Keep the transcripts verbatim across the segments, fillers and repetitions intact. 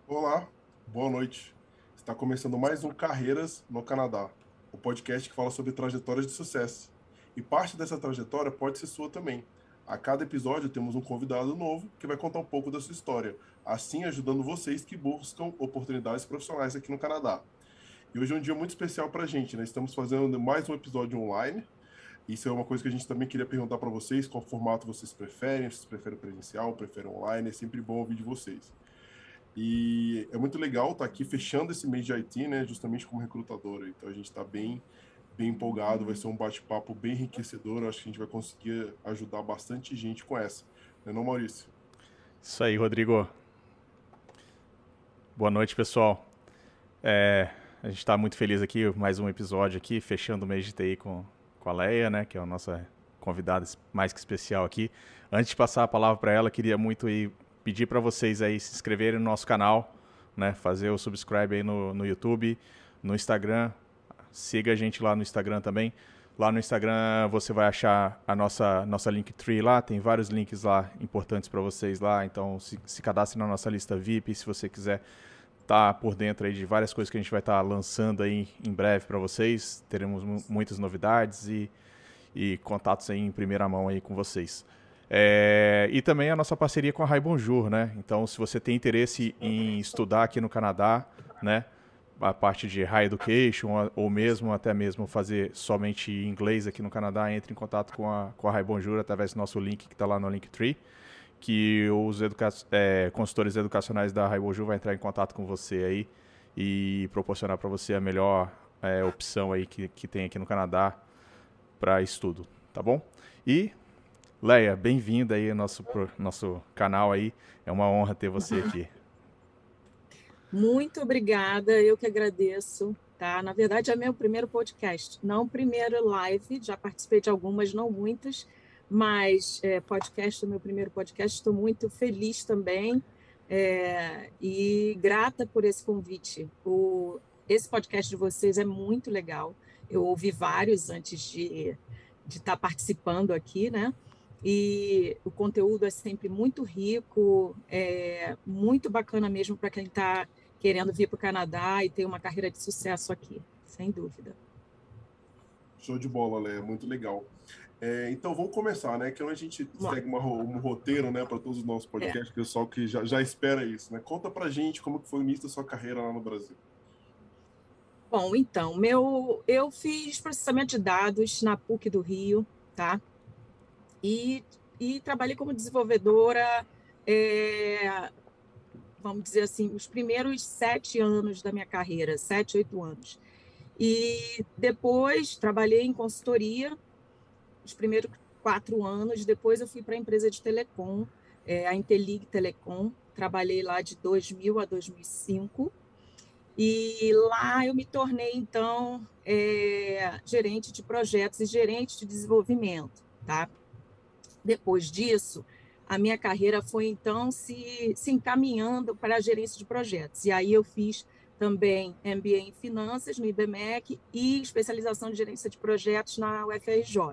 Olá, boa noite. Está começando mais um Carreiras no Canadá, o podcast que fala sobre trajetórias de sucesso. E parte dessa trajetória pode ser sua também. A cada episódio temos um convidado novo que vai contar um pouco da sua história, assim ajudando vocês que buscam oportunidades profissionais aqui no Canadá. E hoje é um dia muito especial para a gente, né? Estamos fazendo mais um episódio online. Isso é uma coisa que a gente também queria perguntar para vocês, qual formato vocês preferem, vocês preferem presencial, preferem online, é sempre bom ouvir de vocês. E é muito legal estar aqui fechando esse mês de I T, né, justamente como recrutadora. Então a gente está bem, bem empolgado, vai ser um bate-papo bem enriquecedor. Eu acho que a gente vai conseguir ajudar bastante gente com essa. Não é não, Maurício? Isso aí, Rodrigo. Boa noite, pessoal. É, a gente está muito feliz aqui, mais um episódio aqui, fechando o mês de T I com, com a Leia, né, que é a nossa convidada mais que especial aqui. Antes de passar a palavra para ela, queria muito aí pedir para vocês aí se inscreverem no nosso canal, né, fazer o subscribe aí no, no YouTube, no Instagram. Siga a gente lá no Instagram também. Lá no Instagram você vai achar a nossa, nossa Linktree lá, tem vários links lá importantes para vocês lá, então se, se cadastre na nossa lista V I P se você quiser estar por dentro aí de várias coisas que a gente vai estar lançando aí em breve para vocês. Teremos muitas novidades e, e contatos aí em primeira mão aí com vocês. É, e também a nossa parceria com a Rai Bonjour, né? Então, se você tem interesse em estudar aqui no Canadá, né? A parte de High Education ou mesmo até mesmo fazer somente inglês aqui no Canadá, entre em contato com a, com a Rai Bonjour através do nosso link que está lá no Linktree, que os educa é, consultores educacionais da Rai Bonjour vai entrar em contato com você aí e proporcionar para você a melhor é, opção aí que, que tem aqui no Canadá para estudo, tá bom? E Leia, bem-vinda aí ao nosso, pro, nosso canal aí, é uma honra ter você aqui. Muito obrigada, eu que agradeço, tá? Na verdade, é meu primeiro podcast, não primeiro live, já participei de algumas, não muitas, mas é, podcast é o meu primeiro podcast, estou muito feliz também é, e grata por esse convite. O, esse podcast de vocês é muito legal, eu ouvi vários antes de de estar participando aqui, né? E o conteúdo é sempre muito rico, é muito bacana mesmo para quem está querendo vir para o Canadá e ter uma carreira de sucesso aqui, sem dúvida. Show de bola, Léa, muito legal. É, então vamos começar, né? Que a gente segue uma, um roteiro, né, para todos os nossos podcasts, é. Pessoal que já, já espera isso, né? Conta pra gente como que foi o início da sua carreira lá no Brasil. Bom, então, meu, eu fiz processamento de dados na PUC do Rio, tá? E, e trabalhei como desenvolvedora, é, vamos dizer assim, os primeiros sete anos da minha carreira, sete, oito anos. E depois trabalhei em consultoria, os primeiros quatro anos. Depois eu fui para a empresa de telecom, é, a Intelig Telecom. Trabalhei lá de dois mil a dois mil e cinco. E lá eu me tornei, então, é, gerente de projetos e gerente de desenvolvimento, tá? Depois disso, a minha carreira foi, então, se, se encaminhando para a gerência de projetos. E aí eu fiz também M B A em Finanças no I B M E C e especialização de gerência de projetos na U F R J.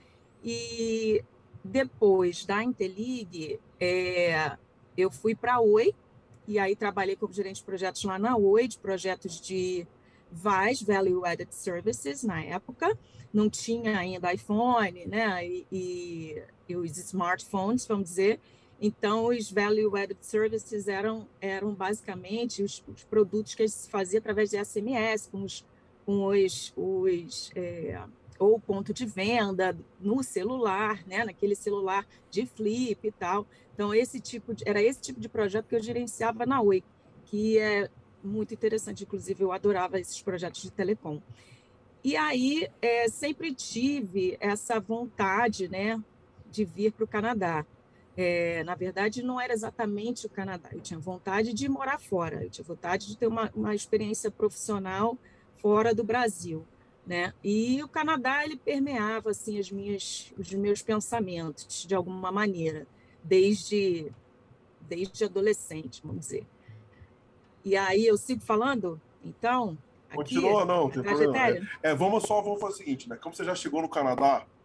E depois da Intelig, é, eu fui para a Oi, e aí trabalhei como gerente de projetos lá na Oi, de projetos de V A S, Value Added Services, na época. Não tinha ainda iPhone, né? E, e, e os smartphones, vamos dizer. Então, os Value Added Services eram, eram basicamente os, os produtos que se fazia através de S M S, com os, com os, os é, ou ponto de venda no celular, né? Naquele celular de flip e tal. Então, esse tipo de, era esse tipo de projeto que eu gerenciava na Oi, que é muito interessante. Inclusive, eu adorava esses projetos de telecom. E aí, é, sempre tive essa vontade, né, de vir para o Canadá. É, na verdade, não era exatamente o Canadá. Eu tinha vontade de morar fora. Eu tinha vontade de ter uma, uma experiência profissional fora do Brasil, né? E o Canadá, ele permeava assim as minhas, os meus pensamentos de alguma maneira, desde desde adolescente, vamos dizer. E aí eu sigo falando, então, aqui Continua, não, a tem problema. trajetória. É, é, vamos só, vamos fazer o seguinte, né? Como você já chegou no Canadá,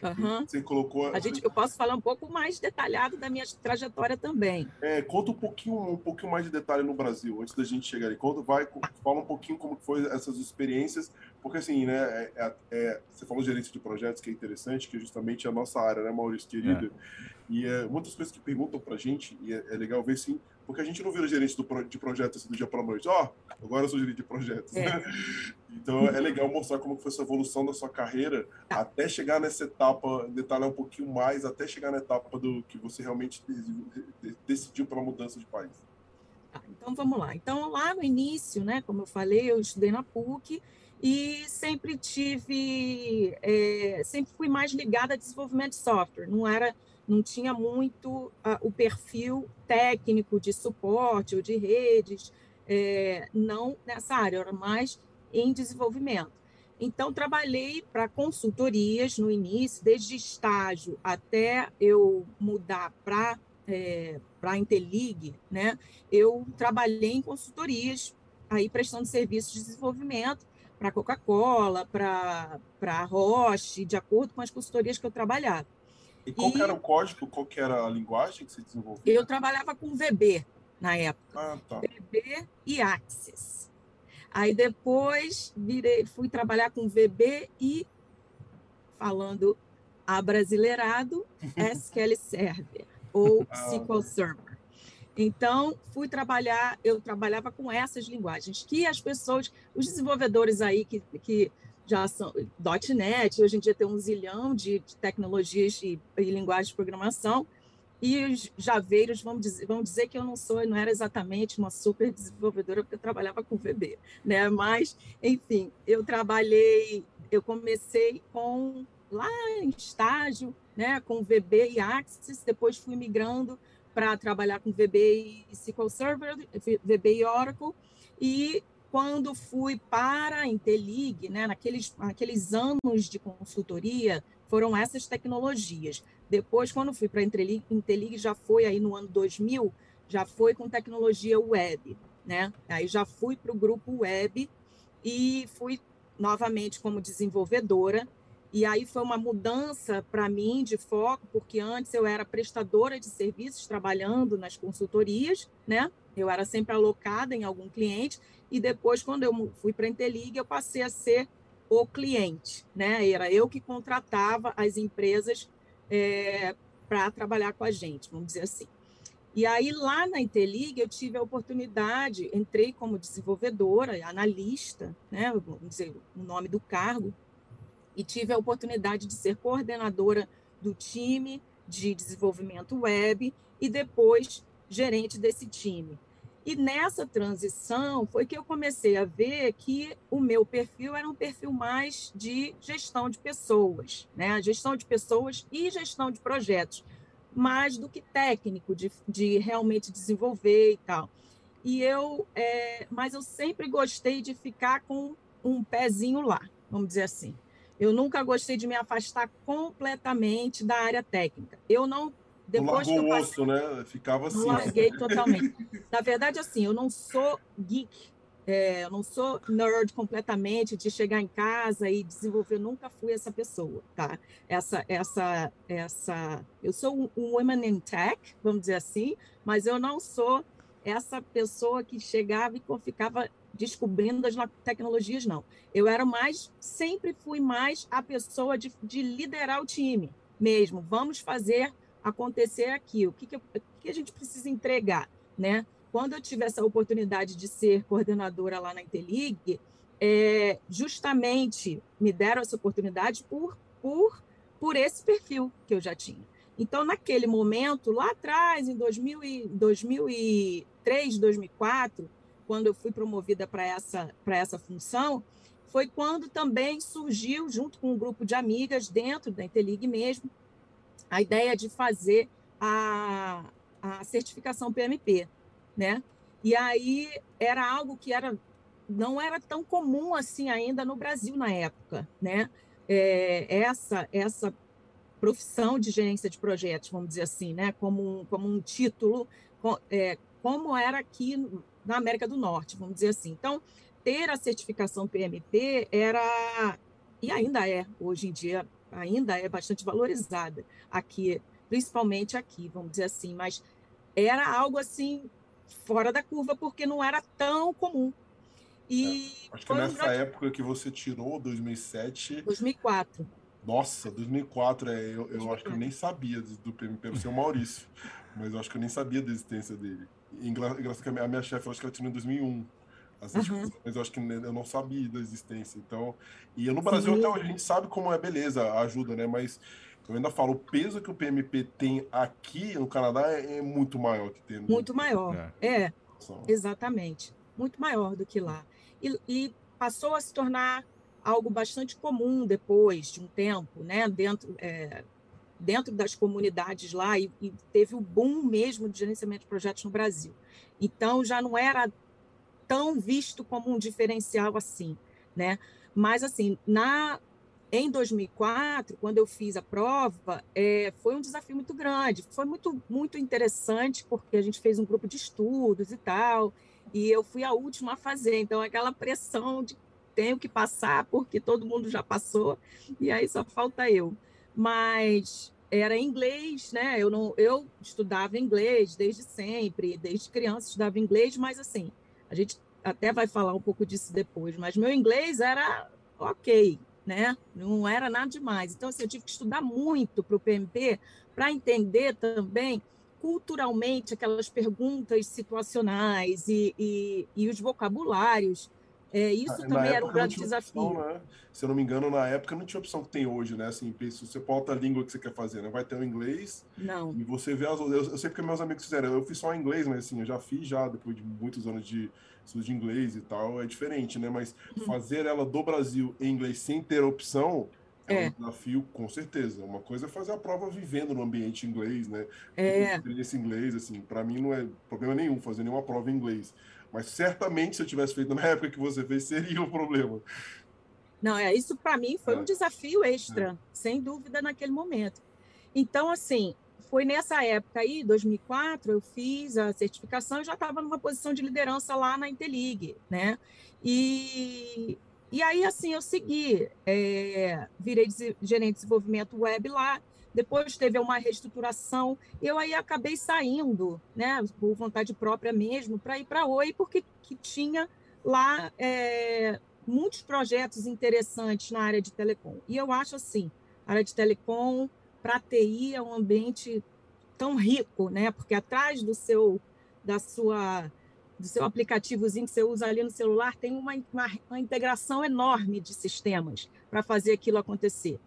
Uhum. Você colocou... A gente, eu posso falar um pouco mais detalhado da minha trajetória também. É, conta um pouquinho, um pouquinho mais de detalhe no Brasil, antes da gente chegar ali. Conta, vai, fala um pouquinho como foi essas experiências, porque assim, né, é, é, você falou de gerência de projetos, que é interessante, que é justamente a nossa área, né, Maurício, querido? É. E é, muitas coisas que perguntam pra gente, e é, é legal ver, sim, porque a gente não vira gerente do, de projetos assim, do dia para noite. Ó, oh, agora eu sou gerente de projetos. É. Né? Então é legal mostrar como foi essa evolução da sua carreira tá. Até chegar nessa etapa, detalhar um pouquinho mais, até chegar na etapa do que você realmente decidiu pela mudança de país. Tá, então vamos lá. Então lá no início, né, como eu falei, eu estudei na P U C e sempre tive, é, sempre fui mais ligada a desenvolvimento de software. Não era não tinha muito uh, o perfil técnico de suporte ou de redes, é, não nessa área, era mais em desenvolvimento. Então, trabalhei para consultorias no início, desde estágio até eu mudar para é, para a Intelig, né? Eu trabalhei em consultorias, aí prestando serviços de desenvolvimento para a Coca-Cola, para a Roche, de acordo com as consultorias que eu trabalhava. E qual que era o código, qual que era a linguagem que você desenvolvia? Eu trabalhava com V B na época. Ah, tá. V B e Axis. Aí depois virei, fui trabalhar com V B e, falando abrasileirado, S Q L Server ou ah, S Q L Server. Então, fui trabalhar, eu trabalhava com essas linguagens, que as pessoas, os desenvolvedores aí que, que já são .NET, hoje em dia tem um zilhão de, de tecnologias e, e linguagens de programação, e os javeiros vão dizer, vão dizer que eu não sou, não era exatamente uma super desenvolvedora, porque eu trabalhava com V B, né? Mas, enfim, eu trabalhei, eu comecei com, lá em estágio, né, com V B e Axis, depois fui migrando para trabalhar com V B e S Q L Server, V B e Oracle, e quando fui para a Intelig, né, naqueles, naqueles anos de consultoria, foram essas tecnologias. Depois, quando fui para a Intelig, Intelig, já foi aí no ano dois mil, já foi com tecnologia web, né? Aí já fui para o grupo web e fui novamente como desenvolvedora. E aí foi uma mudança para mim de foco, porque antes eu era prestadora de serviços, trabalhando nas consultorias, né? Eu era sempre alocada em algum cliente, e depois, quando eu fui para a Intelig, eu passei a ser o cliente, né? Era eu que contratava as empresas é, para trabalhar com a gente, vamos dizer assim. E aí, lá na Intelig, eu tive a oportunidade, entrei como desenvolvedora, analista, né? Vamos dizer, o nome do cargo, e tive a oportunidade de ser coordenadora do time de desenvolvimento web e depois gerente desse time. E nessa transição foi que eu comecei a ver que o meu perfil era um perfil mais de gestão de pessoas, né? Gestão de pessoas e gestão de projetos, mais do que técnico, de, de realmente desenvolver e tal. E eu, é, mas eu sempre gostei de ficar com um pezinho lá, vamos dizer assim. Eu nunca gostei de me afastar completamente da área técnica. Eu não... Depois que eu passei, o osso, né? Ficava assim. Não larguei totalmente. Na verdade, assim, eu não sou geek, é, eu não sou nerd completamente de chegar em casa e desenvolver. Eu nunca fui essa pessoa, tá? Essa, essa, essa. Eu sou um woman in tech, vamos dizer assim, mas eu não sou essa pessoa que chegava e ficava descobrindo as tecnologias, não. Eu era mais, sempre fui mais a pessoa de, de liderar o time mesmo. Vamos fazer acontecer aqui, o que, que, o que a gente precisa entregar, né? Quando eu tive essa oportunidade de ser coordenadora lá na Intelig, é, justamente me deram essa oportunidade por, por, por esse perfil que eu já tinha. Então, naquele momento, lá atrás, em dois mil e, dois mil e três, dois mil e quatro, quando eu fui promovida para essa, para essa função, foi quando também surgiu, junto com um grupo de amigas dentro da Intelig mesmo, a ideia de fazer a, a certificação P M P, né? E aí era algo que era, não era tão comum assim ainda no Brasil na época, né? É, essa, essa profissão de gerência de projetos, vamos dizer assim, né? Como um, como um título, é, como era aqui na América do Norte, vamos dizer assim. Então, ter a certificação P M P era, e ainda é, hoje em dia, ainda é bastante valorizada aqui, principalmente aqui, vamos dizer assim, mas era algo assim fora da curva, porque não era tão comum. E é. Acho que foi um nessa grande... época que você tirou, dois mil e sete... dois mil e quatro. Nossa, dois mil e quatro, é, eu, eu acho que eu dois mil e quatro. nem sabia do P M P, o seu Maurício, mas eu acho que eu nem sabia da existência dele. E engra- engraçado que a minha, a minha chefe, eu acho que ela tirou em dois mil e um, a Aham. certificação, mas eu acho que eu não sabia da existência. Então, e no Brasil até Sim, hoje a gente sabe como é, beleza, ajuda, né? Mas eu ainda falo, o peso que o P M P tem aqui no Canadá é, é muito maior que tem no muito maior. É. É, Brasil. exatamente. Muito maior do que lá. E, e passou a se tornar algo bastante comum depois de um tempo, né? Dentro, é, dentro das comunidades lá, e, e teve o boom mesmo de gerenciamento de projetos no Brasil. Então, já não era tão visto como um diferencial assim, né? Mas, assim, na, em dois mil e quatro, quando eu fiz a prova, é, foi um desafio muito grande, foi muito, muito interessante, porque a gente fez um grupo de estudos e tal, e eu fui a última a fazer, então aquela pressão de tenho que passar, porque todo mundo já passou, e aí só falta eu. Mas era em inglês, né? Eu, não, eu estudava inglês desde sempre, desde criança estudava inglês, mas assim, a gente até vai falar um pouco disso depois, mas meu inglês era ok, né? Não era nada demais. Então, assim, eu tive que estudar muito para o P M P para entender também culturalmente aquelas perguntas situacionais e, e, e os vocabulários. É, isso Na também era um época não grande tinha opção, desafio. né? Se eu não me engano, na época não tinha opção que tem hoje, né? Assim, se você pauta a língua que você quer fazer, né? Vai ter o inglês Não. e você vê as outras. Eu, eu sei porque meus amigos fizeram. Eu fiz só inglês, mas assim, eu já fiz já depois de muitos anos de estudo de inglês e tal, é diferente, né? Mas fazer ela do Brasil em inglês sem ter opção é um É, desafio, com certeza. Uma coisa é fazer a prova vivendo no ambiente inglês, né? Ter é. experiência em inglês, assim, para mim não é problema nenhum fazer nenhuma prova em inglês. Mas certamente, se eu tivesse feito na época que você fez, seria o problema. Não, é, isso para mim foi um É, desafio é. extra, sem dúvida, naquele momento. Então, assim, foi nessa época aí, dois mil e quatro, eu fiz a certificação e já estava numa posição de liderança lá na Intelig, né? E, e aí, assim, eu segui, é, virei gerente de desenvolvimento web lá, depois teve uma reestruturação, eu aí acabei saindo, né, por vontade própria mesmo, para ir para a Oi, porque que tinha lá é, muitos projetos interessantes na área de telecom. E eu acho assim, a área de telecom para a T I é um ambiente tão rico, né? Porque atrás do seu da sua do seu aplicativozinho que você usa ali no celular tem uma, uma, uma integração enorme de sistemas para fazer aquilo acontecer.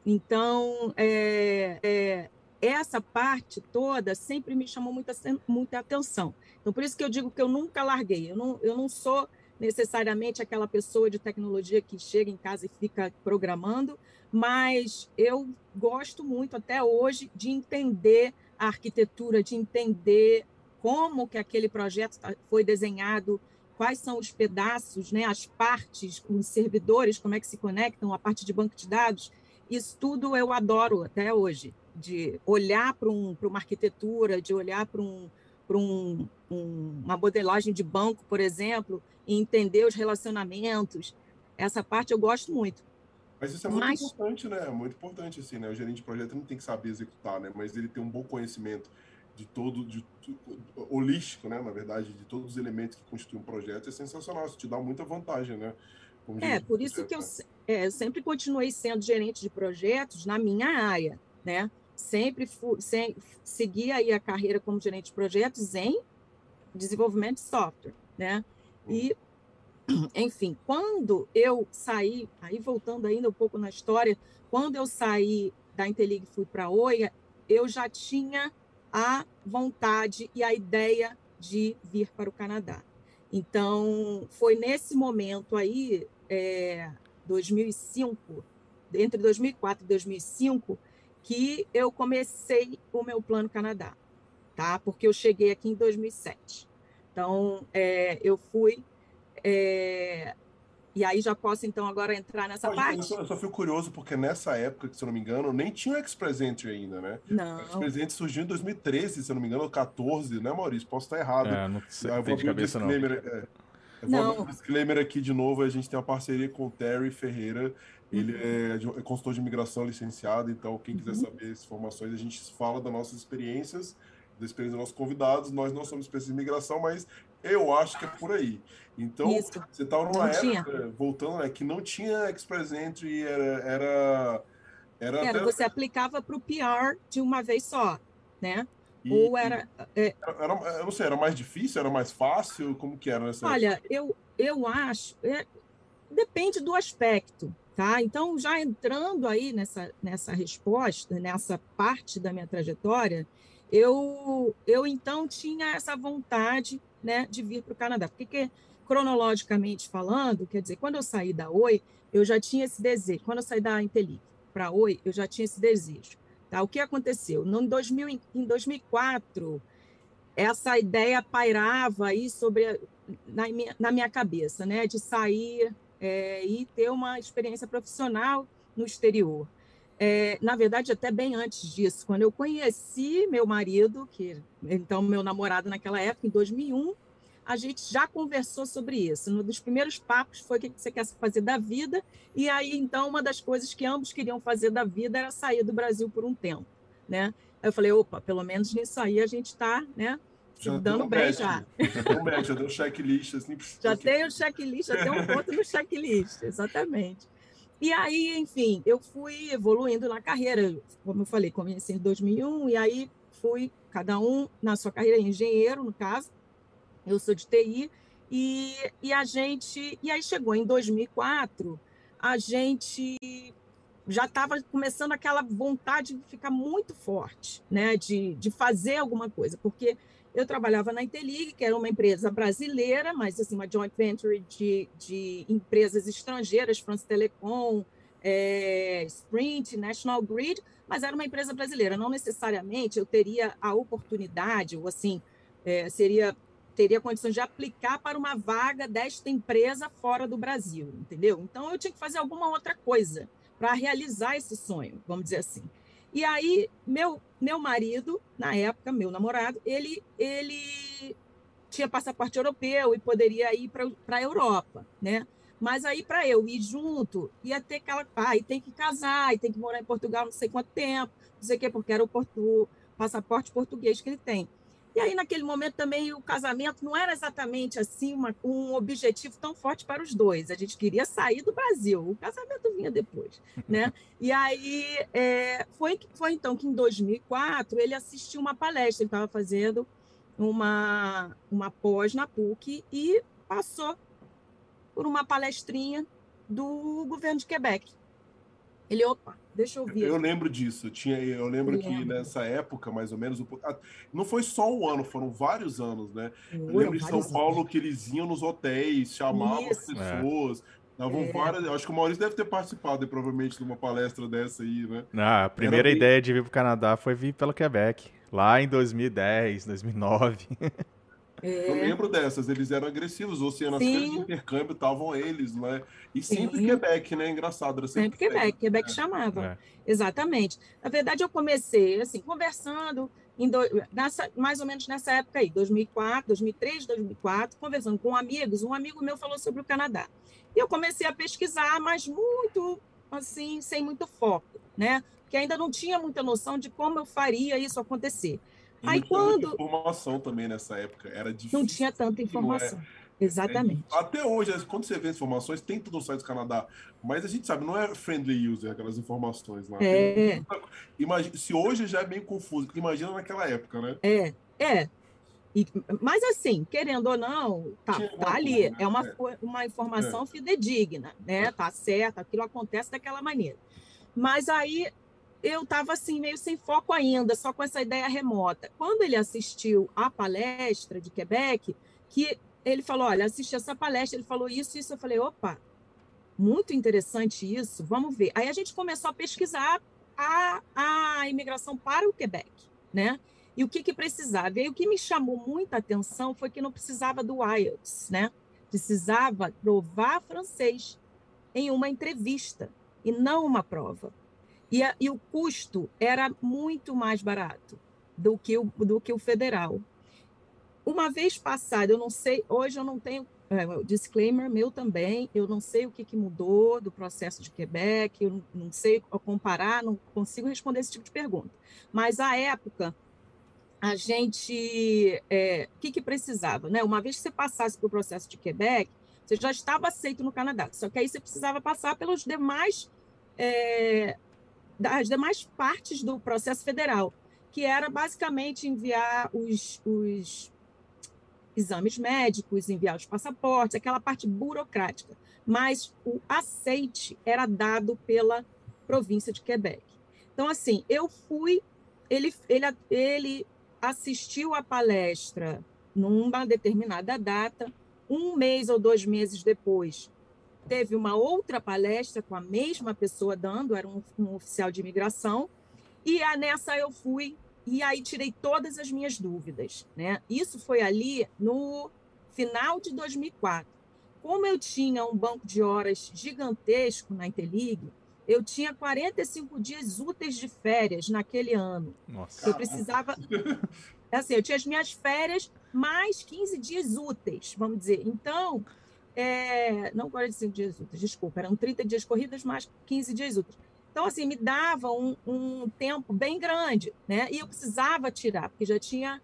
Então, é, é, essa parte toda sempre me chamou muita, muita atenção. Então, por isso que eu digo que eu nunca larguei. Eu não, eu não sou necessariamente aquela pessoa de tecnologia que chega em casa e fica programando, mas eu gosto muito até hoje de entender a arquitetura, de entender como que aquele projeto foi desenhado, quais são os pedaços, né, as partes, os servidores, como é que se conectam, a parte de banco de dados. Isso tudo eu adoro até hoje, de olhar para um, para uma arquitetura, de olhar para um, para um, um, uma modelagem de banco, por exemplo, e entender os relacionamentos. Essa parte eu gosto muito. Mas isso é muito Mas importante, né? É muito importante, assim, né? O gerente de projeto não tem que saber executar, né? Mas ele tem um bom conhecimento de todo, de, de, holístico, né? Na verdade, de todos os elementos que constituem um projeto é sensacional. Isso te dá muita vantagem, né? Como é gerente de por isso que projeto, eu, né? é, eu sempre continuei sendo gerente de projetos na minha área, né? Sempre fui, sem, segui aí a carreira como gerente de projetos em desenvolvimento de software, né? Hum. E, enfim, quando eu saí, aí voltando ainda um pouco na história, quando eu saí da Intelig e fui para a Oi, eu já tinha a vontade e a ideia de vir para o Canadá. Então, foi nesse momento aí, é, dois mil e cinco, entre dois mil e quatro e dois mil e cinco, que eu comecei o meu plano Canadá, tá? Porque eu cheguei aqui em dois mil e sete. Então, é, eu fui. É, e aí já posso, então, agora entrar nessa Pode, eu só, parte? eu só fico curioso porque nessa época, que, se eu não me engano, nem tinha o X-Present ainda, né? O Não, X-Present surgiu em dois mil e treze, se eu não me engano, ou quatorze, né, Maurício? Posso estar errado. É, não sei, Eu vou sei de abrir o cabeça não. disclaimer. É, eu vou abrir o não, disclaimer aqui de novo. A gente tem uma parceria com o Terry Ferreira, Ele é, de- é consultor de imigração licenciado, então quem quiser Uhum. saber as informações, a gente fala das nossas experiências, da experiência dos nossos convidados. Nós não somos especialistas em imigração, mas eu acho que é por aí. Então, Isso, você estava numa não tinha. época, voltando, né, que não tinha Express Entry, era, era, era Era, até... você aplicava para o P R de uma vez só, né? E, Ou e era, é, era, eu não sei, era mais difícil, era mais fácil? Como que era nessa época? olha, eu, eu acho, é, depende do aspecto, tá? Então, já entrando aí nessa, nessa resposta, nessa parte da minha trajetória, eu, eu então tinha essa vontade, né, de vir para o Canadá. Porque, que, cronologicamente falando, quer dizer, quando eu saí da Oi, eu já tinha esse desejo. Quando eu saí da Intelic para a Oi, eu já tinha esse desejo. Tá? O que aconteceu? No dois mil, em dois mil e quatro, essa ideia pairava aí sobre na minha, na minha cabeça, né, de sair é, e ter uma experiência profissional no exterior. É, na verdade, até bem antes disso, quando eu conheci meu marido, que então meu namorado naquela época, em dois mil e um, a gente já conversou sobre isso. Um dos primeiros papos foi o que você quer fazer da vida, e aí então uma das coisas que ambos queriam fazer da vida era sair do Brasil por um tempo, né? Aí eu falei, opa, pelo menos nisso aí a gente está, né, se Já deu dando um bem match, já. já deu um match, já deu um checklist, assim, Já ok. tem o checklist, já tem um ponto no checklist, exatamente. E aí, enfim, eu fui evoluindo na carreira. Como eu falei, comecei em dois mil e um, e aí fui, cada um na sua carreira, engenheiro, no caso, eu sou de T I, e, e a gente. E aí chegou em dois mil e quatro, a gente já estava começando aquela vontade de ficar muito forte, né, de, de fazer alguma coisa, porque eu trabalhava na Intelig, que era uma empresa brasileira, mas assim, uma joint venture de, de empresas estrangeiras, France Telecom, é, Sprint, National Grid, mas era uma empresa brasileira. Não necessariamente eu teria a oportunidade, ou assim, é, seria teria condições de aplicar para uma vaga desta empresa fora do Brasil, entendeu? Então eu tinha que fazer alguma outra coisa para realizar esse sonho, vamos dizer assim. E aí, meu, meu marido, na época, meu namorado, ele, ele tinha passaporte europeu e poderia ir para a Europa, né? Mas aí, para eu ir junto, ia ter aquela. Ah, e tem que casar, e tem que morar em Portugal não sei quanto tempo, não sei o quê, porque era o, portu, o passaporte português que ele tem. E aí, naquele momento, também o casamento não era exatamente assim uma, um objetivo tão forte para os dois. A gente queria sair do Brasil, o casamento vinha depois, né? E aí é, foi, foi então que em dois mil e quatro ele assistiu uma palestra, ele estava fazendo uma, uma pós na PUC e passou por uma palestrinha do governo de Quebec. Ele, opa, deixa eu vir Eu aqui. lembro disso. Tinha, eu lembro que Lembro. nessa época, mais ou menos, um pouco- ah, não foi só um ano, foram vários anos, né? Eu Foram lembro de São vários Paulo anos. que eles iam nos hotéis, chamavam as Isso. É. pessoas, davam É, várias. Eu acho que o Maurício deve ter participado, provavelmente, de uma palestra dessa aí, né? Ah, a Era primeira bem. ideia de vir pro Canadá foi vir pelo Quebec, lá em dois mil e dez, dois mil e nove. Eu é, lembro dessas, eles eram agressivos, ou seja, nas feiras de sim, intercâmbio estavam eles, né? E sempre sim. Quebec, né? Engraçado, era sempre Sempre Quebec. Quebec, Quebec chamava, É. exatamente. Na verdade, eu comecei assim, conversando, em do, nessa, mais ou menos nessa época aí, dois mil e quatro, dois mil e três, dois mil e quatro, conversando com amigos. Um amigo meu falou sobre o Canadá. E eu comecei a pesquisar, mas muito, assim, sem muito foco, né? Porque ainda não tinha muita noção de como eu faria isso acontecer. E não Aí, tinha muita quando informação também nessa época, era não tinha difícil, tanta não é? informação, É de- exatamente. Até hoje, quando você vê as informações, tem tudo no site do Canadá, mas a gente sabe, não é friendly user aquelas informações lá. Tem É, muita... Imagina, se hoje já é bem confuso, imagina naquela época, né? é, é. E, mas assim, querendo ou não, tá, Tinha tá alguma coisa, ali, né? é uma, uma É, informação fidedigna, é, né? Tá certo, aquilo acontece daquela maneira. Mas aí eu estava assim, meio sem foco ainda, só com essa ideia remota. Quando ele assistiu à palestra de Quebec, que ele falou: olha, assisti essa palestra, ele falou isso, isso, eu falei, opa, muito interessante isso, vamos ver. Aí a gente começou a pesquisar a, a imigração para o Quebec, né? E o que, que precisava? E aí, o que me chamou muita atenção foi que não precisava do I E L T S, né? Precisava provar francês em uma entrevista e não uma prova. E, a, e o custo era muito mais barato do que o, do que o federal. uma vez passado, eu não sei, hoje eu não tenho, é, disclaimer meu também, eu não sei o que, que mudou do processo de Quebec, eu não sei comparar, não consigo responder esse tipo de pergunta. Mas, à época, a gente, é, o que, que precisava, né? Uma vez que você passasse pelo processo de Quebec, você já estava aceito no Canadá, só que aí você precisava passar pelos demais, é, das demais partes do processo federal, que era basicamente enviar os, os exames médicos, enviar os passaportes, aquela parte burocrática. Mas o aceite era dado pela província de Quebec. Então, assim, eu fui, ele, ele, ele assistiu a palestra numa determinada data, um mês ou dois meses depois, teve uma outra palestra com a mesma pessoa dando, era um, um oficial de imigração, e a, nessa eu fui, e aí tirei todas as minhas dúvidas, né? Isso foi ali no final de dois mil e quatro. Como eu tinha um banco de horas gigantesco na Interlig, eu tinha quarenta e cinco dias úteis de férias naquele ano. Nossa. Eu precisava... Assim, eu tinha as minhas férias mais quinze dias úteis, vamos dizer. Então, é, não quarenta e cinco dias úteis, desculpa, eram trinta dias corridas mais quinze dias úteis. Então, assim, me dava um, um tempo bem grande, né? E eu precisava tirar, porque já tinha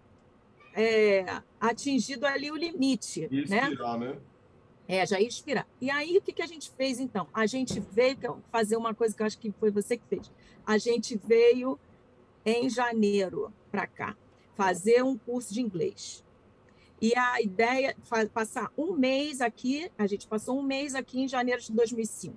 é, atingido ali o limite, E né? expirar, né? É, já ia expirar. E aí, o que, que a gente fez, então? A gente veio fazer uma coisa que eu acho que foi você que fez. A gente veio em janeiro para cá, fazer um curso de inglês. E a ideia é passar um mês aqui, a gente passou um mês aqui em janeiro de dois mil e cinco.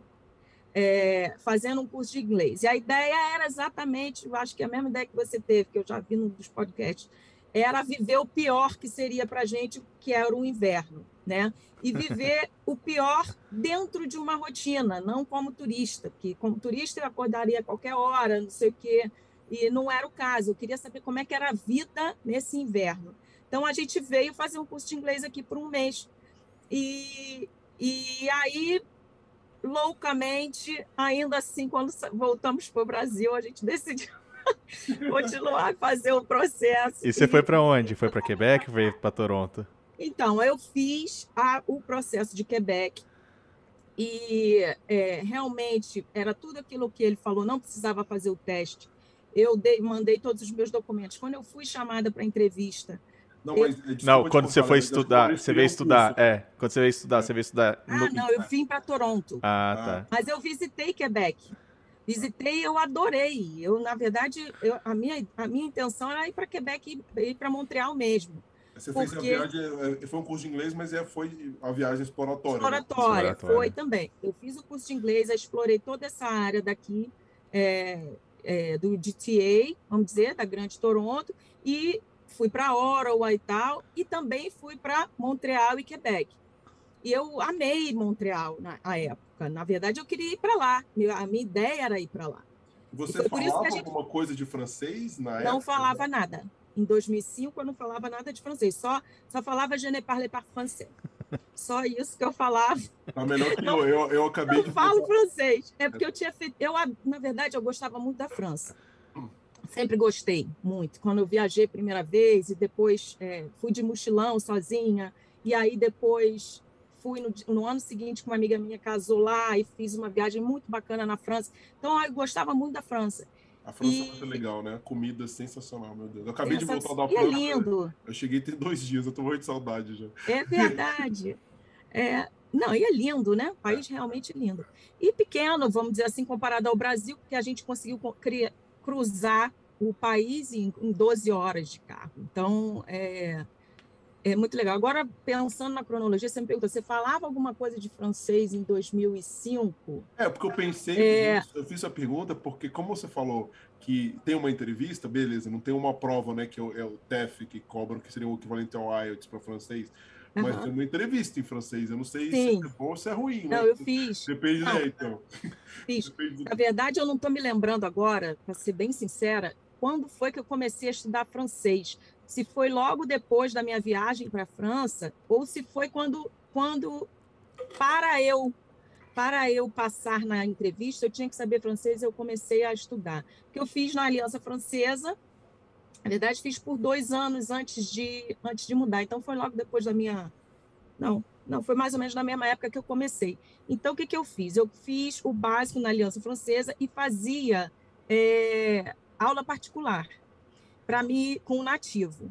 É, fazendo um curso de inglês. E a ideia era exatamente, eu acho que é a mesma ideia que você teve, que eu já vi num dos podcasts, era viver o pior que seria para a gente, que era o inverno, né? E viver o pior dentro de uma rotina, não como turista, porque como turista eu acordaria a qualquer hora, não sei o quê, e não era o caso. Eu queria saber como é que era a vida nesse inverno. Então, a gente veio fazer um curso de inglês aqui por um mês. E, e aí... loucamente, ainda assim, quando voltamos para o Brasil, a gente decidiu continuar a fazer o processo. E você e... foi para onde? Foi para Quebec ou foi para Toronto? Então, eu fiz a, o processo de Quebec e é, realmente era tudo aquilo que ele falou, não precisava fazer o teste. Eu dei, mandei todos os meus documentos. Quando eu fui chamada para entrevista, Não, mas desculpa, não, quando você foi estudar, você veio estudar, curso. é, quando você veio estudar, é. você veio estudar... No... Ah, não, eu vim para Toronto. Ah, tá. Mas eu visitei Quebec. Visitei e eu adorei. Eu, na verdade, eu, a, minha, a minha intenção era ir para Quebec e ir para Montreal mesmo. Você porque... fez a viagem, foi um curso de inglês, mas foi a viagem exploratória. Exploratória, né? foi também. Eu fiz o curso de inglês, explorei toda essa área daqui, é, é, do G T A, vamos dizer, da Grande Toronto, e fui para Ottawa e tal, e também fui para Montreal e Quebec. E eu amei Montreal na época. Na verdade, eu queria ir para lá. A minha ideia era ir para lá. Você falava gente... alguma coisa de francês na época? Não falava né? nada. Em dois mil e cinco, eu não falava nada de francês. Só, só falava je ne parle pas français. Só isso que eu falava. Tá melhor que não, eu. Eu, eu acabei não de... Não falo francês. É porque eu tinha feito... Eu, na verdade, eu gostava muito da França. Sempre gostei muito. Quando eu viajei a primeira vez e depois é, fui de mochilão sozinha. E aí depois... fui no, no ano seguinte com uma amiga minha, casou lá e fiz uma viagem muito bacana na França. Então, eu gostava muito da França. A França e... é muito legal, né? Comida sensacional, meu Deus. Eu acabei é, de voltar da e França. É lindo. Eu cheguei tem dois dias, eu tô morrendo de saudade já. É verdade. é, não, e é lindo, né? O país é. realmente lindo. E pequeno, vamos dizer assim, comparado ao Brasil, porque a gente conseguiu criar, cruzar o país em, em doze horas de carro. Então, é... É muito legal. Agora, pensando na cronologia, você me perguntou, você falava alguma coisa de francês em dois mil e cinco? É, porque eu pensei, é... eu fiz a pergunta, porque como você falou que tem uma entrevista, beleza, não tem uma prova, né, que é o, é o T E F que cobram, que seria o equivalente ao I E L T S para francês, mas uhum. tem uma entrevista em francês. Eu não sei Sim. se é bom ou se é ruim, não, né? eu fiz. Depende, não, né, então. Fiz. Depende do... Na verdade, eu não estou me lembrando agora, para ser bem sincera, quando foi que eu comecei a estudar francês. Se foi logo depois da minha viagem para a França, ou se foi quando, quando para eu para eu passar na entrevista, eu tinha que saber francês, eu comecei a estudar. Porque eu fiz na Aliança Francesa, Na verdade, fiz por dois anos antes de, antes de mudar. Então, foi logo depois da minha... Não, não, foi mais ou menos na mesma época que eu comecei. Então, o que, que eu fiz? Eu fiz o básico na Aliança Francesa e fazia é, aula particular para mim com o nativo,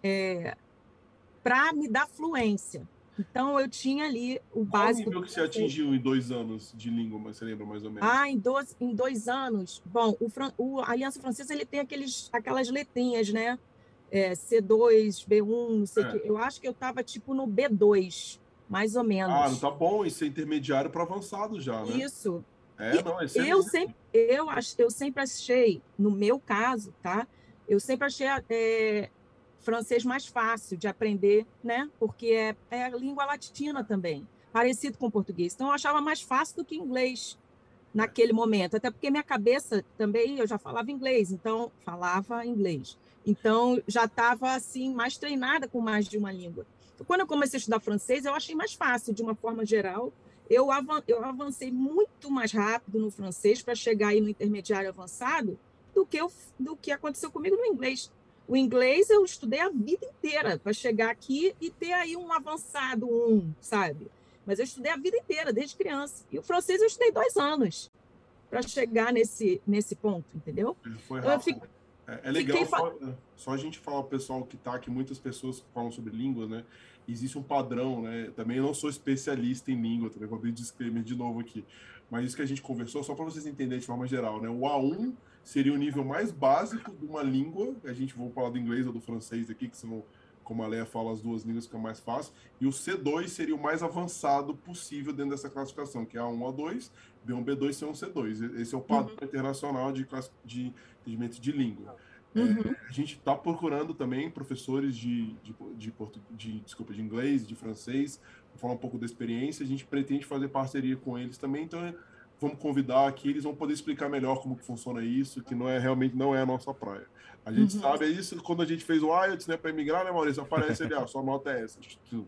é, para me dar fluência. Então, eu tinha ali o Qual o básico... nível que você atingiu em dois anos de língua, mas você lembra mais ou menos? Ah, em dois, em dois anos. Bom, o, Fran, o a Aliança Francesa ele tem aqueles, aquelas letrinhas, né? É, C dois, B um, não sei o É. quê. Eu acho que eu estava tipo no B dois, mais ou Ah, não menos. tá bom, isso é intermediário para avançado já, né? Isso. É, E não, é eu excelente. sempre, eu, ach, eu sempre achei, no meu caso, tá? Eu sempre achei é, francês mais fácil de aprender, né? Porque é, é língua latina também, parecido com o português. Então, eu achava mais fácil do que inglês naquele momento, até porque minha cabeça também, eu já falava inglês, então, falava inglês. Então, já estava, assim, mais treinada com mais de uma língua. Então, quando eu comecei a estudar francês, eu achei mais fácil, de uma forma geral. Eu, avan eu avancei muito mais rápido no francês para chegar aí no intermediário avançado do que, eu, do que aconteceu comigo no inglês. O inglês eu estudei a vida inteira para chegar aqui e ter aí um avançado um, sabe? Mas eu estudei a vida inteira, desde criança. E o francês eu estudei dois anos para chegar nesse, nesse ponto, entendeu? Foi Então, eu rápido. fico, É, é legal fiquei... só, só a gente falar o pessoal que tá, que muitas pessoas falam sobre línguas, né? Existe um padrão, né? Também eu não sou especialista em língua, também vou abrir disclaimer de novo aqui. Mas isso que a gente conversou, só para vocês entenderem de forma geral, né? O A um seria o nível mais básico de uma língua, a gente vou falar do inglês ou do francês aqui, que são, como a Leia fala, as duas línguas fica mais fácil. E o C dois seria o mais avançado possível dentro dessa classificação, que é A um, A dois, B um, B dois, C um, C dois. Esse é o padrão uhum. internacional de, de entendimento de língua. Uhum. É, a gente está procurando também professores de, de, de, portu, de, desculpa, de inglês, de francês, para falar um pouco da experiência. A gente pretende fazer parceria com eles também, então vamos convidar aqui, eles vão poder explicar melhor como que funciona isso, que não é realmente não é a nossa praia. A gente uhum. sabe, é isso quando a gente fez o I E L T S, né, para imigrar, né, Maurício? Aparece ali, ah, sua nota é essa.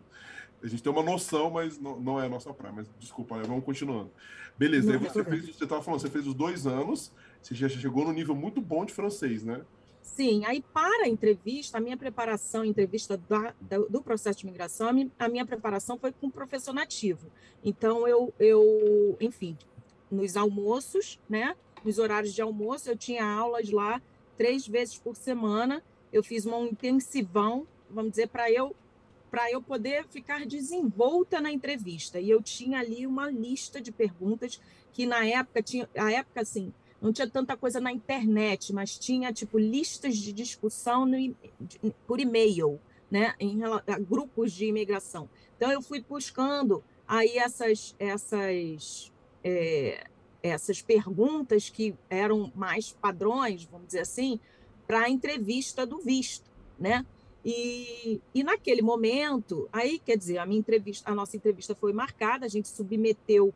A gente tem uma noção, mas não, não é a nossa praia. Mas desculpa, né? Vamos continuando. Beleza, aí você fez, você estava falando, você fez os dois anos, você já chegou no nível muito bom de francês, né? Sim, aí para a entrevista, a minha preparação, a entrevista da, da, do processo de imigração, a minha, a minha preparação foi com professor nativo. Então, eu, eu, enfim, nos almoços, né? Nos horários de almoço, eu tinha aulas lá três vezes por semana. Eu fiz um intensivão, vamos dizer, para eu para eu poder ficar desenvolta na entrevista. E eu tinha ali uma lista de perguntas que na época tinha, a época assim, não tinha tanta coisa na internet, mas tinha tipo listas de discussão no, de, por e-mail, né, em a grupos de imigração. Então eu fui buscando aí essas essas é, essas perguntas que eram mais padrões, vamos dizer assim, para a entrevista do visto, né? E, e naquele momento, aí, quer dizer, a minha entrevista, a nossa entrevista foi marcada, a gente submeteu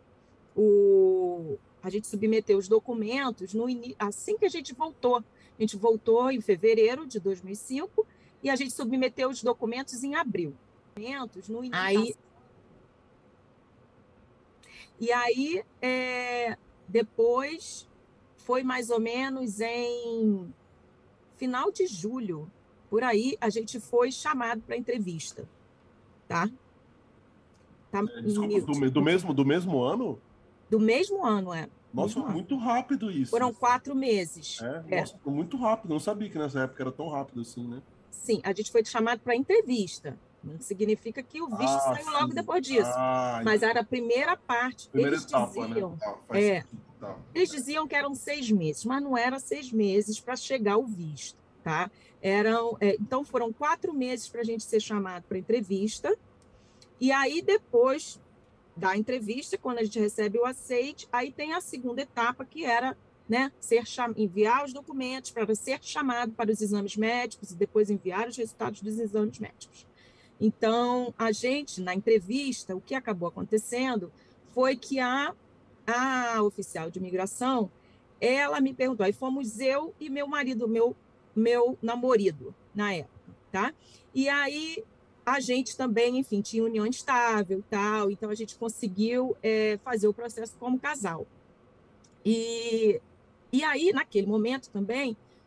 o, a gente submeteu os documentos no, assim que a gente voltou. A gente voltou em fevereiro de dois mil e cinco e a gente submeteu os documentos em abril. No, aí, e aí, é, depois, foi mais ou menos em final de julho, por aí, a gente foi chamado para entrevista, tá? tá é, desculpa, do, do, mesmo, do mesmo ano? Do mesmo ano, é. Nossa, mesmo muito ano. Rápido isso. Foram quatro meses. É, é. Nossa, muito rápido. Não sabia que nessa época era tão rápido assim, né? Sim, a gente foi chamado para entrevista. Não significa que o visto ah, saiu sim. logo depois disso. Ah, mas era a primeira parte. Primeira eles etapa, diziam, né? Tá, é, tá. Eles diziam que eram seis meses, mas não era seis meses para chegar o visto, tá? Eram, é, então, foram quatro meses para a gente ser chamado para entrevista. E aí, depois da entrevista, quando a gente recebe o aceite, aí tem a segunda etapa, que era, né, ser cham... enviar os documentos para ser chamado para os exames médicos e depois enviar os resultados dos exames médicos. Então, a gente, na entrevista, o que acabou acontecendo foi que a, a oficial de imigração, ela me perguntou, aí fomos eu e meu marido, meu, meu namorado, na época, tá? E aí, a gente também, enfim, tinha união estável e tal, então a gente conseguiu é, fazer o processo como casal. E, e aí, naquele momento também,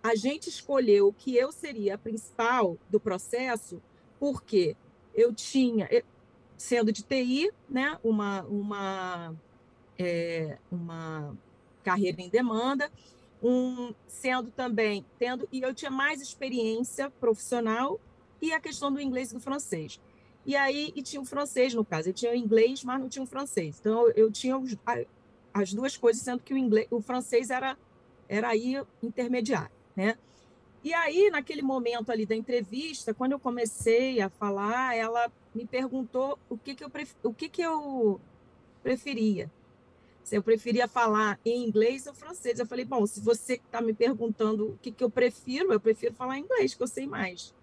a gente escolheu que eu seria a principal do processo, porque eu tinha, sendo de T I, né, uma, uma, é, uma carreira em demanda, um, sendo também, tendo, e eu tinha mais experiência profissional e a questão do inglês e do francês. E aí, e tinha o francês, no caso, eu tinha o inglês, mas não tinha o francês. Então, eu tinha os, as duas coisas, sendo que o, inglês, o francês era, era aí intermediário, né? E aí, naquele momento ali da entrevista, quando eu comecei a falar, ela me perguntou o que, que, eu, pref... o que, que eu preferia. Se eu preferia falar em inglês ou francês. Eu falei, bom, se você está me perguntando o que, que eu prefiro, eu prefiro falar em inglês, que eu sei mais.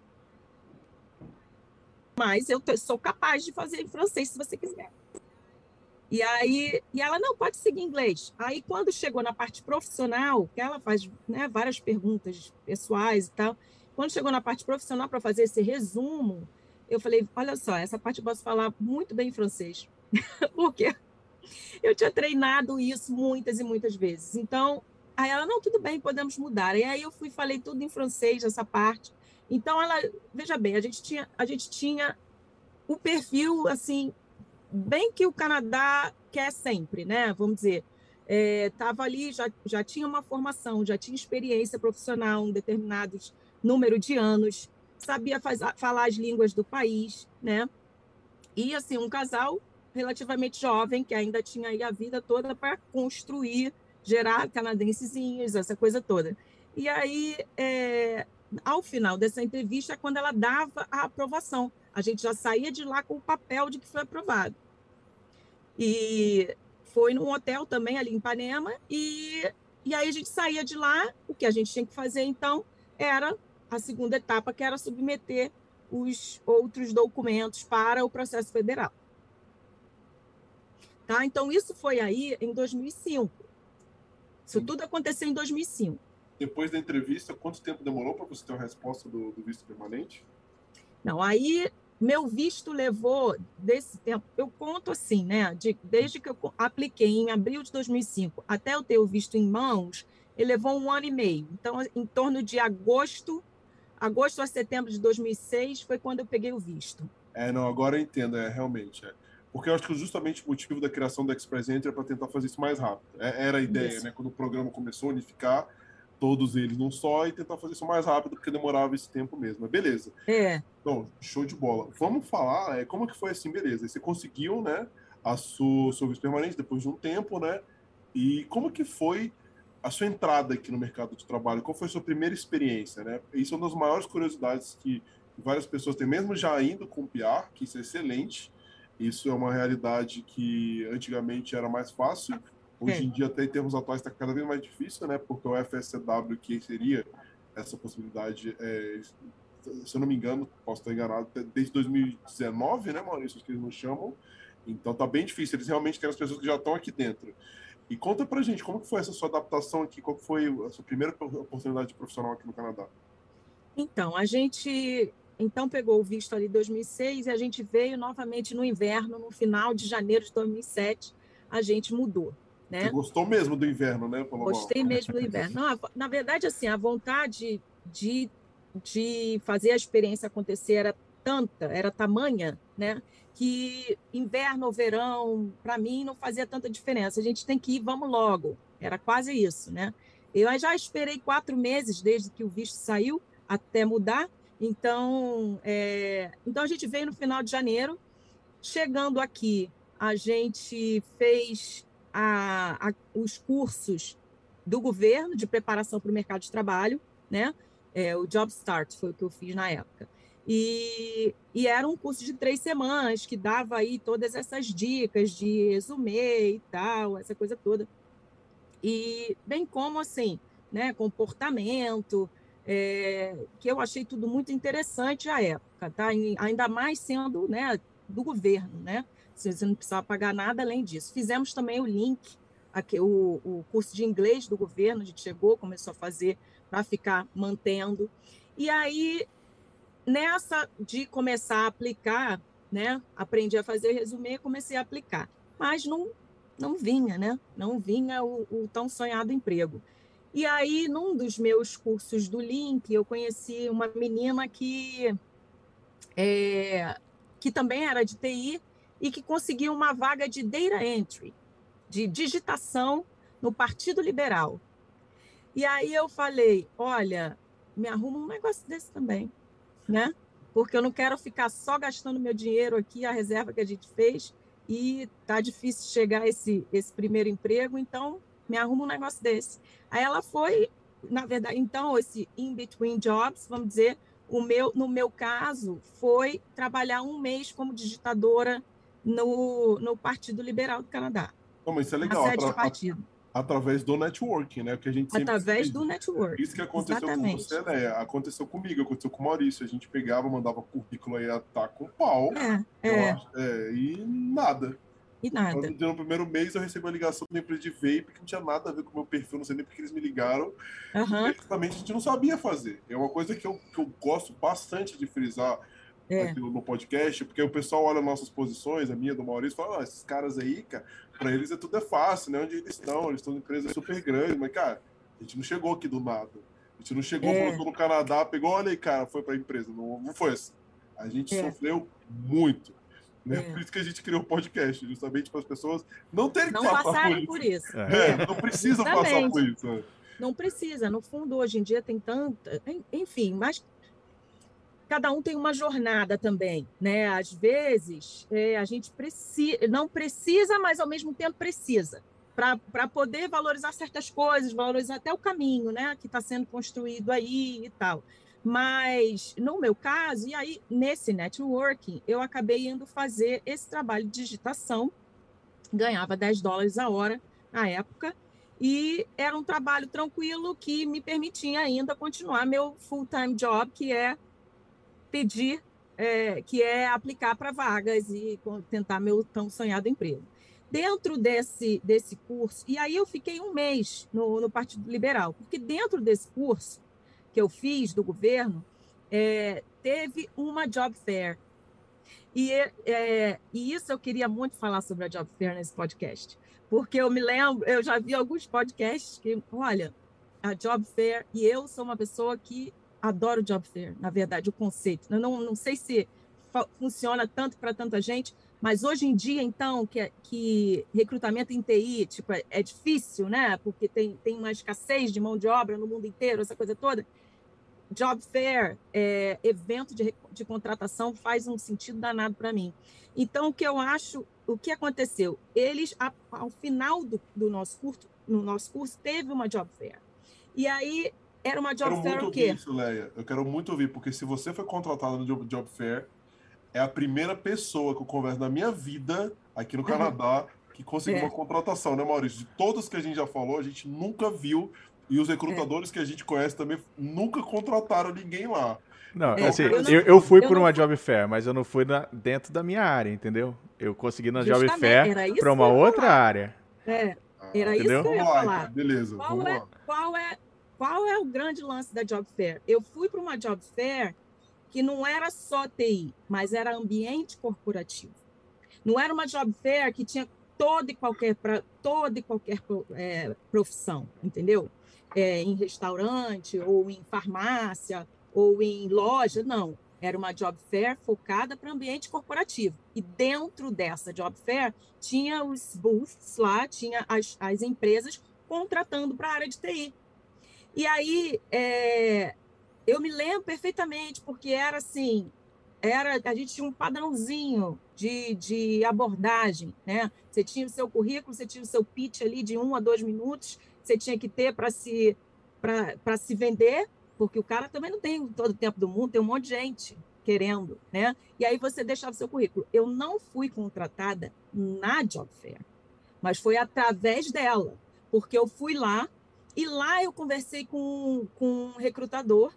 Mas eu sou capaz de fazer em francês, se você quiser. E aí, e ela, não, pode seguir inglês. Aí, quando chegou na parte profissional, que ela faz, né, várias perguntas pessoais e tal, quando chegou na parte profissional para fazer esse resumo, eu falei, olha só, essa parte eu posso falar muito bem em francês, porque eu tinha treinado isso muitas e muitas vezes. Então, aí ela, não, tudo bem, podemos mudar. E aí eu fui, falei tudo em francês, essa parte. Então, ela, veja bem, a gente tinha, a gente tinha o perfil, assim, bem que o Canadá quer sempre, né? Vamos dizer, estava é, ali, já, já tinha uma formação, já tinha experiência profissional, um determinado número de anos, sabia faz, falar as línguas do país, né? E, assim, um casal relativamente jovem, que ainda tinha aí a vida toda para construir, gerar canadensezinhos, essa coisa toda. E aí, é, ao final dessa entrevista, quando ela dava a aprovação, a gente já saía de lá com o papel de que foi aprovado. E foi num hotel também ali em Ipanema, e, e aí a gente saía de lá, o que a gente tinha que fazer, então, era a segunda etapa, que era submeter os outros documentos para o processo federal. Tá? Então, isso foi aí em dois mil e cinco. Isso tudo aconteceu em dois mil e cinco. Depois da entrevista, quanto tempo demorou para você ter uma resposta do, do visto permanente? Não, aí meu visto levou desse tempo, eu conto assim, né? De, desde que eu apliquei em abril de dois mil e cinco até eu ter o visto em mãos, ele levou um ano e meio. Então, em torno de agosto, agosto a setembro de dois mil e seis foi quando eu peguei o visto. É, não, agora eu entendo, é, realmente. É. Porque eu acho que justamente o motivo da criação do Express Entry é para tentar fazer isso mais rápido. É, era a ideia, isso. né? Quando o programa começou a unificar todos eles num só e tentar fazer isso mais rápido, porque demorava esse tempo mesmo. Mas beleza. É. Então, show de bola. Vamos falar, é, como que foi assim, beleza? Você conseguiu, né, a sua, seu visto permanente depois de um tempo, né? E como que foi a sua entrada aqui no mercado de trabalho? Qual foi a sua primeira experiência, né? Isso é uma das maiores curiosidades que várias pessoas têm, mesmo já indo com o P R, que isso é excelente. Isso é uma realidade que antigamente era mais fácil. Hoje em dia, até em termos atuais, está cada vez mais difícil, né? Porque o F S C W, que seria essa possibilidade, é, se eu não me engano, posso estar enganado, desde dois mil e dezenove, né, Maurício, que eles nos chamam. Então tá bem difícil. Eles realmente querem as pessoas que já estão aqui dentro. E conta pra gente, como que foi essa sua adaptação aqui? Qual foi a sua primeira oportunidade profissional aqui no Canadá? Então, a gente então pegou o visto ali em dois mil e seis e a gente veio novamente no inverno, no final de janeiro de dois mil e sete, a gente mudou, né? Você gostou mesmo do inverno, né, Paloma? Gostei mesmo do inverno. Não, na verdade, assim, a vontade de, de fazer a experiência acontecer era tanta, era tamanha, né, que inverno ou verão, para mim, não fazia tanta diferença. A gente tem que ir, vamos logo. Era quase isso, né? Eu já esperei quatro meses desde que o visto saiu até mudar. Então, é, então a gente veio no final de janeiro. Chegando aqui, a gente fez a, a, os cursos do governo de preparação para o mercado de trabalho, né? É, o Job Start foi o que eu fiz na época. E, e era um curso de três semanas que dava aí todas essas dicas de resumê e tal, essa coisa toda. E bem como, assim, né, comportamento, é, que eu achei tudo muito interessante à época, tá? E ainda mais sendo, né, do governo, né? Você não precisava pagar nada além disso. Fizemos também o link, aqui, o, o curso de inglês do governo, a gente chegou, começou a fazer para ficar mantendo. E aí, nessa de começar a aplicar, né? Aprendi a fazer resumê, comecei a aplicar. Mas não, não vinha, né? Não vinha o, o tão sonhado emprego. E aí, num dos meus cursos do Link, eu conheci uma menina que, é, que também era de T I e que conseguiu uma vaga de data entry, de digitação no Partido Liberal. E aí eu falei, olha, me arruma um negócio desse também, né? Porque eu não quero ficar só gastando meu dinheiro aqui, a reserva que a gente fez, e tá difícil chegar a esse, esse primeiro emprego, então me arruma um negócio desse. Aí ela foi, na verdade, então, esse in-between jobs, vamos dizer, o meu, no meu caso, foi trabalhar um mês como digitadora no, no Partido Liberal do Canadá, Não, mas isso é na legal, sede atra- do partido, a- através do networking, né? Que a gente sempre através diz. do network. Isso que aconteceu com você, Exatamente. né? Aconteceu comigo, aconteceu com o Maurício. A gente pegava, mandava currículo aí, tá com pau, É, eu é, acho, é, e nada. e Quando nada. no primeiro mês eu recebi uma ligação da empresa de vape que não tinha nada a ver com o meu perfil, não sei nem porque eles me ligaram. Aham, Justamente a gente não sabia fazer. É uma coisa que eu, que eu gosto bastante de frisar é. aqui no, no podcast, porque o pessoal olha nossas posições, a minha, do Maurício, e fala, ah, esses caras aí, cara, para eles é tudo é fácil, né? Onde eles estão? Eles estão em empresas super grandes, mas, cara, a gente não chegou aqui do nada. A gente não chegou, falou, É, tô no Canadá, pegou, olha aí, cara, foi para a empresa. Não, não foi assim. A gente é, sofreu muito. Né? Por é. isso que a gente criou o podcast, justamente para as pessoas não terem que Não passar por passarem por isso. isso. É. É, É, não precisam passar por justamente. isso. Né? Não precisa. No fundo, hoje em dia tem tanta. Enfim, mas cada um tem uma jornada também, né? Às vezes, é, a gente precisa, não precisa, mas ao mesmo tempo precisa, para poder valorizar certas coisas, valorizar até o caminho, né? Que está sendo construído aí e tal. Mas, no meu caso, e aí, nesse networking, eu acabei indo fazer esse trabalho de digitação, ganhava dez dólares a hora na época, e era um trabalho tranquilo que me permitia ainda continuar meu full-time job, que é pedir, é, que é aplicar para vagas e tentar meu tão sonhado emprego. Dentro desse, desse curso, e aí eu fiquei um mês no, no Partido Liberal, porque dentro desse curso que eu fiz do governo, é, teve uma job fair. E, é, e isso eu queria muito falar sobre a job fair nesse podcast, porque eu me lembro, eu já vi alguns podcasts que, olha, a job fair, e eu sou uma pessoa que adoro job fair, na verdade, o conceito. Eu não, não sei se funciona tanto para tanta gente, mas hoje em dia, então, que, que recrutamento em T I tipo, é, é difícil, né? Porque tem, tem uma escassez de mão de obra no mundo inteiro, essa coisa toda. Job fair, é, evento de, de contratação, faz um sentido danado para mim. Então, o que eu acho, o que aconteceu? Eles, a, ao final do, do nosso curso, no nosso curso, teve uma job fair. E aí, era uma job Quero fair muito o ouvir quê? isso, Leia. Eu quero muito ouvir, porque se você foi contratado no Job, Job Fair, é a primeira pessoa que eu converso na minha vida aqui no Canadá que conseguiu uma É, contratação, né, Maurício? De todos que a gente já falou, a gente nunca viu, e os é, recrutadores que a gente conhece também nunca contrataram ninguém lá. Não, Então, eu é. assim, quero Eu que não, eu, você eu fui eu por não uma fui, job fair, mas eu não fui na- dentro da minha área, entendeu? Eu consegui na job justamente, fair era para isso que uma eu ia outra falar. área, É, Ah, era isso então que entendeu? eu vamos ia lá, então. falar. Beleza, Qual vamos é, lá. qual é, qual é o grande lance da job fair? Eu fui para uma job fair que não era só T I, mas era ambiente corporativo. Não era uma job fair que tinha toda e qualquer para toda e qualquer é, profissão, entendeu? É, em restaurante ou em farmácia ou em loja, não. Era uma job fair focada para ambiente corporativo. E dentro dessa job fair tinha os booths lá, tinha as, as empresas contratando para a área de T I. E aí é, eu me lembro perfeitamente, porque era assim, era, a gente tinha um padrãozinho de, de abordagem, né? Você tinha o seu currículo, você tinha o seu pitch ali de um a dois minutos, você tinha que ter para se, para se vender, porque o cara também não tem todo o tempo do mundo, tem um monte de gente querendo, né? E aí você deixava o seu currículo. Eu não fui contratada na Job Fair, mas foi através dela, porque eu fui lá e lá eu conversei com, com um recrutador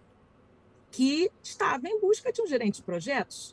que estava em busca de um gerente de projetos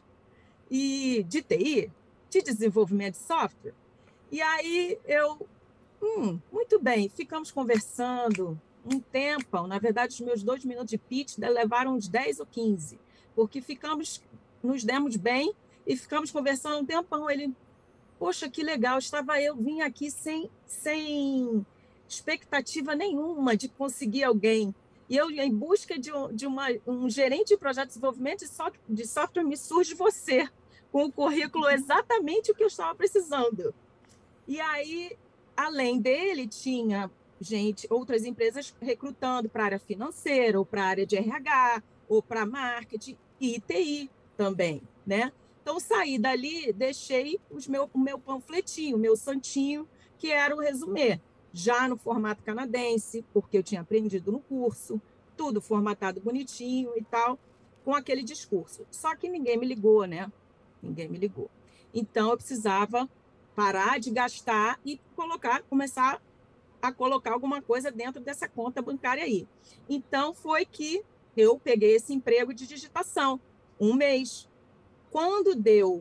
e de T I, de desenvolvimento de software. E aí eu, hum, muito bem, ficamos conversando um tempão. Na verdade, os meus dois minutos de pitch levaram uns dez ou quinze, porque ficamos, nos demos bem e ficamos conversando um tempão. Ele, poxa, que legal, estava eu, vim aqui sem, sem expectativa nenhuma de conseguir alguém. E eu, em busca de um, de uma, um gerente de projeto de desenvolvimento de software, de software, me surge você, com o currículo exatamente o que eu estava precisando. E aí, além dele, tinha gente, outras empresas recrutando para a área financeira, ou para a área de R H, ou para marketing e T I também, né? Então, saí dali, deixei os meu, o meu panfletinho, o meu santinho, que era o resumê, já no formato canadense, porque eu tinha aprendido no curso, tudo formatado bonitinho e tal, com aquele discurso. Só que ninguém me ligou, né? Ninguém me ligou. Então, eu precisava parar de gastar e colocar, começar a colocar alguma coisa dentro dessa conta bancária aí. Então, foi que eu peguei esse emprego de digitação, um mês. Quando deu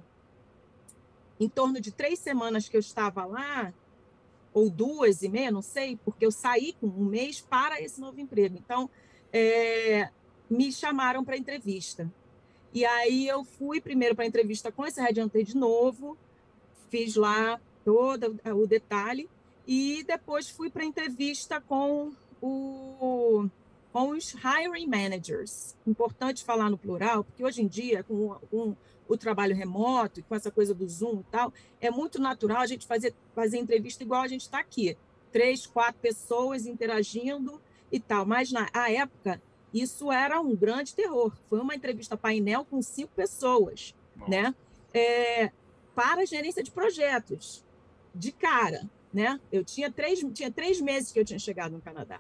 em torno de três semanas que eu estava lá, ou duas e meia, não sei, porque eu saí com um mês para esse novo emprego. Então, é, me chamaram para entrevista. E aí eu fui primeiro para a entrevista com esse headhunter de novo, fiz lá todo o detalhe, e depois fui para a entrevista com, o, com os hiring managers. Importante falar no plural, porque hoje em dia, com, com o trabalho remoto, e com essa coisa do Zoom e tal, é muito natural a gente fazer, fazer entrevista igual a gente está aqui. Três, quatro pessoas interagindo e tal. Mas, na à época, isso era um grande terror. Foi uma entrevista painel com cinco pessoas, Nossa. né? É, para a gerência de projetos, de cara, né? Eu tinha três, tinha três meses que eu tinha chegado no Canadá.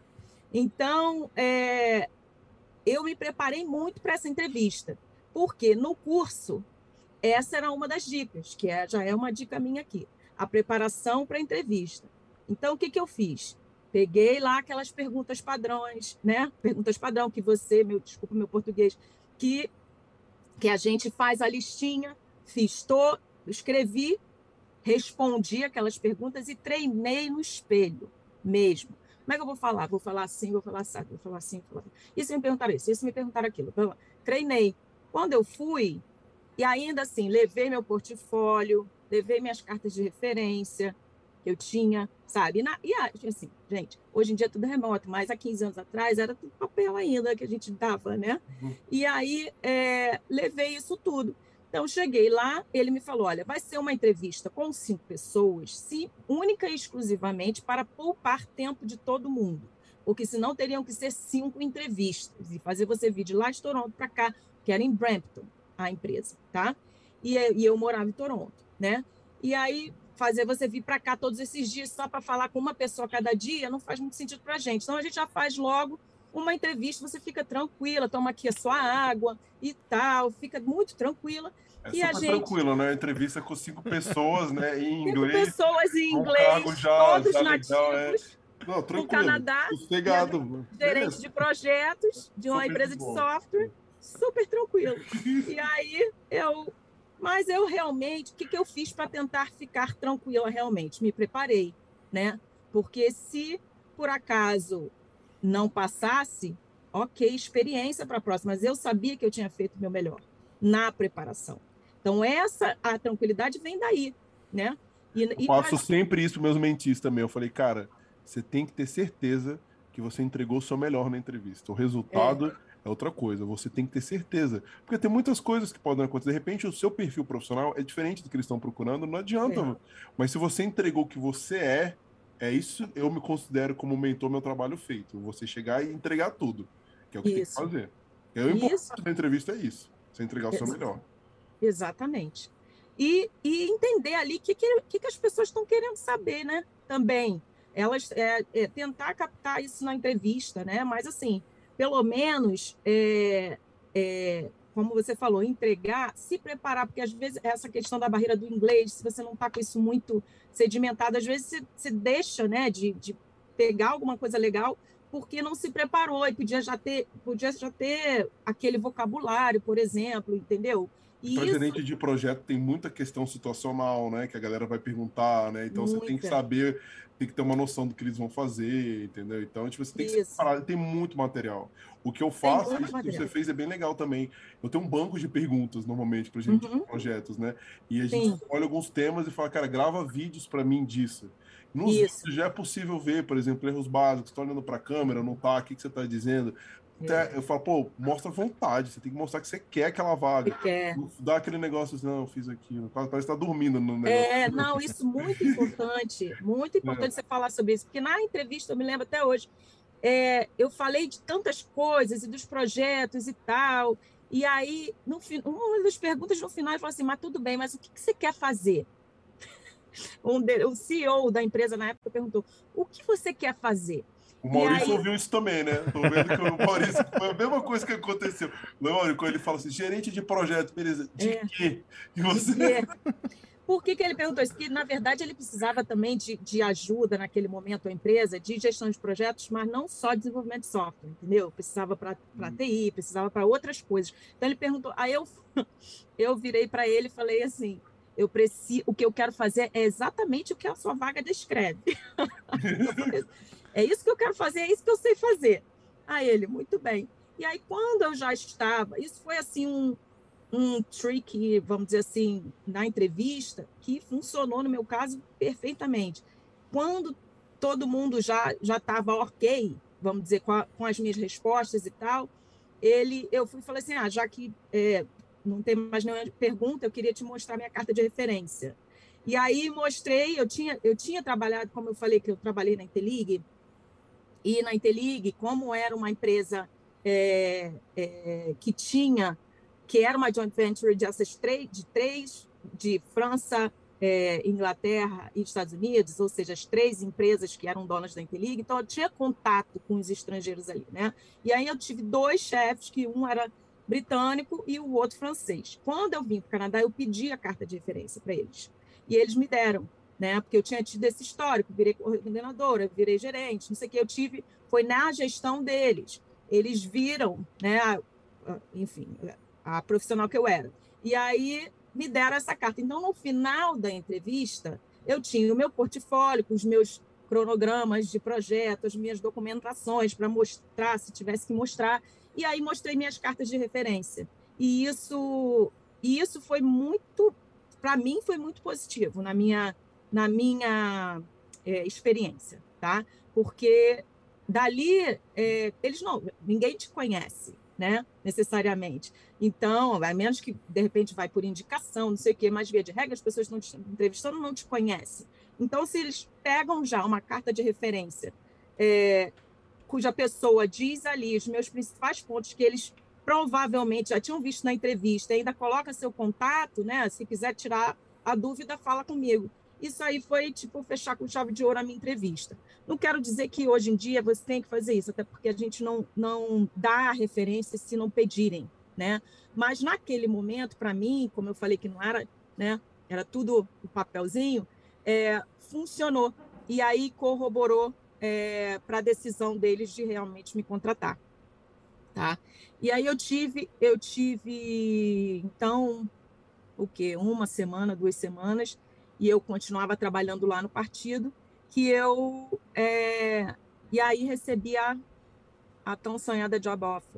Então, é, eu me preparei muito para essa entrevista, porque no curso, essa era uma das dicas, que é, já é uma dica minha aqui, a preparação para a entrevista. Então, o que, que eu fiz? Peguei lá aquelas perguntas padrões, né? Perguntas padrão que você, meu, desculpa meu português, que, que a gente faz a listinha, fiz todo, escrevi, respondi aquelas perguntas e treinei no espelho mesmo. Como é que eu vou falar? Vou falar assim, vou falar assim, vou falar assim, vou falar assim. Isso me perguntaram isso, isso me perguntaram aquilo. Treinei. Quando eu fui, e ainda assim, levei meu portfólio, levei minhas cartas de referência que eu tinha, sabe? E, na, e assim, gente, hoje em dia é tudo remoto, mas há quinze anos atrás era tudo papel ainda que a gente dava, né? Uhum. E aí, é, levei isso tudo. Então, cheguei lá, ele me falou, olha, vai ser uma entrevista com cinco pessoas, sim, única e exclusivamente para poupar tempo de todo mundo, porque senão teriam que ser cinco entrevistas e fazer você vir de lá de Toronto para cá, que era em Brampton, a empresa, tá? E, e eu morava em Toronto, né? E aí, fazer você vir para cá todos esses dias só para falar com uma pessoa cada dia não faz muito sentido para a gente. Então, a gente já faz logo uma entrevista, você fica tranquila, toma aqui a sua água e tal, fica muito tranquila. É e super a gente... tranquilo, né? Entrevista com cinco pessoas, né? Em inglês. Cinco pessoas em inglês, um já, todos já nativos, legal, é... Não, tranquilo, no Canadá. sossegado. Gerente Beleza. de projetos de uma super empresa de bom. software, super tranquilo. E aí, eu... Mas eu realmente, o que, que eu fiz para tentar ficar tranquila realmente? Me preparei, né? Porque se, por acaso, não passasse, ok, experiência para a próxima. Mas eu sabia que eu tinha feito o meu melhor na preparação. Então, essa, a tranquilidade vem daí, né? E, eu e faço pra... sempre isso para meus mentis também. Eu falei, cara, você tem que ter certeza que você entregou o seu melhor na entrevista. O resultado é. é outra coisa. Você tem que ter certeza. Porque tem muitas coisas que podem acontecer. De repente, o seu perfil profissional é diferente do que eles estão procurando. Não adianta. É. Mas se você entregou o que você é, é isso eu me considero como mentor, meu trabalho feito. Você chegar e entregar tudo. Que é o que isso. tem que fazer. E o importante da entrevista é isso. Você entregar o seu melhor. Exatamente. E, e entender ali o que, que, que as pessoas estão querendo saber, né? Também. Elas é, é, tentar captar isso na entrevista, né? Mas, assim, pelo menos, é, é, como você falou, entregar, se preparar, porque às vezes essa questão da barreira do inglês, se você não está com isso muito sedimentado, às vezes você, você deixa, né, de, de pegar alguma coisa legal porque não se preparou e podia já ter, podia já ter aquele vocabulário, por exemplo, entendeu? Para gerente de projeto tem muita questão situacional, né? Que a galera vai perguntar, né? Então muita. Você tem que saber, tem que ter uma noção do que eles vão fazer, entendeu? Então, tipo, você tem isso. que se preparar. Tem muito material. O que eu faço, isso que você fez é bem legal também. Eu tenho um banco de perguntas, normalmente, para gente uhum. de projetos, né? E a gente Sim. olha alguns temas e fala, cara, grava vídeos para mim disso. Nos Isso. vídeos já é possível ver, por exemplo, erros básicos, está olhando para a câmera, não tá, o que, que você está dizendo. Até, eu falo, pô, mostra vontade, você tem que mostrar que você quer aquela vaga. Você quer. Não dá aquele negócio assim, não, eu fiz aquilo. Parece que tá dormindo no negócio. É, não, isso muito importante, muito importante É. você falar sobre isso, porque na entrevista, eu me lembro até hoje, é, eu falei de tantas coisas e dos projetos e tal, e aí, no, uma das perguntas no final, ele falou assim, mas tudo bem, mas o que, que você quer fazer? Um de, o C E O da empresa na época perguntou, o que você quer fazer? O Maurício aí... ouviu isso também, né? Tô vendo que o Maurício foi a mesma coisa que aconteceu. Leônio, quando ele fala assim, gerente de projeto, beleza, de é, quê? E você... De quê? Por que, que ele perguntou isso? Porque, na verdade, ele precisava também de, de ajuda naquele momento, a empresa, de gestão de projetos, mas não só desenvolvimento de software, entendeu? Precisava para a T I, precisava para outras coisas. Então, ele perguntou, aí eu, eu virei para ele e falei assim, eu preciso, o que eu quero fazer é exatamente o que a sua vaga descreve. Falei, é isso que eu quero fazer, é isso que eu sei fazer. Aí ele, muito bem. E aí, quando eu já estava, isso foi assim um, um trick, vamos dizer assim, na entrevista, que funcionou, no meu caso, perfeitamente. Quando todo mundo já já estava ok, vamos dizer, com, a, com as minhas respostas e tal, ele, eu fui e falei assim, ah, já que é, não tem mais nenhuma pergunta, eu queria te mostrar minha carta de referência. E aí mostrei, eu tinha, eu tinha trabalhado, como eu falei, que eu trabalhei na Intelig, e na Intelig, como era uma empresa é, é, que tinha, que era uma joint venture de essas três, de três, de França, é, Inglaterra e Estados Unidos, ou seja, as três empresas que eram donas da Intelig, então eu tinha contato com os estrangeiros ali, né? E aí eu tive dois chefes, que um era britânico e o outro francês. Quando eu vim para o Canadá, eu pedi a carta de referência para eles, e eles me deram, né? Porque eu tinha tido esse histórico, virei coordenadora, virei gerente, não sei o que, eu tive, foi na gestão deles. Eles viram, né, a, a, enfim, a profissional que eu era. E aí me deram essa carta. Então, no final da entrevista, eu tinha o meu portfólio com os meus cronogramas de projeto, as minhas documentações para mostrar, se tivesse que mostrar, e aí mostrei minhas cartas de referência. E isso, e isso foi muito, para mim, foi muito positivo na minha na minha é, experiência, tá? Porque dali é, eles não, ninguém te conhece, né? Necessariamente. Então, a menos que de repente vai por indicação, não sei o quê, mas via de regra as pessoas que estão te entrevistando não te conhecem. Então, se eles pegam já uma carta de referência é, cuja pessoa diz ali os meus principais pontos que eles provavelmente já tinham visto na entrevista, ainda coloca seu contato, né? Se quiser tirar a dúvida, fala comigo. Isso aí foi, tipo, fechar com chave de ouro a minha entrevista. Não quero dizer que hoje em dia você tem que fazer isso, até porque a gente não, não dá a referência se não pedirem, né? Mas naquele momento, para mim, como eu falei que não era, né? Era tudo o papelzinho, é, funcionou. E aí corroborou é, para a decisão deles de realmente me contratar, tá? E aí eu tive, eu tive, então, o quê? Uma semana, duas semanas, e eu continuava trabalhando lá no partido, que eu, é, e aí recebi a, a tão sonhada job offer.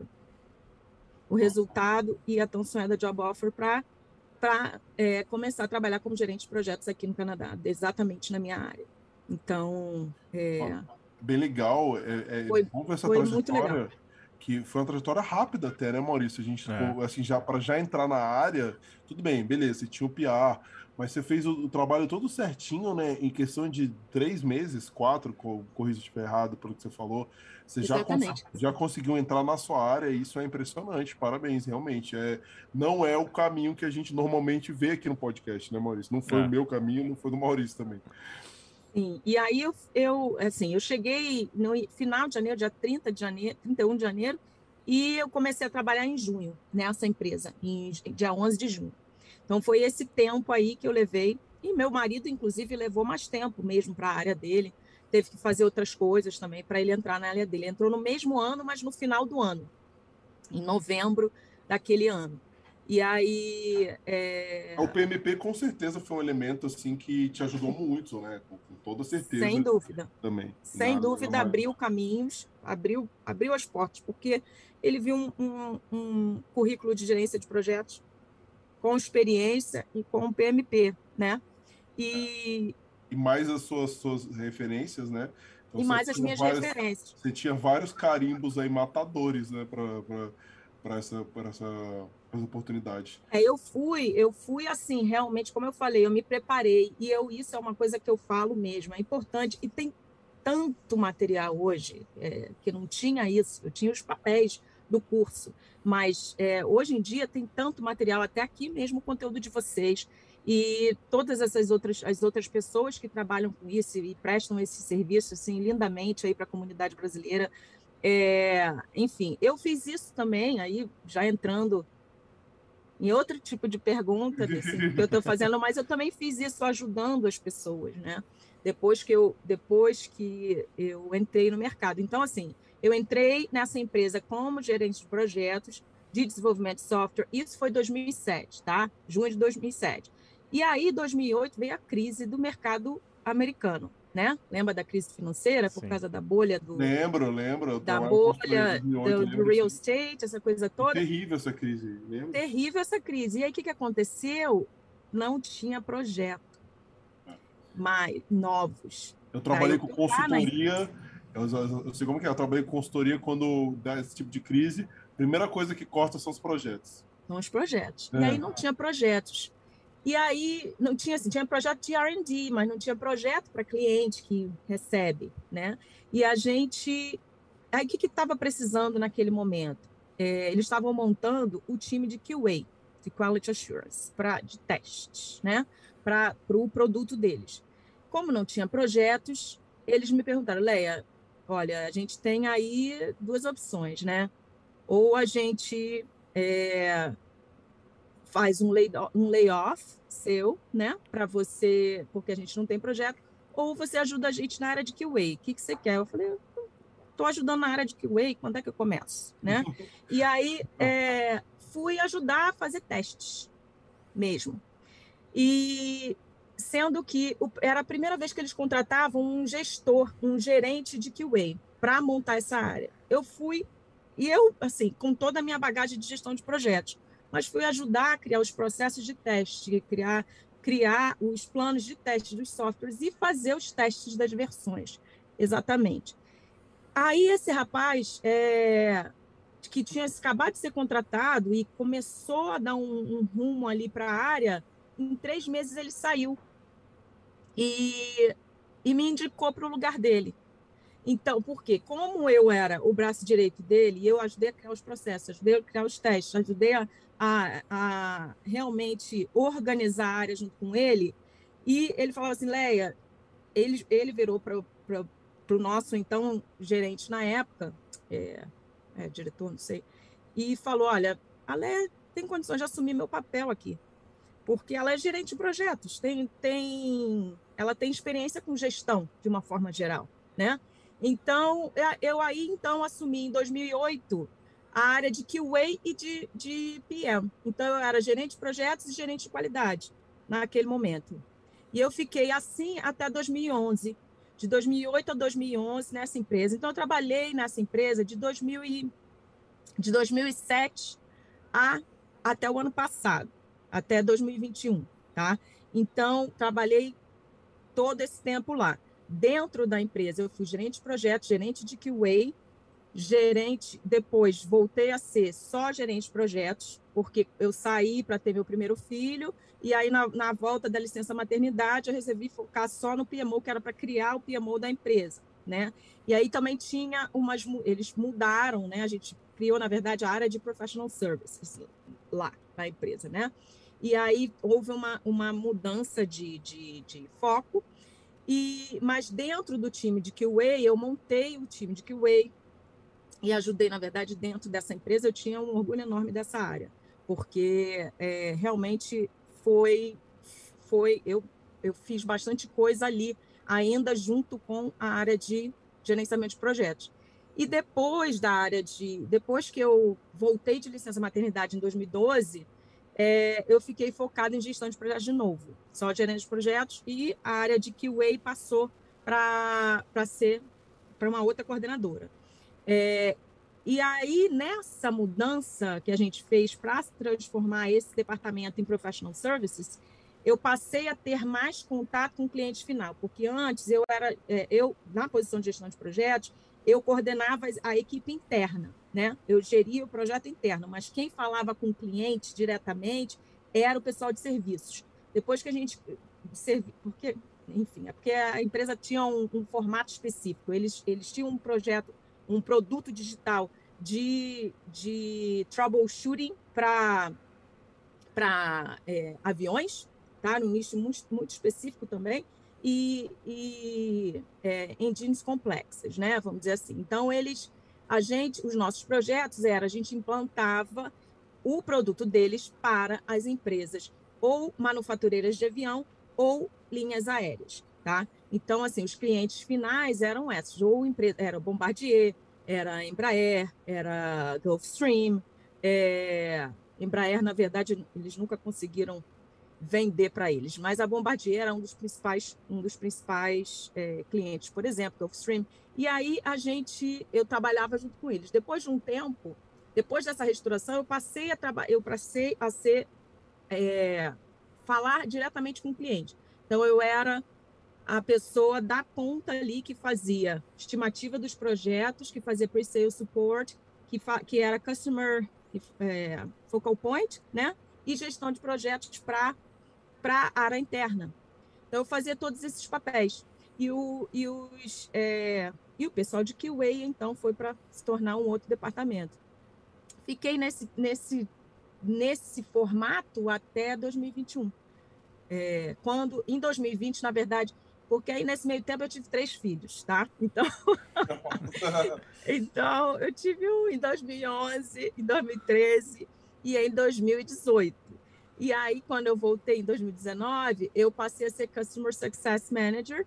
O resultado e a tão sonhada job offer para para é, começar a trabalhar como gerente de projetos aqui no Canadá, exatamente na minha área. Então, é, bem legal, é, é foi, bom ver essa foi muito legal. trajetória, que foi uma trajetória rápida até, né, Maurício? A gente, É. assim, já para já entrar na área, tudo bem, beleza, você tinha o P R, mas você fez o, o trabalho todo certinho, né, em questão de três meses, quatro, corrija se estiver errado pelo que você falou, você já, cons já conseguiu entrar na sua área, e isso é impressionante, parabéns, realmente. É, não é o caminho que a gente normalmente vê aqui no podcast, né, Maurício? Não foi É. o meu caminho, não foi do Maurício também. Sim, e aí eu, eu, assim, eu cheguei no final de janeiro, dia trinta de janeiro, trinta e um de janeiro, e eu comecei a trabalhar em junho nessa empresa, em dia onze de junho. Então foi esse tempo aí que eu levei, e meu marido, inclusive, levou mais tempo mesmo para a área dele, teve que fazer outras coisas também para ele entrar na área dele. Entrou no mesmo ano, mas no final do ano, em novembro daquele ano. E aí... É... O P M P com certeza foi um elemento assim que te ajudou muito, né? Com, com toda certeza. Sem dúvida. Também. Sem na, dúvida, na... abriu caminhos, abriu, abriu as portas, porque ele viu um, um, um currículo de gerência de projetos com experiência e com P M P, né? E, E mais as suas, suas referências, né? Então, E você mais as tinha minhas várias, referências. você tinha vários carimbos aí matadores, né? Para essa, para essa, essa oportunidade. É, eu fui, eu fui assim, realmente, como eu falei, eu me preparei, e eu isso é uma coisa que eu falo mesmo, é importante, e tem tanto material hoje, é, que não tinha isso, eu tinha os papéis do curso, mas é, hoje em dia tem tanto material, até aqui mesmo o conteúdo de vocês, e todas essas outras, as outras pessoas que trabalham com isso e prestam esse serviço, assim, lindamente aí para a comunidade brasileira, é, enfim, eu fiz isso também, aí já entrando em outro tipo de pergunta desse que eu estou fazendo, mas eu também fiz isso ajudando as pessoas, né? Depois que eu depois que eu entrei no mercado. Então, assim, eu entrei nessa empresa como gerente de projetos de desenvolvimento de software. Isso foi dois mil e sete, tá? Junho de dois mil e sete. E aí, dois mil e oito veio a crise do mercado americano, né? Lembra da crise financeira por Sim. causa da bolha do Lembro, lembro. Eu da trabalho com construtora em bolha dois mil e oito, do, do lembro real disso. estate, essa coisa Foi toda. terrível essa crise, lembro? Terrível essa crise. E aí, o que, que aconteceu? Não tinha projeto mais novos Eu para trabalhei eu com tocar na consultoria, empresa. eu, eu, eu sei como que é, eu trabalhei com consultoria quando dá esse tipo de crise, primeira coisa que corta são os projetos. São os projetos. E aí É. não tinha projetos. E aí não tinha assim, tinha projeto de R and D, mas não tinha projeto para cliente que recebe, né? E a gente, aí o que que estava precisando naquele momento? É, eles estavam montando o time de Q A, de Quality Assurance, para de testes, né? Para o pro produto deles. Como não tinha projetos, eles me perguntaram, Leia, olha, a gente tem aí duas opções, né? Ou a gente é, faz um, lay, um layoff seu, né, para você, porque a gente não tem projeto, ou você ajuda a gente na área de Q A. O que, que você quer? Eu falei, estou ajudando na área de Q A, quando é que eu começo, né? E aí é, fui ajudar a fazer testes mesmo. E sendo que era a primeira vez que eles contratavam um gestor, um gerente de Q A para montar essa área. Eu fui e eu, assim, com toda a minha bagagem de gestão de projetos, mas fui ajudar a criar os processos de teste, criar, criar os planos de teste dos softwares e fazer os testes das versões. Exatamente. Aí esse rapaz, é, que tinha acabado de ser contratado e começou a dar um, um rumo ali para a área, em três meses ele saiu e, e me indicou para o lugar dele. Então, por quê? Como eu era o braço direito dele, eu ajudei a criar os processos, ajudei a criar os testes, ajudei a, a, a realmente organizar a área junto com ele, e ele falava assim, Leia, ele, ele virou para o nosso, então, gerente na época, é, é, diretor, não sei, e falou, olha, a Leia tem condições de assumir meu papel aqui, porque ela é gerente de projetos, tem, tem, ela tem experiência com gestão, de uma forma geral, né? Então, eu aí, então, assumi em dois mil e oito a área de Q A e de, de P M. Então, eu era gerente de projetos e gerente de qualidade naquele momento. E eu fiquei assim até dois mil e onze, de dois mil e oito a dois mil e onze nessa empresa. Então, eu trabalhei nessa empresa de, dois mil e, de dois mil e sete a, até o ano passado, até dois mil e vinte e um, tá? Então, trabalhei todo esse tempo lá. Dentro da empresa, eu fui gerente de projetos, gerente de Q A, gerente, depois voltei a ser só gerente de projetos, porque eu saí para ter meu primeiro filho, e aí na, na volta da licença maternidade eu resolvi focar só no P M O, que era para criar o P M O da empresa, né? E aí também tinha umas, eles mudaram, né? A gente criou, na verdade, a área de Professional Services lá na empresa, né? E aí houve uma, uma mudança de, de, de foco, e, mas dentro do time de Q A, eu montei o time de Q A e ajudei, na verdade, dentro dessa empresa. Eu tinha um orgulho enorme dessa área, porque é, realmente foi, foi eu, eu fiz bastante coisa ali, ainda junto com a área de gerenciamento de projetos. E depois da área de, depois que eu voltei de licença maternidade em dois mil e doze, é, eu fiquei focada em gestão de projetos de novo, só gerente de projetos, e a área de Q A passou para ser para uma outra coordenadora. É, e aí, nessa mudança que a gente fez para transformar esse departamento em Professional Services, eu passei a ter mais contato com o cliente final, porque antes eu era, eu na posição de gestão de projetos, eu coordenava a equipe interna, né? Eu geria o projeto interno, mas quem falava com o cliente diretamente era o pessoal de serviços. Depois que a gente porque, enfim, é porque a empresa tinha um, um formato específico. Eles, eles tinham um projeto, um produto digital de, de troubleshooting para para é, aviões, tá? Num nicho muito, muito específico também, e, e é, engines complexas, né? Vamos dizer assim. Então, eles, a gente, os nossos projetos era, a gente implantava o produto deles para as empresas ou manufatureiras de avião ou linhas aéreas, tá? Então, assim, os clientes finais eram esses, ou empresa, era Bombardier, era Embraer, era Gulfstream, é, Embraer, na verdade, eles nunca conseguiram vender para eles, mas a Bombardier era um dos principais, um dos principais é, clientes, por exemplo, Gulfstream. E aí a gente, eu trabalhava junto com eles. Depois de um tempo, depois dessa reestruturação, eu passei a trabalhar, eu passei a ser é, falar diretamente com o cliente. Então eu era a pessoa da ponta ali que fazia estimativa dos projetos, que fazia pre-sale support, que, que era customer é, focal point, né? E gestão de projetos para para a área interna. Então, eu fazia todos esses papéis. E o, e os, é, e o pessoal de Q A, então, foi para se tornar um outro departamento. Fiquei nesse, nesse, nesse formato até dois mil e vinte e um. É, quando, em dois mil e vinte, na verdade, porque aí nesse meio tempo eu tive três filhos, tá? Então, então eu tive um em dois mil e onze, em dois mil e treze e em dois mil e dezoito. E aí, quando eu voltei em dois mil e dezenove, eu passei a ser Customer Success Manager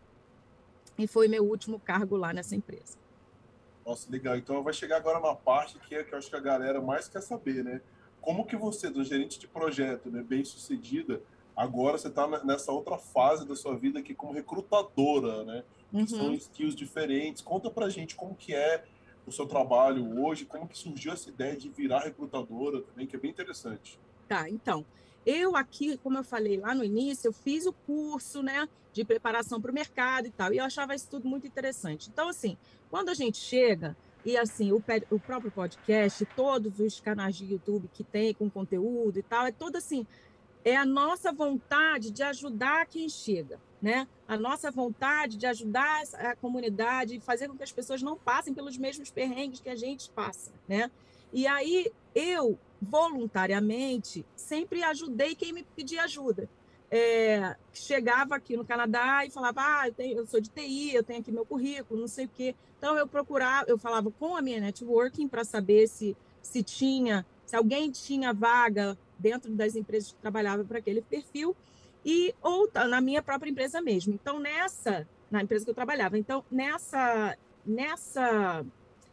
e foi meu último cargo lá nessa empresa. Nossa, legal. Então, vai chegar agora uma parte que, é, que eu acho que a galera mais quer saber, né? Como que você, do gerente de projeto, né, bem-sucedida, agora você está nessa outra fase da sua vida aqui como recrutadora, né? Que uhum. são skills diferentes. Conta pra gente como que é o seu trabalho hoje, como que surgiu essa ideia de virar recrutadora também, que é bem interessante. Tá, então, eu aqui, como eu falei lá no início, eu fiz o curso, né, de preparação para o mercado e tal, e eu achava isso tudo muito interessante. Então, assim, quando a gente chega, e assim, o, o próprio podcast, todos os canais de YouTube que tem com conteúdo e tal, é todo assim, é a nossa vontade de ajudar quem chega, né? A nossa vontade de ajudar a comunidade e fazer com que as pessoas não passem pelos mesmos perrengues que a gente passa, né? E aí, eu, voluntariamente, sempre ajudei quem me pedia ajuda. É, chegava aqui no Canadá e falava, ah, eu, tenho, eu sou de T I, eu tenho aqui meu currículo, não sei o quê. Então, eu procurava, eu falava com a minha networking para saber se, se tinha, se alguém tinha vaga dentro das empresas que trabalhava para aquele perfil, e ou na minha própria empresa mesmo. Então, nessa, na empresa que eu trabalhava, então, nessa, nessa,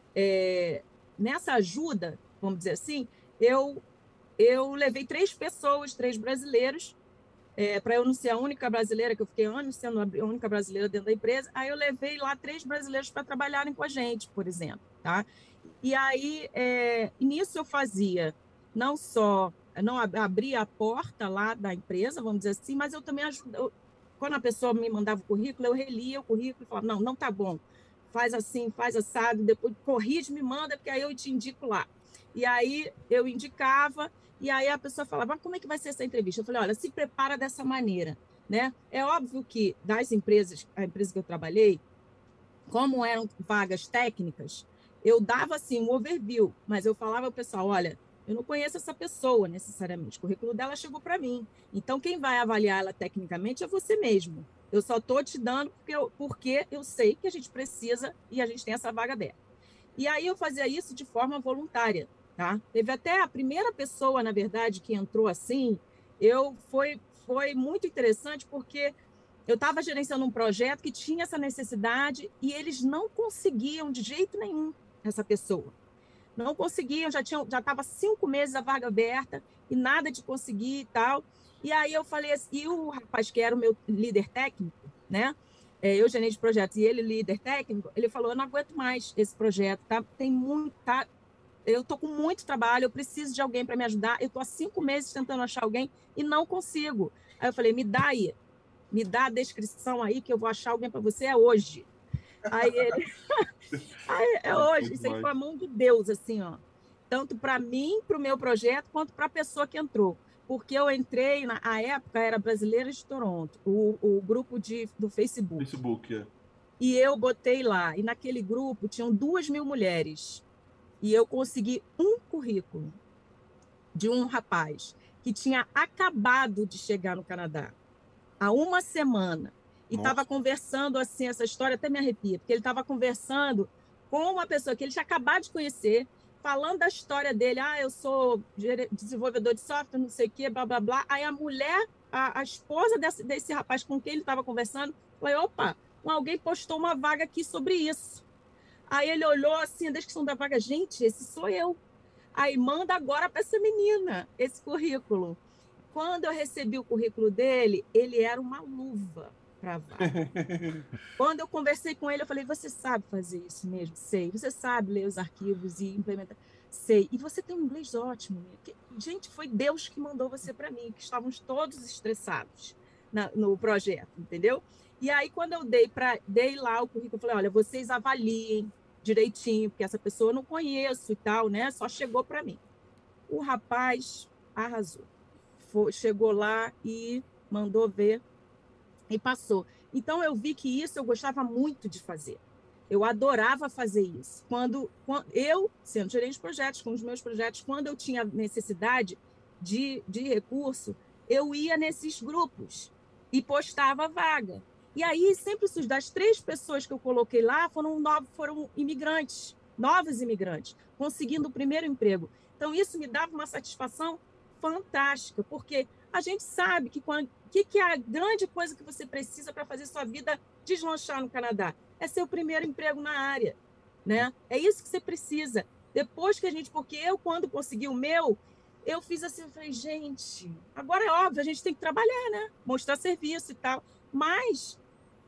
é, nessa ajuda, vamos dizer assim, eu, eu levei três pessoas, três brasileiros, é, para eu não ser a única brasileira, que eu fiquei anos sendo a única brasileira dentro da empresa, aí eu levei lá três brasileiros para trabalharem com a gente, por exemplo, tá? E aí, é, nisso eu fazia não só, não abria a porta lá da empresa, vamos dizer assim, mas eu também ajudava, quando a pessoa me mandava o currículo, eu relia o currículo e falava, não, não tá bom, faz assim, faz assado, depois corrige, me manda, porque aí eu te indico lá. E aí eu indicava, e aí a pessoa falava, mas como é que vai ser essa entrevista? Eu falei, olha, se prepara dessa maneira, né? É óbvio que das empresas, a empresa que eu trabalhei, como eram vagas técnicas, eu dava assim um overview, mas eu falava ao pessoal, olha, eu não conheço essa pessoa necessariamente, o currículo dela chegou para mim, então quem vai avaliar ela tecnicamente é você mesmo. Eu só estou te dando porque eu, porque eu sei que a gente precisa e a gente tem essa vaga aberta. E aí eu fazia isso de forma voluntária, tá? Teve até a primeira pessoa, na verdade, que entrou assim, eu foi, foi muito interessante porque eu estava gerenciando um projeto que tinha essa necessidade e eles não conseguiam de jeito nenhum essa pessoa. Não conseguiam, já tinham, já estava cinco meses a vaga aberta e nada de conseguir e tal. E aí eu falei assim, e o rapaz que era o meu líder técnico, né? É, eu gerente de projetos e ele líder técnico, ele falou, eu não aguento mais esse projeto, tá? Tem muito, tá? Eu tô com muito trabalho, eu preciso de alguém para me ajudar. Eu tô há cinco meses tentando achar alguém e não consigo. Aí eu falei, me dá aí, me dá a descrição aí que eu vou achar alguém para você, é hoje. Aí ele, aí, é hoje, isso aí foi a mão de Deus, assim, ó. Tanto para mim, para o meu projeto, quanto para a pessoa que entrou. Porque eu entrei, na a época era Brasileiras de Toronto, o, o grupo de, do Facebook. Facebook, é. E eu botei lá, e naquele grupo tinham duas mil mulheres. E eu consegui um currículo de um rapaz que tinha acabado de chegar no Canadá há uma semana e estava conversando assim, essa história até me arrepia, porque ele estava conversando com uma pessoa que ele tinha acabado de conhecer, falando da história dele, ah, eu sou desenvolvedor de software, não sei o quê, blá, blá, blá. Aí a mulher, a, a esposa desse, desse rapaz com quem ele estava conversando, falou, opa, alguém postou uma vaga aqui sobre isso. Aí ele olhou assim, a descrição da vaga, gente, esse sou eu. Aí manda agora para essa menina esse currículo. Quando eu recebi o currículo dele, ele era uma luva para a vaga. Quando eu conversei com ele, eu falei, você sabe fazer isso mesmo? Sei. Você sabe ler os arquivos e implementar? Sei. E você tem um inglês ótimo. Né? Gente, foi Deus que mandou você para mim, que estávamos todos estressados na, no projeto, entendeu? E aí, quando eu dei, pra, dei lá o currículo, eu falei, olha, vocês avaliem direitinho, porque essa pessoa eu não conheço e tal, né? Só chegou para mim. O rapaz arrasou. Foi, chegou lá e mandou ver e passou. Então, eu vi que isso eu gostava muito de fazer. Eu adorava fazer isso. Quando, quando eu, sendo gerente de projetos, com os meus projetos, quando eu tinha necessidade de, de recurso, eu ia nesses grupos e postava a vaga. E aí, sempre das três pessoas que eu coloquei lá, foram, novos, foram imigrantes, novos imigrantes, conseguindo o primeiro emprego. Então, isso me dava uma satisfação fantástica, porque a gente sabe que o que, que é a grande coisa que você precisa para fazer sua vida deslanchar no Canadá? É seu primeiro emprego na área, né? É isso que você precisa. Depois que a gente, porque eu, quando consegui o meu, eu fiz assim, eu falei, gente, agora é óbvio, a gente tem que trabalhar, né? Mostrar serviço e tal, mas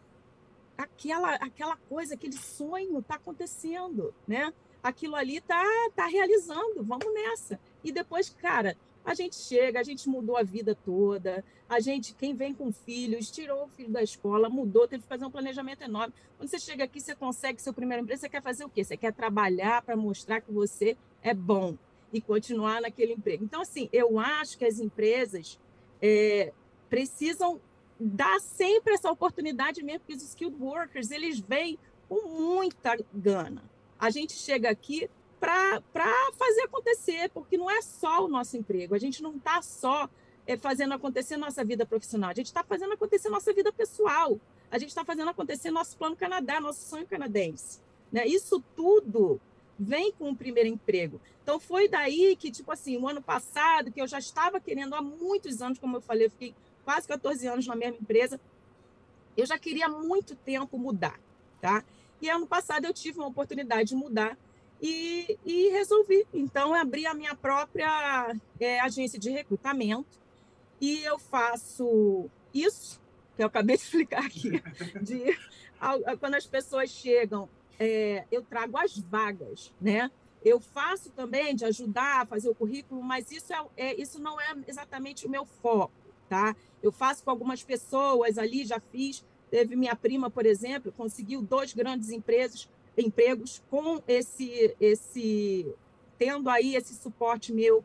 aquela, aquela coisa, aquele sonho está acontecendo, né? Aquilo ali está tá realizando, vamos nessa. E depois, cara, a gente chega, a gente mudou a vida toda, a gente, quem vem com filhos, tirou o filho da escola, mudou, teve que fazer um planejamento enorme. Quando você chega aqui, você consegue seu primeiro emprego, você quer fazer o quê? Você quer trabalhar para mostrar que você é bom e continuar naquele emprego. Então, assim, eu acho que as empresas é, precisam dar sempre essa oportunidade mesmo, porque os skilled workers, eles vêm com muita gana. A gente chega aqui para fazer acontecer, porque não é só o nosso emprego, a gente não está só é, fazendo acontecer nossa vida profissional, a gente está fazendo acontecer nossa vida pessoal, a gente está fazendo acontecer nosso plano Canadá, nosso sonho canadense. Né? Isso tudo vem com o primeiro emprego. Então, foi daí que, tipo assim, o ano passado, que eu já estava querendo há muitos anos, como eu falei, eu fiquei quase quatorze anos na mesma empresa, eu já queria há muito tempo mudar, tá? E ano passado eu tive uma oportunidade de mudar e, e resolvi. Então, eu abri a minha própria é, agência de recrutamento e eu faço isso, que eu acabei de explicar aqui, de, quando as pessoas chegam, é, eu trago as vagas, né? Eu faço também de ajudar a fazer o currículo, mas isso, é, é, isso não é exatamente o meu foco, tá? Eu faço com algumas pessoas ali, já fiz. Teve minha prima, por exemplo, conseguiu dois grandes empresas, empregos com esse, esse, tendo aí esse suporte meu.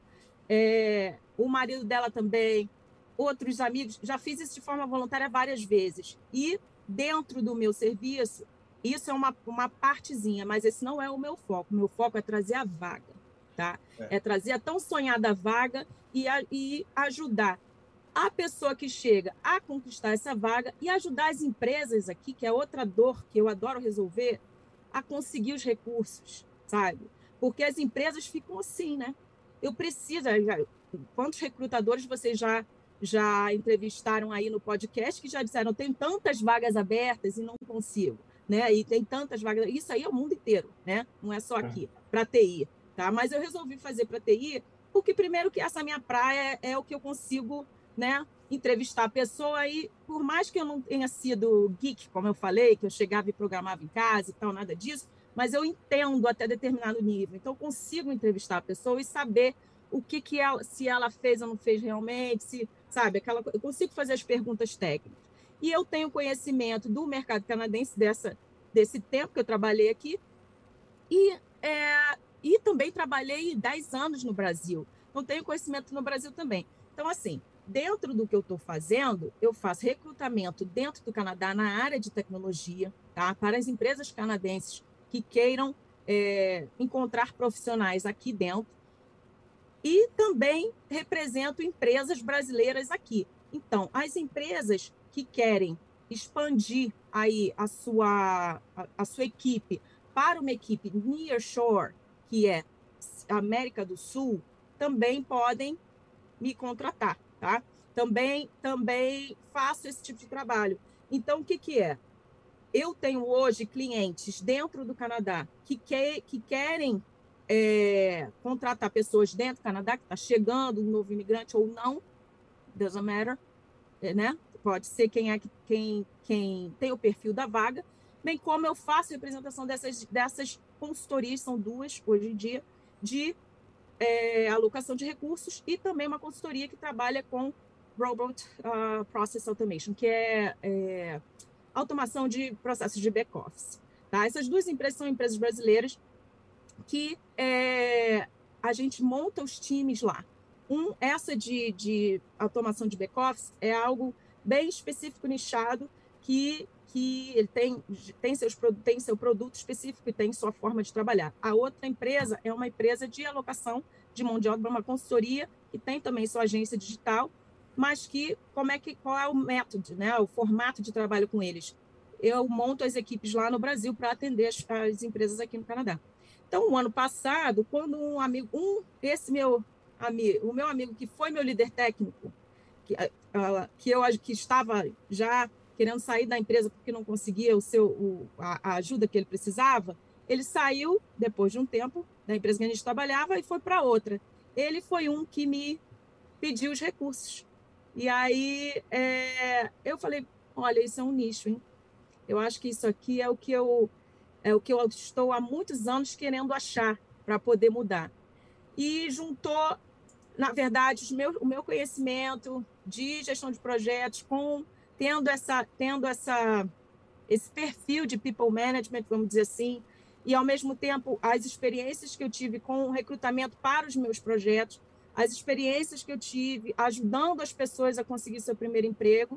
É, o marido dela também, outros amigos, já fiz isso de forma voluntária várias vezes. E dentro do meu serviço, isso é uma, uma partezinha, mas esse não é o meu foco. O meu foco é trazer a vaga, tá? É, é trazer a tão sonhada vaga e, a, e ajudar a pessoa que chega a conquistar essa vaga e ajudar as empresas aqui, que é outra dor que eu adoro resolver, a conseguir os recursos, sabe? Porque as empresas ficam assim, né? Eu preciso... Já, quantos recrutadores vocês já, já entrevistaram aí no podcast que já disseram, tem tantas vagas abertas e não consigo, né? E tem tantas vagas... Isso aí é o mundo inteiro, né? Não é só aqui, para T I, tá? Mas eu resolvi fazer para T I porque, primeiro, que essa minha praia é, é o que eu consigo... Né? Entrevistar a pessoa e, por mais que eu não tenha sido geek, como eu falei, que eu chegava e programava em casa e tal, nada disso, mas eu entendo até determinado nível. Então, eu consigo entrevistar a pessoa e saber o que, que ela, se ela fez ou não fez realmente, se, sabe? Aquela, eu consigo fazer as perguntas técnicas. E eu tenho conhecimento do mercado canadense, dessa, desse tempo que eu trabalhei aqui, e, é, e também trabalhei dez anos no Brasil. Então, tenho conhecimento no Brasil também. Então, assim, dentro do que eu estou fazendo, eu faço recrutamento dentro do Canadá na área de tecnologia, tá? Para as empresas canadenses que queiram é, encontrar profissionais aqui dentro. E também represento empresas brasileiras aqui. Então, as empresas que querem expandir aí a sua, a, a sua equipe para uma equipe nearshore, que é América do Sul, também podem me contratar, tá? Também, também faço esse tipo de trabalho. Então, o que, que é? Eu tenho hoje clientes dentro do Canadá que, que, que querem é, contratar pessoas dentro do Canadá, que está chegando um novo imigrante ou não, doesn't matter, é, né? Pode ser quem é quem, quem tem o perfil da vaga, bem como eu faço representação dessas, dessas consultorias, são duas hoje em dia, de é, alocação de recursos e também uma consultoria que trabalha com Robot uh, Process Automation, que é, é automação de processos de back-office. Tá? Essas duas empresas são empresas brasileiras que é, a gente monta os times lá. Um, essa de, de automação de back-office é algo bem específico, nichado, que, que ele tem, tem, seus, tem seu produto específico e tem sua forma de trabalhar. A outra empresa é uma empresa de alocação de mão de obra, uma consultoria, que tem também sua agência digital, mas que, como é que, qual é o método, né, o formato de trabalho com eles? Eu monto as equipes lá no Brasil para atender as, as empresas aqui no Canadá. Então, o ano passado, quando um amigo, um, esse meu amigo, o meu amigo que foi meu líder técnico, que, uh, que eu que estava já querendo sair da empresa porque não conseguia o seu, o, a, a ajuda que ele precisava, ele saiu, depois de um tempo, da empresa que a gente trabalhava e foi para outra. Ele foi um que me pediu os recursos. E aí é, eu falei, olha, isso é um nicho, hein? Eu acho que isso aqui é o que eu, é o que eu estou há muitos anos querendo achar para poder mudar. E juntou, na verdade, os meus, o meu conhecimento de gestão de projetos com tendo essa, tendo essa, esse perfil de people management, vamos dizer assim, e, ao mesmo tempo, as experiências que eu tive com o recrutamento para os meus projetos, as experiências que eu tive ajudando as pessoas a conseguir seu primeiro emprego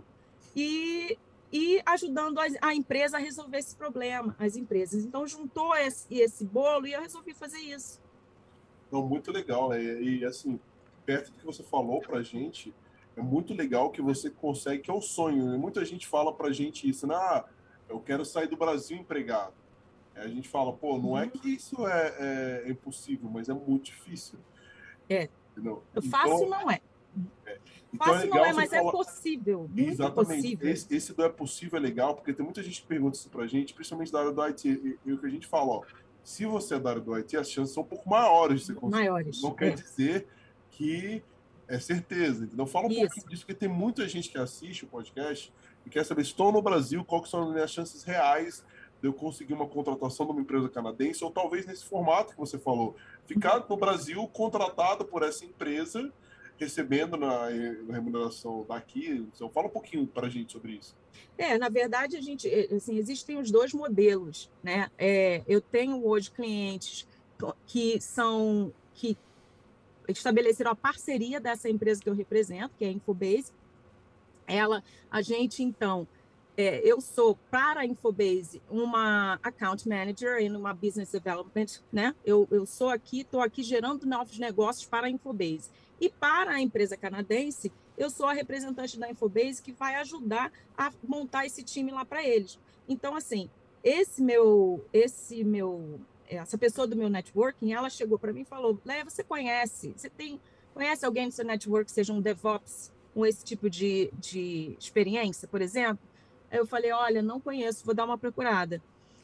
e, e ajudando a, a empresa a resolver esse problema, as empresas. Então, juntou esse, esse bolo e eu resolvi fazer isso. Então, muito legal, né? E, assim, perto do que você falou pra gente, é muito legal que você consegue, que é o sonho, né? Muita gente fala pra gente isso, né? Ah, eu quero sair do Brasil empregado. Aí a gente fala, pô, não é que isso é, é impossível, mas é muito difícil. É. Entendeu? Fácil Então, não é. é. Então Fácil é não legal é, você mas falar... é possível, muito Exatamente. possível. Esse, esse do é possível é legal, porque tem muita gente que pergunta isso pra gente, principalmente da área do I T. E, e o que a gente fala, ó, se você é da área do I T, as chances são um pouco maiores de você conseguir. Maiores. Não quer é. dizer que é certeza. Entendeu? Fala um Isso. pouquinho disso, porque tem muita gente que assiste o podcast e quer saber se estou no Brasil, qual que são as minhas chances reais de eu conseguir uma contratação de uma empresa canadense, ou talvez nesse formato que você falou, ficar no Brasil contratado por essa empresa, recebendo na, na remuneração daqui. Então, fala um pouquinho para a gente sobre isso. É, na verdade, a gente, assim, existem os dois modelos, né? É, eu tenho hoje clientes que são que estabeleceram a parceria dessa empresa que eu represento, que é a Infobase. Ela, a gente, então, é, eu sou para a Infobase uma account manager e uma business development, né? Eu, eu sou aqui, estou aqui gerando novos negócios para a Infobase. E para a empresa canadense, eu sou a representante da Infobase que vai ajudar a montar esse time lá para eles. Então, assim, esse meu, esse meu, essa pessoa do meu networking, ela chegou para mim e falou: Léa, você conhece, você tem, conhece alguém no seu network que seja um DevOps com esse tipo de, de experiência, por exemplo? Aí eu falei: olha, não conheço, vou dar uma procurada.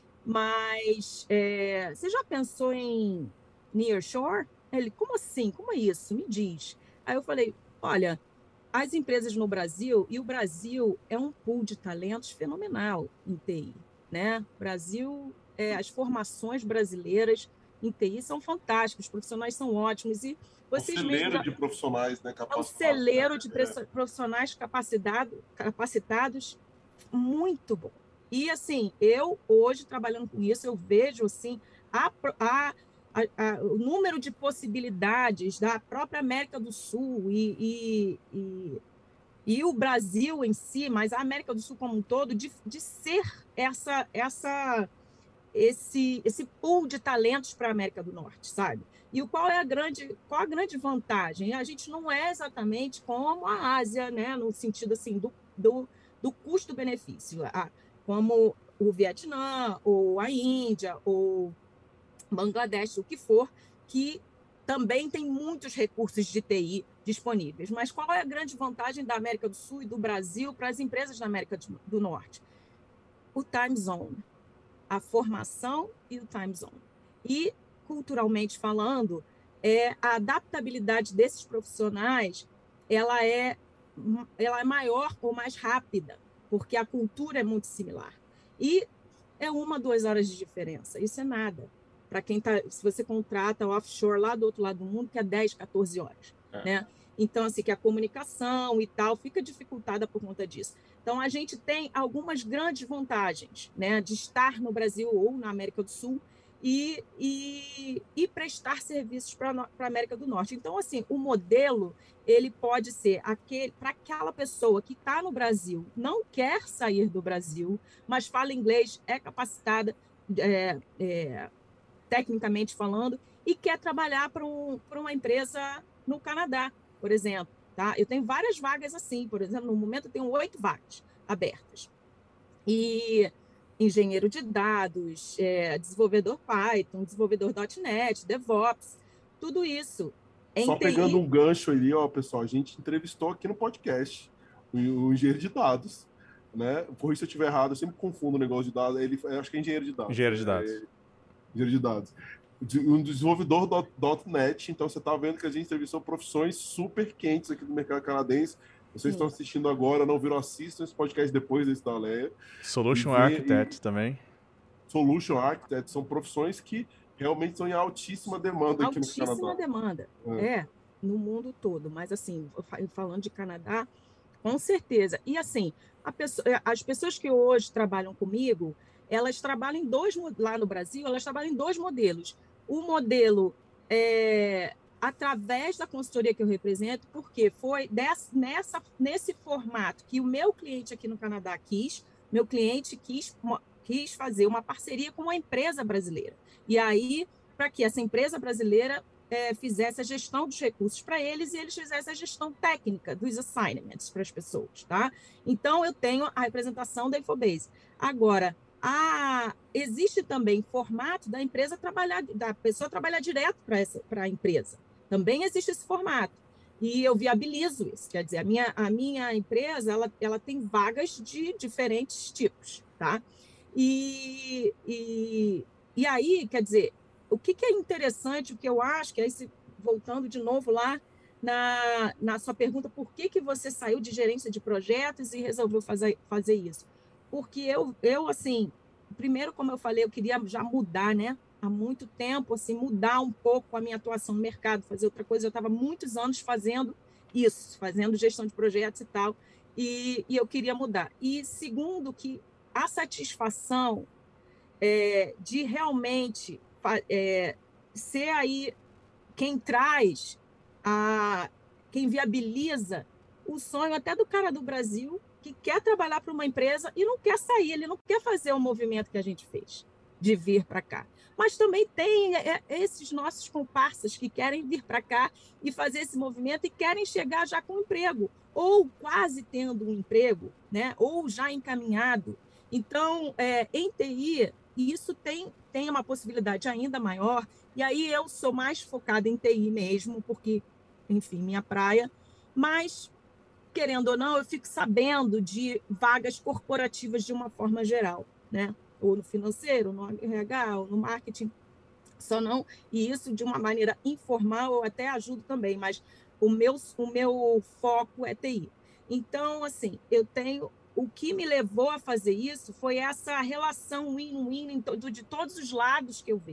Mas é, você já pensou em nearshore? Ele: como assim? Como é isso? Me diz. Aí eu falei: olha, as empresas no Brasil, e o Brasil é um pool de talentos fenomenal em T I, né? Brasil, é, as formações brasileiras em T I são fantásticos, os profissionais são ótimos. E vocês um celeiro mesmos... de profissionais, né, capacitados. É um celeiro de é. profissionais capacitado, capacitados muito bom. E, assim, eu, hoje, trabalhando com isso, eu vejo, assim, a, a, a, a, o número de possibilidades da própria América do Sul e, e, e, e o Brasil em si, mas a América do Sul como um todo, de, de ser essa, essa, esse, esse pool de talentos para a América do Norte, sabe? E o qual é a grande, qual a grande vantagem? A gente não é exatamente como a Ásia, né, no sentido assim do, do, do custo-benefício, como o Vietnã, ou a Índia, ou Bangladesh, o que for, que também tem muitos recursos de T I disponíveis. Mas qual é a grande vantagem da América do Sul e do Brasil para as empresas da América do Norte? O time zone, a formação e o time zone. E, culturalmente falando, é, a adaptabilidade desses profissionais ela é, ela é maior ou mais rápida, porque a cultura é muito similar. E é uma, duas horas de diferença. Isso é nada. Para quem tá, se você contrata offshore lá do outro lado do mundo, que é dez, quatorze horas. É. Né? Então, assim, que a comunicação e tal fica dificultada por conta disso. Então, a gente tem algumas grandes vantagens, né, de estar no Brasil ou na América do Sul e, e, e prestar serviços para a América do Norte. Então, assim, o modelo ele pode ser aquele para aquela pessoa que está no Brasil, não quer sair do Brasil, mas fala inglês, é capacitada, é, é, tecnicamente falando, e quer trabalhar para um, para uma empresa no Canadá, por exemplo. Tá? Eu tenho várias vagas assim, por exemplo, no momento eu tenho oito vagas abertas. E engenheiro de dados, é, desenvolvedor Python, desenvolvedor .NET, DevOps, tudo isso. Só pegando um gancho ali, ó, pessoal, a gente entrevistou aqui no podcast o, o engenheiro de dados, né? Por isso, se eu estiver errado, eu sempre confundo o negócio de dados. Ele, eu acho que é engenheiro de dados. Engenheiro de dados. É, engenheiro de dados. Um desenvolvedor .NET, então você está vendo que a gente entrevistou profissões super quentes aqui do mercado canadense. Vocês estão assistindo agora, não viram, assistam esse podcast depois desse da Leia. Solution e Architect e... também. Solution Architect são profissões que realmente estão em altíssima demanda aqui altíssima no Canadá. Altíssima demanda, é. é, no mundo todo. Mas, assim, falando de Canadá, com certeza. E, assim, a pessoa, as pessoas que hoje trabalham comigo, elas trabalham em dois, lá no Brasil, elas trabalham em dois modelos. O modelo é, através da consultoria que eu represento, porque foi dessa, nessa, nesse formato que o meu cliente aqui no Canadá quis, meu cliente quis, quis fazer uma parceria com uma empresa brasileira. E aí, para que essa empresa brasileira é, fizesse a gestão dos recursos para eles e eles fizessem a gestão técnica dos assignments para as pessoas. Tá? Então, eu tenho a representação da Infobase. Agora, Ah, existe também formato da empresa trabalhar, da pessoa trabalhar direto para essa para a empresa. Também existe esse formato. E eu viabilizo isso. Quer dizer, a minha, a minha empresa ela, ela tem vagas de diferentes tipos. Tá? E, e, e aí, quer dizer, o que, que é interessante, o que eu acho, que é esse, voltando de novo lá na, na sua pergunta, por que, que você saiu de gerência de projetos e resolveu fazer, fazer isso? Porque eu, eu, assim, primeiro, como eu falei, eu queria já mudar, né? Há muito tempo, assim, mudar um pouco a minha atuação no mercado, fazer outra coisa. Eu estava muitos anos fazendo isso, fazendo gestão de projetos e tal, e, e eu queria mudar. E segundo, que a satisfação é, de realmente é, ser aí quem traz, a, quem viabiliza o sonho até do cara do Brasil, que quer trabalhar para uma empresa e não quer sair, ele não quer fazer o movimento que a gente fez, de vir para cá. Mas também tem esses nossos comparsas que querem vir para cá e fazer esse movimento e querem chegar já com um emprego, ou quase tendo um emprego, né? Ou já encaminhado. Então, é, em T I, isso tem, tem uma possibilidade ainda maior, e aí eu sou mais focada em T I mesmo, porque, enfim, minha praia, mas... querendo ou não, eu fico sabendo de vagas corporativas de uma forma geral, né? Ou no financeiro, no R H, ou no marketing, só não, e isso de uma maneira informal eu até ajudo também, mas o meu, o meu foco é T I. Então, assim, eu tenho, o que me levou a fazer isso foi essa relação win-win de todos os lados que eu vejo,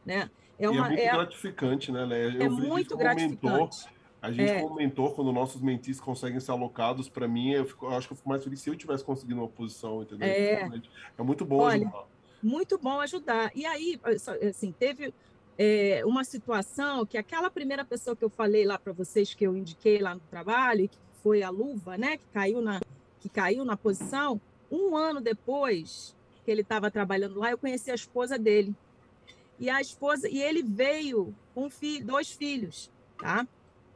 né? É, E é uma, muito é, gratificante, né, Leia? é Eu vejo isso muito como mentor. gratificante. A gente, É, como mentor, quando nossos mentis conseguem ser alocados, para mim, eu, fico- eu acho que eu fico mais feliz se eu tivesse conseguido uma posição, entendeu? Então, é, realmente, é muito bom olha, ajudar. muito bom ajudar. E aí, assim, teve é, uma situação que aquela primeira pessoa que eu falei lá para vocês, que eu indiquei lá no trabalho, que foi a Luva, né, que caiu na, que caiu na posição, um ano depois que ele estava trabalhando lá, eu conheci a esposa dele. E a esposa, e ele veio com filho, dois filhos, tá?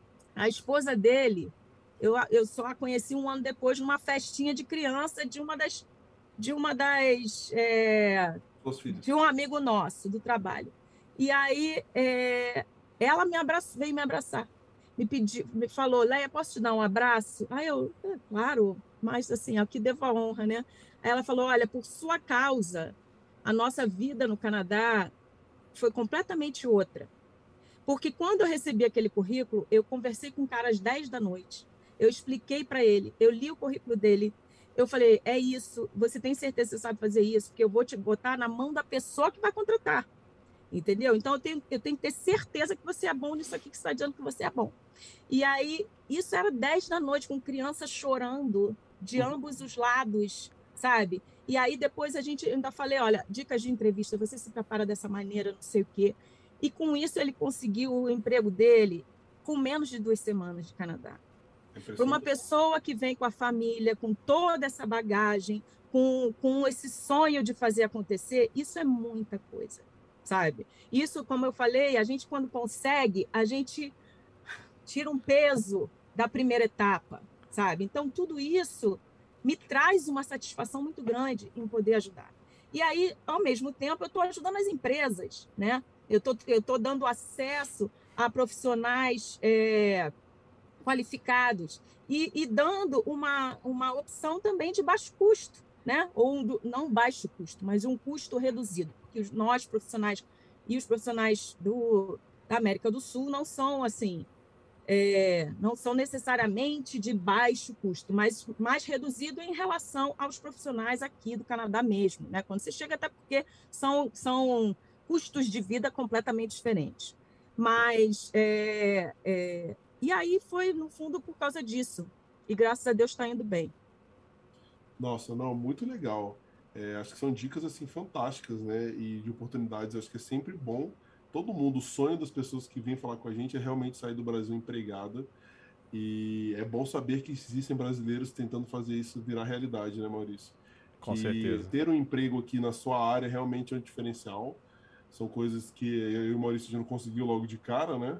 A esposa dele, eu, eu só a conheci um ano depois numa festinha de criança de uma das de uma das é, Suas filhas. de um amigo nosso do trabalho. E aí é, ela me abraçou, veio me abraçar, me pediu, me falou, Leia, posso te dar um abraço? Aí eu, é, claro, mas assim, aqui devo a honra, né? Aí ela falou, olha, por sua causa, a nossa vida no Canadá foi completamente outra. Porque quando eu recebi aquele currículo, eu conversei com o cara às dez da noite. Eu expliquei para ele, eu li o currículo dele. Eu falei: é isso, você tem certeza que você sabe fazer isso? Porque eu vou te botar na mão da pessoa que vai contratar. Entendeu? Então eu tenho, eu tenho que ter certeza que você é bom nisso aqui, que você está dizendo que você é bom. E aí, isso era dez da noite, com crianças chorando de ambos os lados, sabe? E aí depois a gente ainda falei, olha, dicas de entrevista, você se prepara dessa maneira, não sei o quê. E com isso ele conseguiu o emprego dele com menos de duas semanas de Canadá. Para uma pessoa que vem com a família, com toda essa bagagem, com, com esse sonho de fazer acontecer, isso é muita coisa, sabe? Isso, como eu falei, a gente quando consegue, a gente tira um peso da primeira etapa, sabe? Então, tudo isso me traz uma satisfação muito grande em poder ajudar. E aí, ao mesmo tempo, eu estou ajudando as empresas, né? Eu tô, estou dando acesso a profissionais é, qualificados e, e dando uma, uma opção também de baixo custo, né? Ou um, não baixo custo, mas um custo reduzido, porque os, nós profissionais e os profissionais do, da América do Sul não são assim, é, não são necessariamente de baixo custo, mas mais reduzido em relação aos profissionais aqui do Canadá mesmo, né? Quando você chega, até porque são, são custos de vida completamente diferentes. Mas, é, é, e aí foi, no fundo, por causa disso. E graças a Deus está indo bem. Nossa, não, muito legal. É, acho que são dicas assim fantásticas, né? E de oportunidades. Acho que é sempre bom. Todo mundo, o sonho das pessoas que vêm falar com a gente é realmente sair do Brasil empregada. E é bom saber que existem brasileiros tentando fazer isso virar realidade, né, Maurício? Com Que certeza. ter um emprego aqui na sua área realmente é um diferencial. São coisas que eu e o Maurício já não conseguiu logo de cara, né?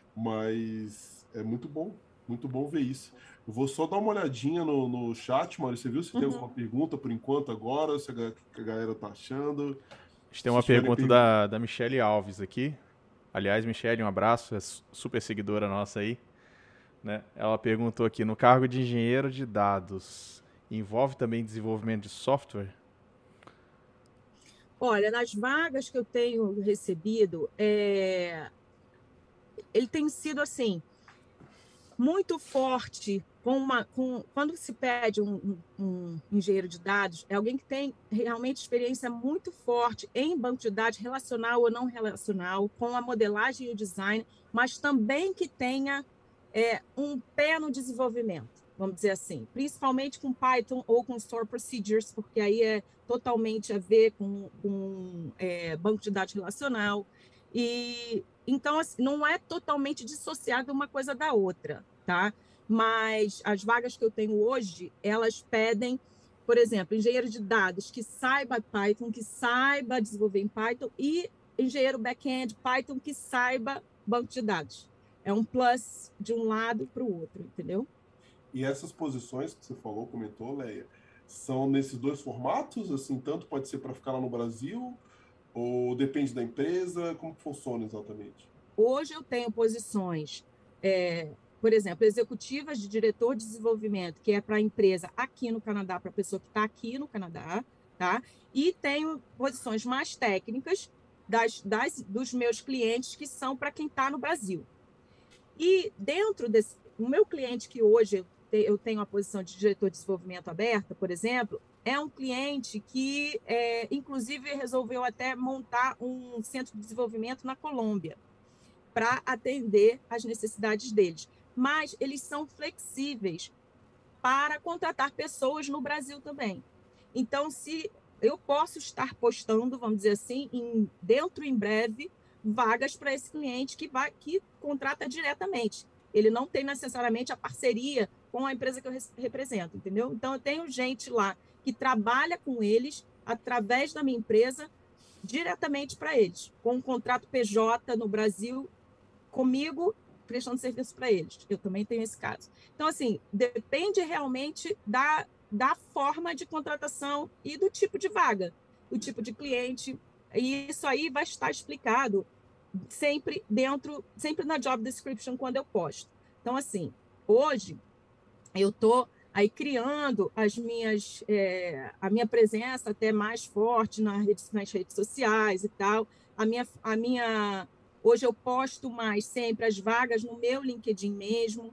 Mas é muito bom, muito bom ver isso. Eu vou só dar uma olhadinha no, no chat, Maurício. Você viu se tem alguma Uhum. pergunta por enquanto agora? Se a, ga- que a galera tá achando? A gente tem Se uma tiverem pergunta perguntas. da, da Michelle Alves aqui. Aliás, Michelle, um abraço, é super seguidora nossa aí. Né? Ela perguntou aqui, no cargo de engenheiro de dados, envolve também desenvolvimento de software? Olha, nas vagas que eu tenho recebido, é, ele tem sido assim, muito forte com uma, com, quando se pede um, um, um engenheiro de dados, é alguém que tem realmente experiência muito forte em banco de dados relacional ou não relacional, com a modelagem e o design, mas também que tenha é, um pé no desenvolvimento, vamos dizer assim, principalmente com Python ou com Store Procedures, porque aí é totalmente a ver com, com é, banco de dados relacional. E então, assim, não é totalmente dissociado uma coisa da outra, tá? Mas as vagas que eu tenho hoje, elas pedem, por exemplo, engenheiro de dados que saiba Python, que saiba desenvolver em Python, e engenheiro back-end Python que saiba banco de dados. É um plus de um lado para o outro, entendeu? E essas posições que você falou, comentou, Leia, são nesses dois formatos? Assim, tanto pode ser para ficar lá no Brasil, ou depende da empresa? Como que funciona exatamente? Hoje eu tenho posições, é, por exemplo, executivas de diretor de desenvolvimento, que é para a empresa aqui no Canadá, para a pessoa que está aqui no Canadá, tá? E tenho posições mais técnicas das, das, dos meus clientes, que são para quem está no Brasil. E dentro desse, o meu cliente que hoje eu tenho a posição de diretor de desenvolvimento aberta, por exemplo, é um cliente que, é, inclusive, resolveu até montar um centro de desenvolvimento na Colômbia para atender às necessidades deles. Mas eles são flexíveis para contratar pessoas no Brasil também. Então, se eu posso estar postando, vamos dizer assim, em, dentro em breve, vagas para esse cliente que, vai, que contrata diretamente. Ele não tem necessariamente a parceria com a empresa que eu represento, entendeu? Então, eu tenho gente lá que trabalha com eles, através da minha empresa, diretamente para eles, com um contrato P J no Brasil, comigo, prestando serviço para eles. Eu também tenho esse caso. Então, assim, depende realmente da, da forma de contratação e do tipo de vaga, do tipo de cliente. E isso aí vai estar explicado sempre dentro, sempre na job description quando eu posto. Então, assim, hoje eu estou aí criando as minhas, é, a minha presença até mais forte nas redes, nas redes sociais e tal. A minha, a minha, hoje eu posto mais sempre as vagas no meu LinkedIn mesmo.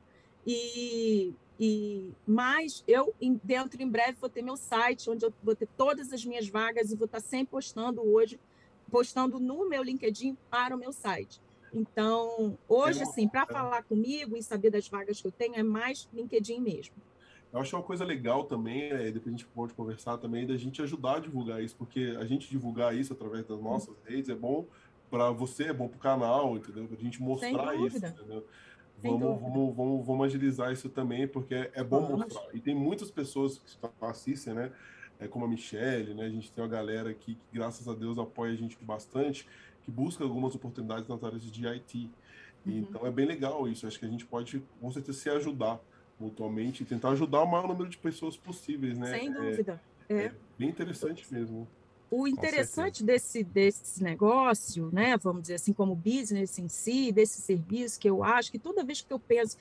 E, e mais eu, dentro em breve, vou ter meu site, onde eu vou ter todas as minhas vagas e vou estar sempre postando hoje, postando no meu LinkedIn para o meu site. Então, hoje, assim, para falar comigo e saber das vagas que eu tenho, é mais LinkedIn mesmo. Eu acho uma coisa legal também, é, depois a gente pode conversar também, da gente ajudar a divulgar isso, porque a gente divulgar isso através das nossas redes é bom para você, é bom para o canal, entendeu? Para a gente mostrar isso, entendeu? Vamos, vamos, vamos, vamos agilizar isso também, porque é bom vamos. mostrar. E tem muitas pessoas que assistem, né? É, como a Michelle, né? A gente tem uma galera aqui que, graças a Deus, apoia a gente bastante, que busca algumas oportunidades nas áreas de I T. Uhum. Então, é bem legal isso. Acho que a gente pode, com certeza, se ajudar mutuamente e tentar ajudar o maior número de pessoas possíveis, né? Sem dúvida. É, é. é bem interessante mesmo. O interessante desse, desse negócio, né, vamos dizer assim, como business em si, desse serviço, que eu acho que toda vez que eu penso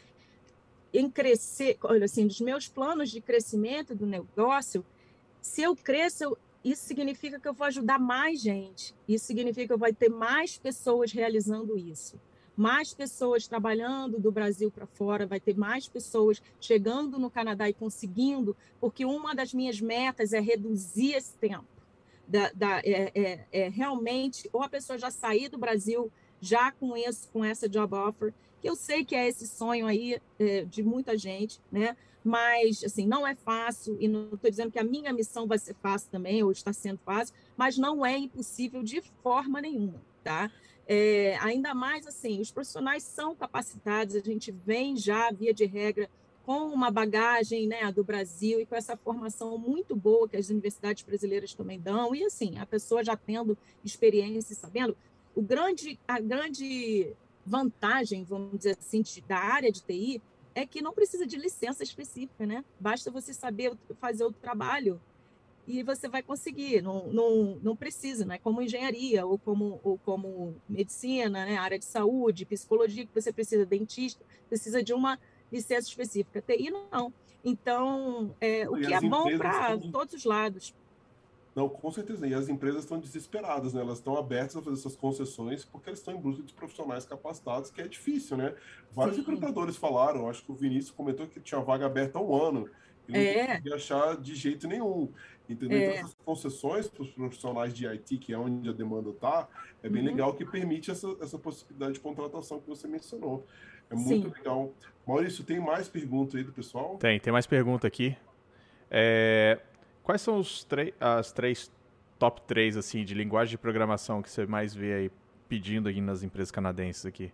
em crescer, olha assim, dos meus planos de crescimento do negócio, se eu cresço, isso significa que eu vou ajudar mais gente, isso significa que eu vou ter mais pessoas realizando isso, mais pessoas trabalhando do Brasil para fora, vai ter mais pessoas chegando no Canadá e conseguindo, porque uma das minhas metas é reduzir esse tempo. Da, da, é, é, é realmente, ou a pessoa já sair do Brasil já com, esse, com essa job offer, que eu sei que é esse sonho aí é, de muita gente, né? Mas, assim, não é fácil, e não estou dizendo que a minha missão vai ser fácil também, ou está sendo fácil, mas não é impossível de forma nenhuma, tá? É, ainda mais, assim, os profissionais são capacitados, a gente vem já, via de regra, com uma bagagem, né, do Brasil e com essa formação muito boa que as universidades brasileiras também dão, e assim, a pessoa já tendo experiência e sabendo, o grande, a grande vantagem, vamos dizer assim, da área de T I é que não precisa de licença específica, né? Basta você saber fazer o trabalho e você vai conseguir, não, não, não precisa, né? Como engenharia ou como, ou como medicina, né? Área de saúde, psicologia, que você precisa, dentista, precisa de uma licença específica. T I não. Então, é, o que é bom para estão... todos os lados. Não, com certeza. E as empresas estão desesperadas, né? Elas estão abertas a fazer essas concessões porque elas estão em busca de profissionais capacitados, que é difícil, né? Vários Sim. recrutadores falaram, acho que o Vinícius comentou que tinha vaga aberta há um ano. E não é. conseguia achar de jeito nenhum. Entendeu? É. Então, essas concessões para os profissionais de I T, que é onde a demanda está, é bem uhum. legal, que permite essa, essa possibilidade de contratação que você mencionou. É muito Sim. legal. Maurício, tem mais perguntas aí do pessoal? Tem, tem mais pergunta aqui. É, quais são os as três top três assim, de linguagem de programação que você mais vê aí pedindo aí nas empresas canadenses aqui?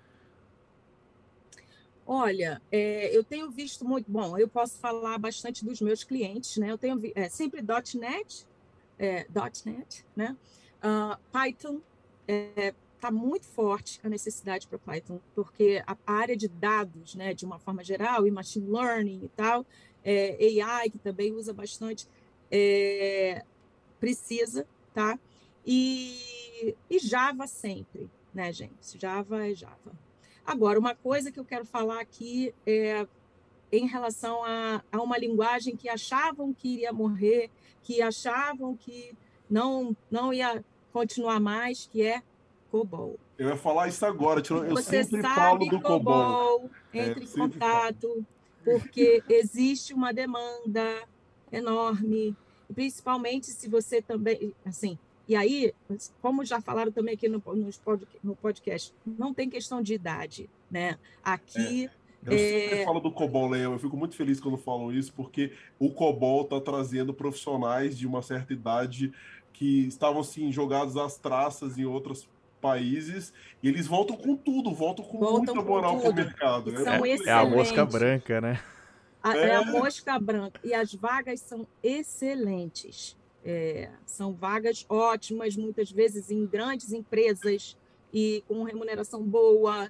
Olha, é, eu tenho visto muito... Bom, eu posso falar bastante dos meus clientes, né? Eu tenho é, sempre .NET, é, .NET, né? Uh, Python, é, está muito forte a necessidade para Python, porque a área de dados, né, de uma forma geral, e machine learning e tal, é, A I, que também usa bastante, é, precisa, tá? E, e Java sempre, né, gente? Java é Java. Agora, uma coisa que eu quero falar aqui é em relação a, a uma linguagem que achavam que iria morrer, que achavam que não, não ia continuar mais, que é COBOL. Eu ia falar isso agora, eu Você sempre sabe, falo do COBOL. COBOL, entre é, em contato, falo. Porque existe uma demanda enorme principalmente se você também, assim, e aí, como já falaram também aqui no, no podcast, não tem questão de idade, né? Aqui... É. Eu sempre é... falo do COBOL, Leão, eu fico muito feliz quando falam isso, porque o COBOL está trazendo profissionais de uma certa idade que estavam, assim, jogados às traças em outros países, e eles voltam com tudo, voltam com voltam muita com moral para o tudo. mercado. E É são É, muito é a legal. mosca excelentes. branca, né? A, É. é a mosca branca. E as vagas são excelentes. É, são vagas ótimas, muitas vezes em grandes empresas e com remuneração boa.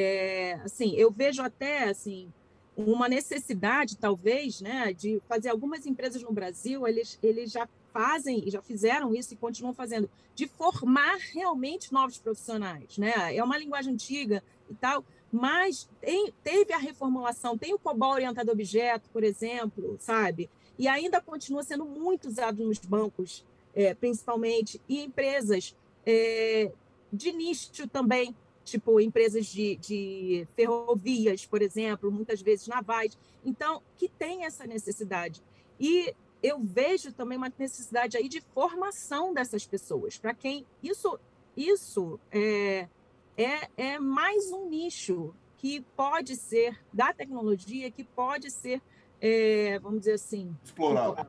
É, assim, eu vejo até assim uma necessidade, talvez, né, de fazer algumas empresas no Brasil, eles, eles já fazem e já fizeram isso e continuam fazendo, de formar realmente novos profissionais, né? É uma linguagem antiga e tal, mas tem, teve a reformulação, tem o COBOL orientado a objeto, por exemplo, sabe? E ainda continua sendo muito usado nos bancos, é, principalmente, e empresas é, de nicho também, tipo empresas de, de ferrovias, por exemplo, muitas vezes navais. Então, que tem essa necessidade. E eu vejo também uma necessidade aí de formação dessas pessoas, para quem isso, isso é, é, é mais um nicho que pode ser da tecnologia, que pode ser, é, vamos dizer assim, Explorado.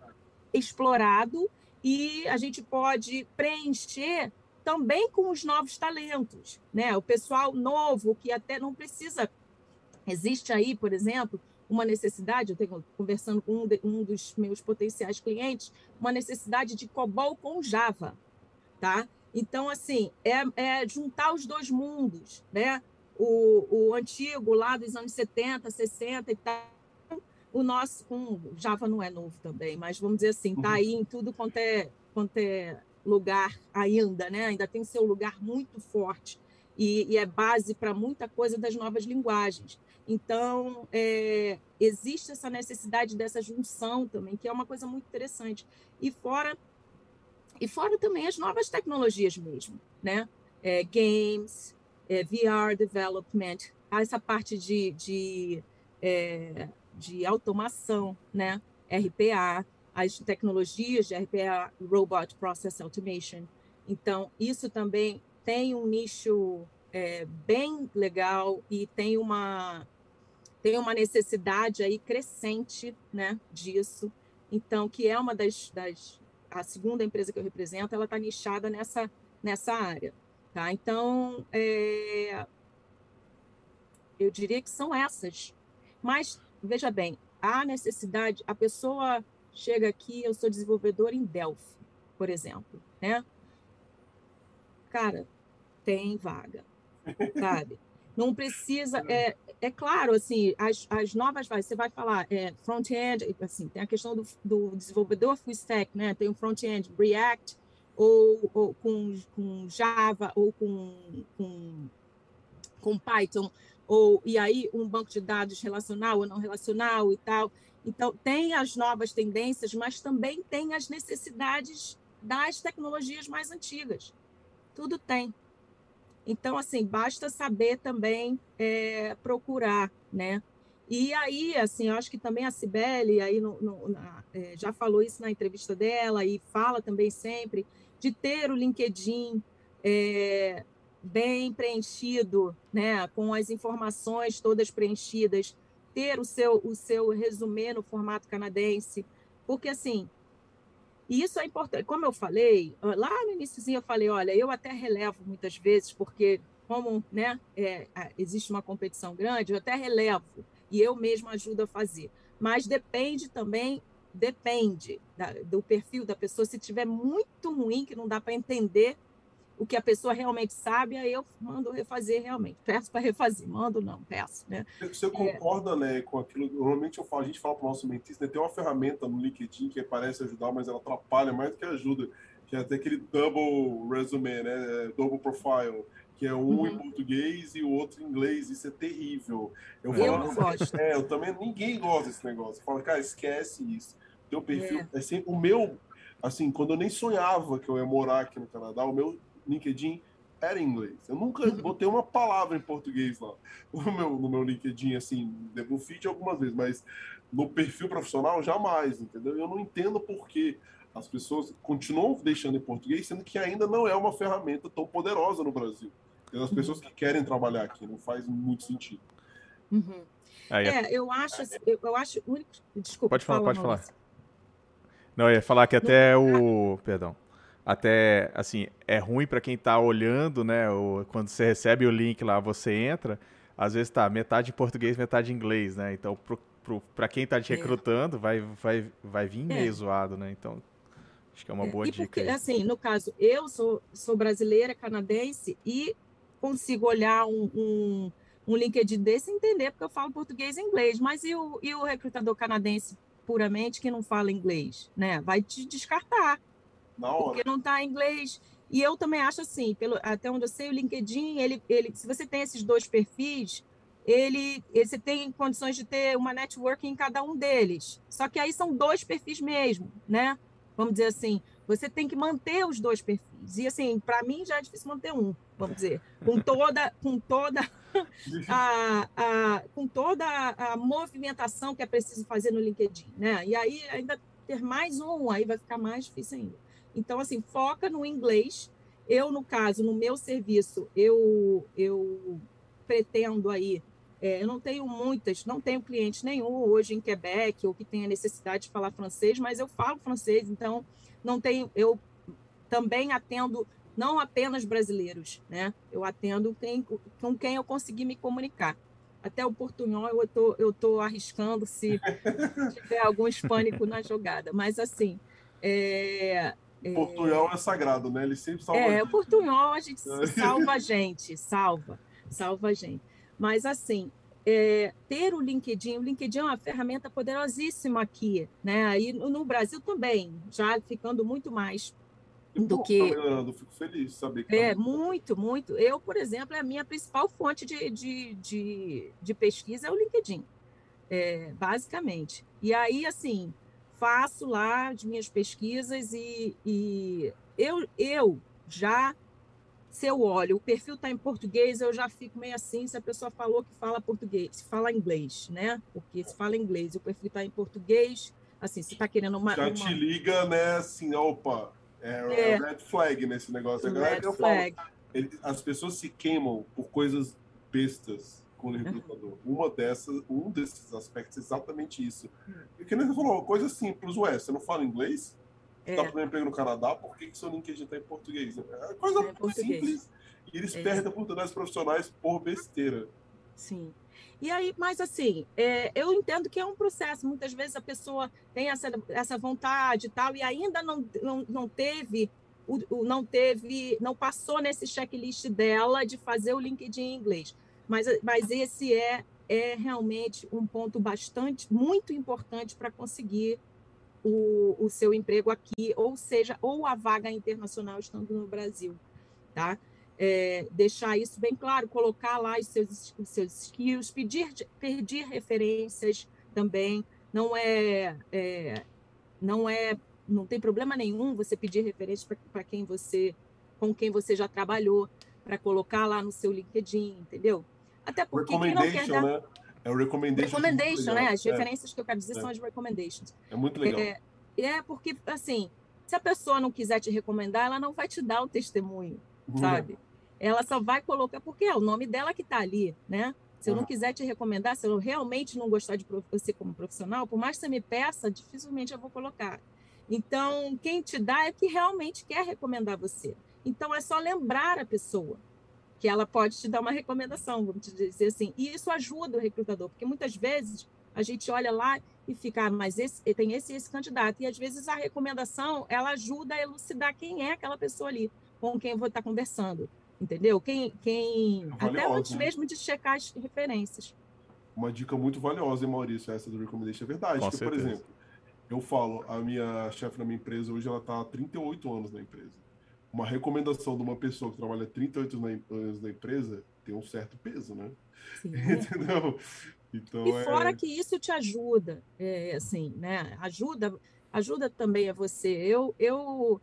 explorado, e a gente pode preencher também com os novos talentos, né? O pessoal novo que até não precisa. Existe aí, por exemplo, uma necessidade, eu tenho conversando com um, de, um dos meus potenciais clientes, uma necessidade de COBOL com Java, tá? Então, assim, é, é juntar os dois mundos, né? O, o antigo lá dos anos setenta, sessenta e tal, o nosso, com Java não é novo também, mas vamos dizer assim, está aí em tudo quanto é, quanto é lugar ainda, né? Ainda tem seu lugar muito forte e, e é base para muita coisa das novas linguagens. Então, é, existe essa necessidade dessa junção também, que é uma coisa muito interessante. E fora, e fora também as novas tecnologias mesmo, né? É, games, é, V R development, essa parte de, de é, de automação, né? R P A, as tecnologias de R P A, Robot Process Automation. Então, isso também tem um nicho é, bem legal e tem uma, tem uma necessidade aí crescente, né, disso. Então, que é uma das, das... A segunda empresa que eu represento, ela está nichada nessa, nessa área. Tá? Então, é, eu diria que são essas. Mas, veja bem, a necessidade, a pessoa chega aqui, eu sou desenvolvedora em Delphi, por exemplo, né? Cara, tem vaga, sabe? Não precisa, é, é claro, assim, as, as novas, você vai falar, é, front-end, assim, tem a questão do, do desenvolvedor full stack, né? Tem o front-end React, ou, ou com, com Java, ou com, com, com Python, ou, e aí um banco de dados relacional ou não relacional e tal. Então, tem as novas tendências, mas também tem as necessidades das tecnologias mais antigas. Tudo tem. Então, assim, basta saber também é, procurar, né? E aí, assim, eu acho que também a Cibele aí no, no, na, é, já falou isso na entrevista dela e fala também sempre de ter o LinkedIn é, bem preenchido, né? Com as informações todas preenchidas, ter o seu, o seu resumê no formato canadense, porque, assim, e isso é importante. Como eu falei, lá no iníciozinho eu falei, olha, eu até relevo muitas vezes, porque como né, é, existe uma competição grande, eu até relevo e eu mesma ajudo a fazer. Mas depende também, depende da, do perfil da pessoa. Se tiver muito ruim, que não dá para entender o que a pessoa realmente sabe, aí eu mando refazer realmente. Peço para refazer, mando não, peço. Né? Você é... concorda, né, com aquilo? Normalmente eu falo, a gente fala para o nosso mentista, né, tem uma ferramenta no LinkedIn que parece ajudar, mas ela atrapalha mais do que ajuda, que é até aquele double resume, né, double profile, que é um uhum. em português e o outro em inglês. Isso é terrível. Eu, eu falo, não gosto. É, eu também, ninguém gosta desse negócio. Eu falo, cara, esquece isso. Teu perfil é, é sempre o meu, assim, quando eu nem sonhava que eu ia morar aqui no Canadá, o meu LinkedIn era em inglês. Eu nunca botei uma palavra em português lá no meu, no meu LinkedIn, assim, no feed algumas vezes, mas no perfil profissional, jamais, entendeu? Eu não entendo por quê. As pessoas continuam deixando em português, sendo que ainda não é uma ferramenta tão poderosa no Brasil. Tem as pessoas que querem trabalhar aqui, não faz muito sentido. Uhum. É, eu acho, eu, eu acho, desculpa, pode falar, fala, pode Maurício. falar. Não, eu ia falar que até no... o, perdão, até assim é ruim para quem tá olhando, né? O, quando você recebe o link lá, você entra, às vezes tá metade em português, metade em inglês, né? Então pro, pro, para quem tá te recrutando, é. vai, vai, vai vir meio é. zoado, né? Então acho que é uma é. boa e dica. Porque, aí. assim, no caso, eu sou, sou brasileira, canadense e consigo olhar um, um, um LinkedIn desse e entender, porque eu falo português e inglês, mas e o, e o recrutador canadense puramente que não fala inglês, né? Vai te descartar, Na hora. porque não está em inglês. E eu também acho assim, pelo, até onde eu sei, o LinkedIn, ele, ele, se você tem esses dois perfis, ele, ele, você tem condições de ter uma networking em cada um deles. Só que aí são dois perfis mesmo, né? Vamos dizer assim, você tem que manter os dois perfis. E assim, para mim já é difícil manter um, vamos dizer, com toda, com toda a, a, com toda a movimentação que é preciso fazer no LinkedIn, né? E aí ainda ter mais um, aí vai ficar mais difícil ainda. Então, assim, foca no inglês. Eu, no caso, no meu serviço, eu, eu pretendo aí, é, eu não tenho muitas, não tenho cliente nenhum hoje em Quebec ou que tenha necessidade de falar francês, mas eu falo francês, então não tenho, eu também atendo não apenas brasileiros, né? Eu atendo quem, com quem eu conseguir me comunicar. Até o portunhol eu tô, eu tô arriscando se tiver algum hispânico na jogada, mas assim, é, O portunhol é... é sagrado, né? Ele sempre salva é, a gente. o portunhol a gente salva a gente, salva, salva a gente. Mas assim, é, ter o LinkedIn, o LinkedIn é uma ferramenta poderosíssima aqui, né? E no Brasil também, já ficando muito mais que do bom, que... Tá melhorando, fico feliz de saber que É, tá muito, muito. Eu, por exemplo, é a minha principal fonte de, de, de, de pesquisa é o LinkedIn, é, basicamente. E aí, assim, faço lá as minhas pesquisas e, e eu, eu já, se eu olho, o perfil está em português, eu já fico meio assim, se a pessoa falou que fala português, se fala inglês, né? Porque se fala inglês e o perfil está em português, assim, se está querendo uma... Já uma... te liga, né, assim, opa, é, é red flag nesse negócio. A galera, eu flag. falo, ele, as pessoas se queimam por coisas bestas com o recrutador. Uhum. Uma dessas, um desses aspectos é exatamente isso. E que nem você falou, coisa simples, ué, você não fala inglês? Você está é. procurando emprego no Canadá, por que, que seu LinkedIn está em português? É coisa é muito simples. E eles é. perdem oportunidades profissionais por besteira. Sim. E aí, mas assim, é, eu entendo que é um processo. Muitas vezes a pessoa tem essa, essa vontade e tal, e ainda não, não, não teve, o, o, não teve, não passou nesse checklist dela de fazer o LinkedIn em inglês. Mas, mas esse é, é realmente um ponto bastante, muito importante para conseguir o, o seu emprego aqui, ou seja, ou a vaga internacional estando no Brasil, tá? É, deixar isso bem claro, colocar lá os seus, os seus skills, pedir, pedir referências também, não é, é, não é, não tem problema nenhum você pedir referências para quem você, com quem você já trabalhou, para colocar lá no seu LinkedIn, entendeu? Até porque quem não quer dar... Né? É o recommendation. Recommendation, né? As referências é. que eu quero dizer é. são as recommendations. É muito legal. É, é porque, assim, se a pessoa não quiser te recomendar, ela não vai te dar o testemunho, uhum. sabe? Ela só vai colocar, porque é o nome dela que está ali, né? Se eu não quiser te recomendar, se eu realmente não gostar de você como profissional, por mais que você me peça, dificilmente eu vou colocar. Então, quem te dá é que realmente quer recomendar você. Então, é só lembrar a pessoa que ela pode te dar uma recomendação, vamos te dizer assim. E isso ajuda o recrutador, porque muitas vezes a gente olha lá e fica, ah, mas esse, tem esse e esse candidato. E às vezes a recomendação, ela ajuda a elucidar quem é aquela pessoa ali, com quem eu vou estar conversando. Entendeu? Quem, quem... É valiosa, até antes né? mesmo de checar as referências. Uma dica muito valiosa, hein, Maurício, essa do recommendation é verdade. Com porque, certeza. por exemplo, eu falo, a minha chefe na minha empresa, hoje ela está há trinta e oito anos na empresa. Uma recomendação de uma pessoa que trabalha trinta e oito anos na empresa tem um certo peso, né? Sim. Entendeu? Então, e fora é... que isso te ajuda, é, assim, né? Ajuda, ajuda também a você. Eu... eu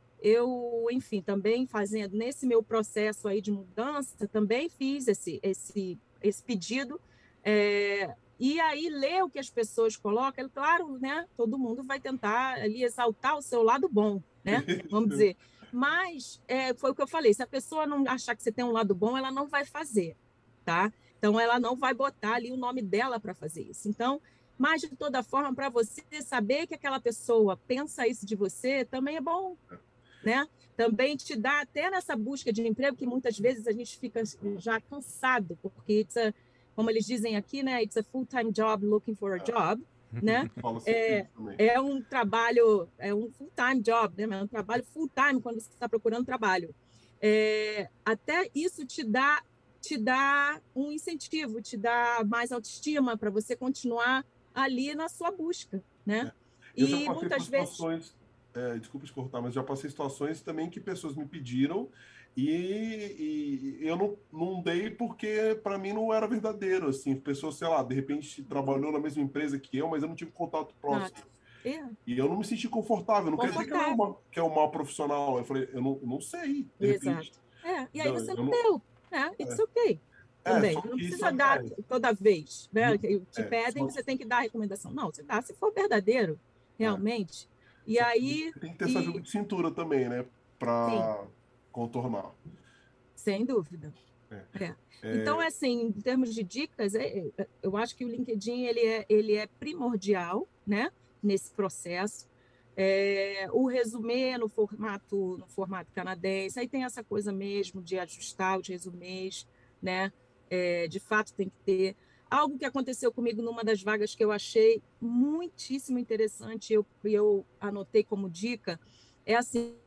Eu, enfim, também fazendo, nesse meu processo aí de mudança, também fiz esse, esse, esse pedido, é, E aí, ler o que as pessoas colocam, claro, né? Todo mundo vai tentar ali exaltar o seu lado bom, né? Vamos dizer. Mas é, foi o que eu falei, se a pessoa não achar que você tem um lado bom, ela não vai fazer, tá? Então, ela não vai botar ali o nome dela para fazer isso. Então, mas de toda forma, para você saber que aquela pessoa pensa isso de você, também é bom, né? Também te dá, até nessa busca de emprego, que muitas vezes a gente fica já cansado, porque it's a, como eles dizem aqui, né? It's a full-time job looking for a job, né? É, é um trabalho, é um full-time job, né? É um trabalho full-time quando você está procurando trabalho. É, até isso te dá, te dá um incentivo, te dá mais autoestima para você continuar ali na sua busca, né? É. Eu já E passei muitas por vezes... situações, é, desculpa te cortar, mas já passei situações também que pessoas me pediram e, e eu não, não dei porque para mim não era verdadeiro, assim, pessoas, sei lá, de repente trabalhou na mesma empresa que eu, mas eu não tive contato próximo. É. E eu não me senti confortável, não confortável. quer dizer que, é uma, que é um mau profissional. Eu falei, eu não, não sei, de Exato. repente. É. E aí você não, não deu, né? It's é. ok. Também. É, não precisa isso, dar é. toda vez, né? Não, Te é, pedem, só, você tem que dar a recomendação. Não, você dá se for verdadeiro, realmente. é. E Só aí... tem que ter esse E... jogo de cintura também, né? Sim, Para contornar. sem dúvida. É. É. Então, É, assim, em termos de dicas, é, é, eu acho que o LinkedIn ele é, ele é primordial, né, nesse processo. É, o resumê no formato, no formato canadense, aí tem essa coisa mesmo de ajustar os resumês, né? É, de fato tem que ter. Algo que aconteceu comigo numa das vagas que eu achei muitíssimo interessante, eu, eu anotei como dica, é assim,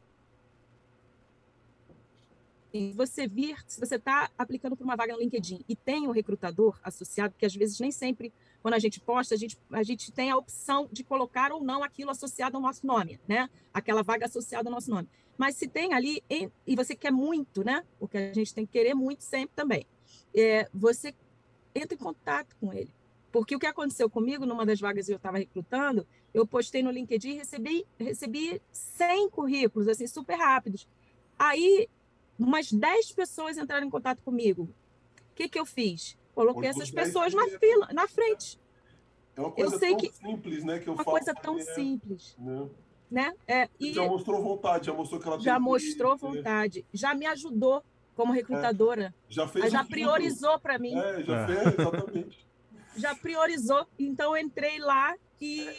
se você vir, se você está aplicando para uma vaga no LinkedIn e tem um recrutador associado, que às vezes nem sempre, quando a gente posta, a gente, a gente tem a opção de colocar ou não aquilo associado ao nosso nome, né? Aquela vaga associada ao nosso nome. Mas se tem ali, e você quer muito, né? Porque a gente tem que querer muito sempre também. É, você entra em contato com ele. Porque o que aconteceu comigo, numa das vagas que eu estava recrutando, eu postei no LinkedIn e recebi, recebi cem currículos, assim, super rápidos. Aí, umas dez pessoas entraram em contato comigo. O que, que eu fiz? Coloquei essas pessoas na fila, na frente. É uma coisa eu sei tão que simples, né? Que eu uma falo. coisa tão É, simples, né? né? É, e Já mostrou vontade, já mostrou que ela já tem mostrou que. vontade, já me ajudou como É, recrutadora, já fez o já filtro. priorizou para mim, É, já É. fez, exatamente. já priorizou. Então eu entrei lá e,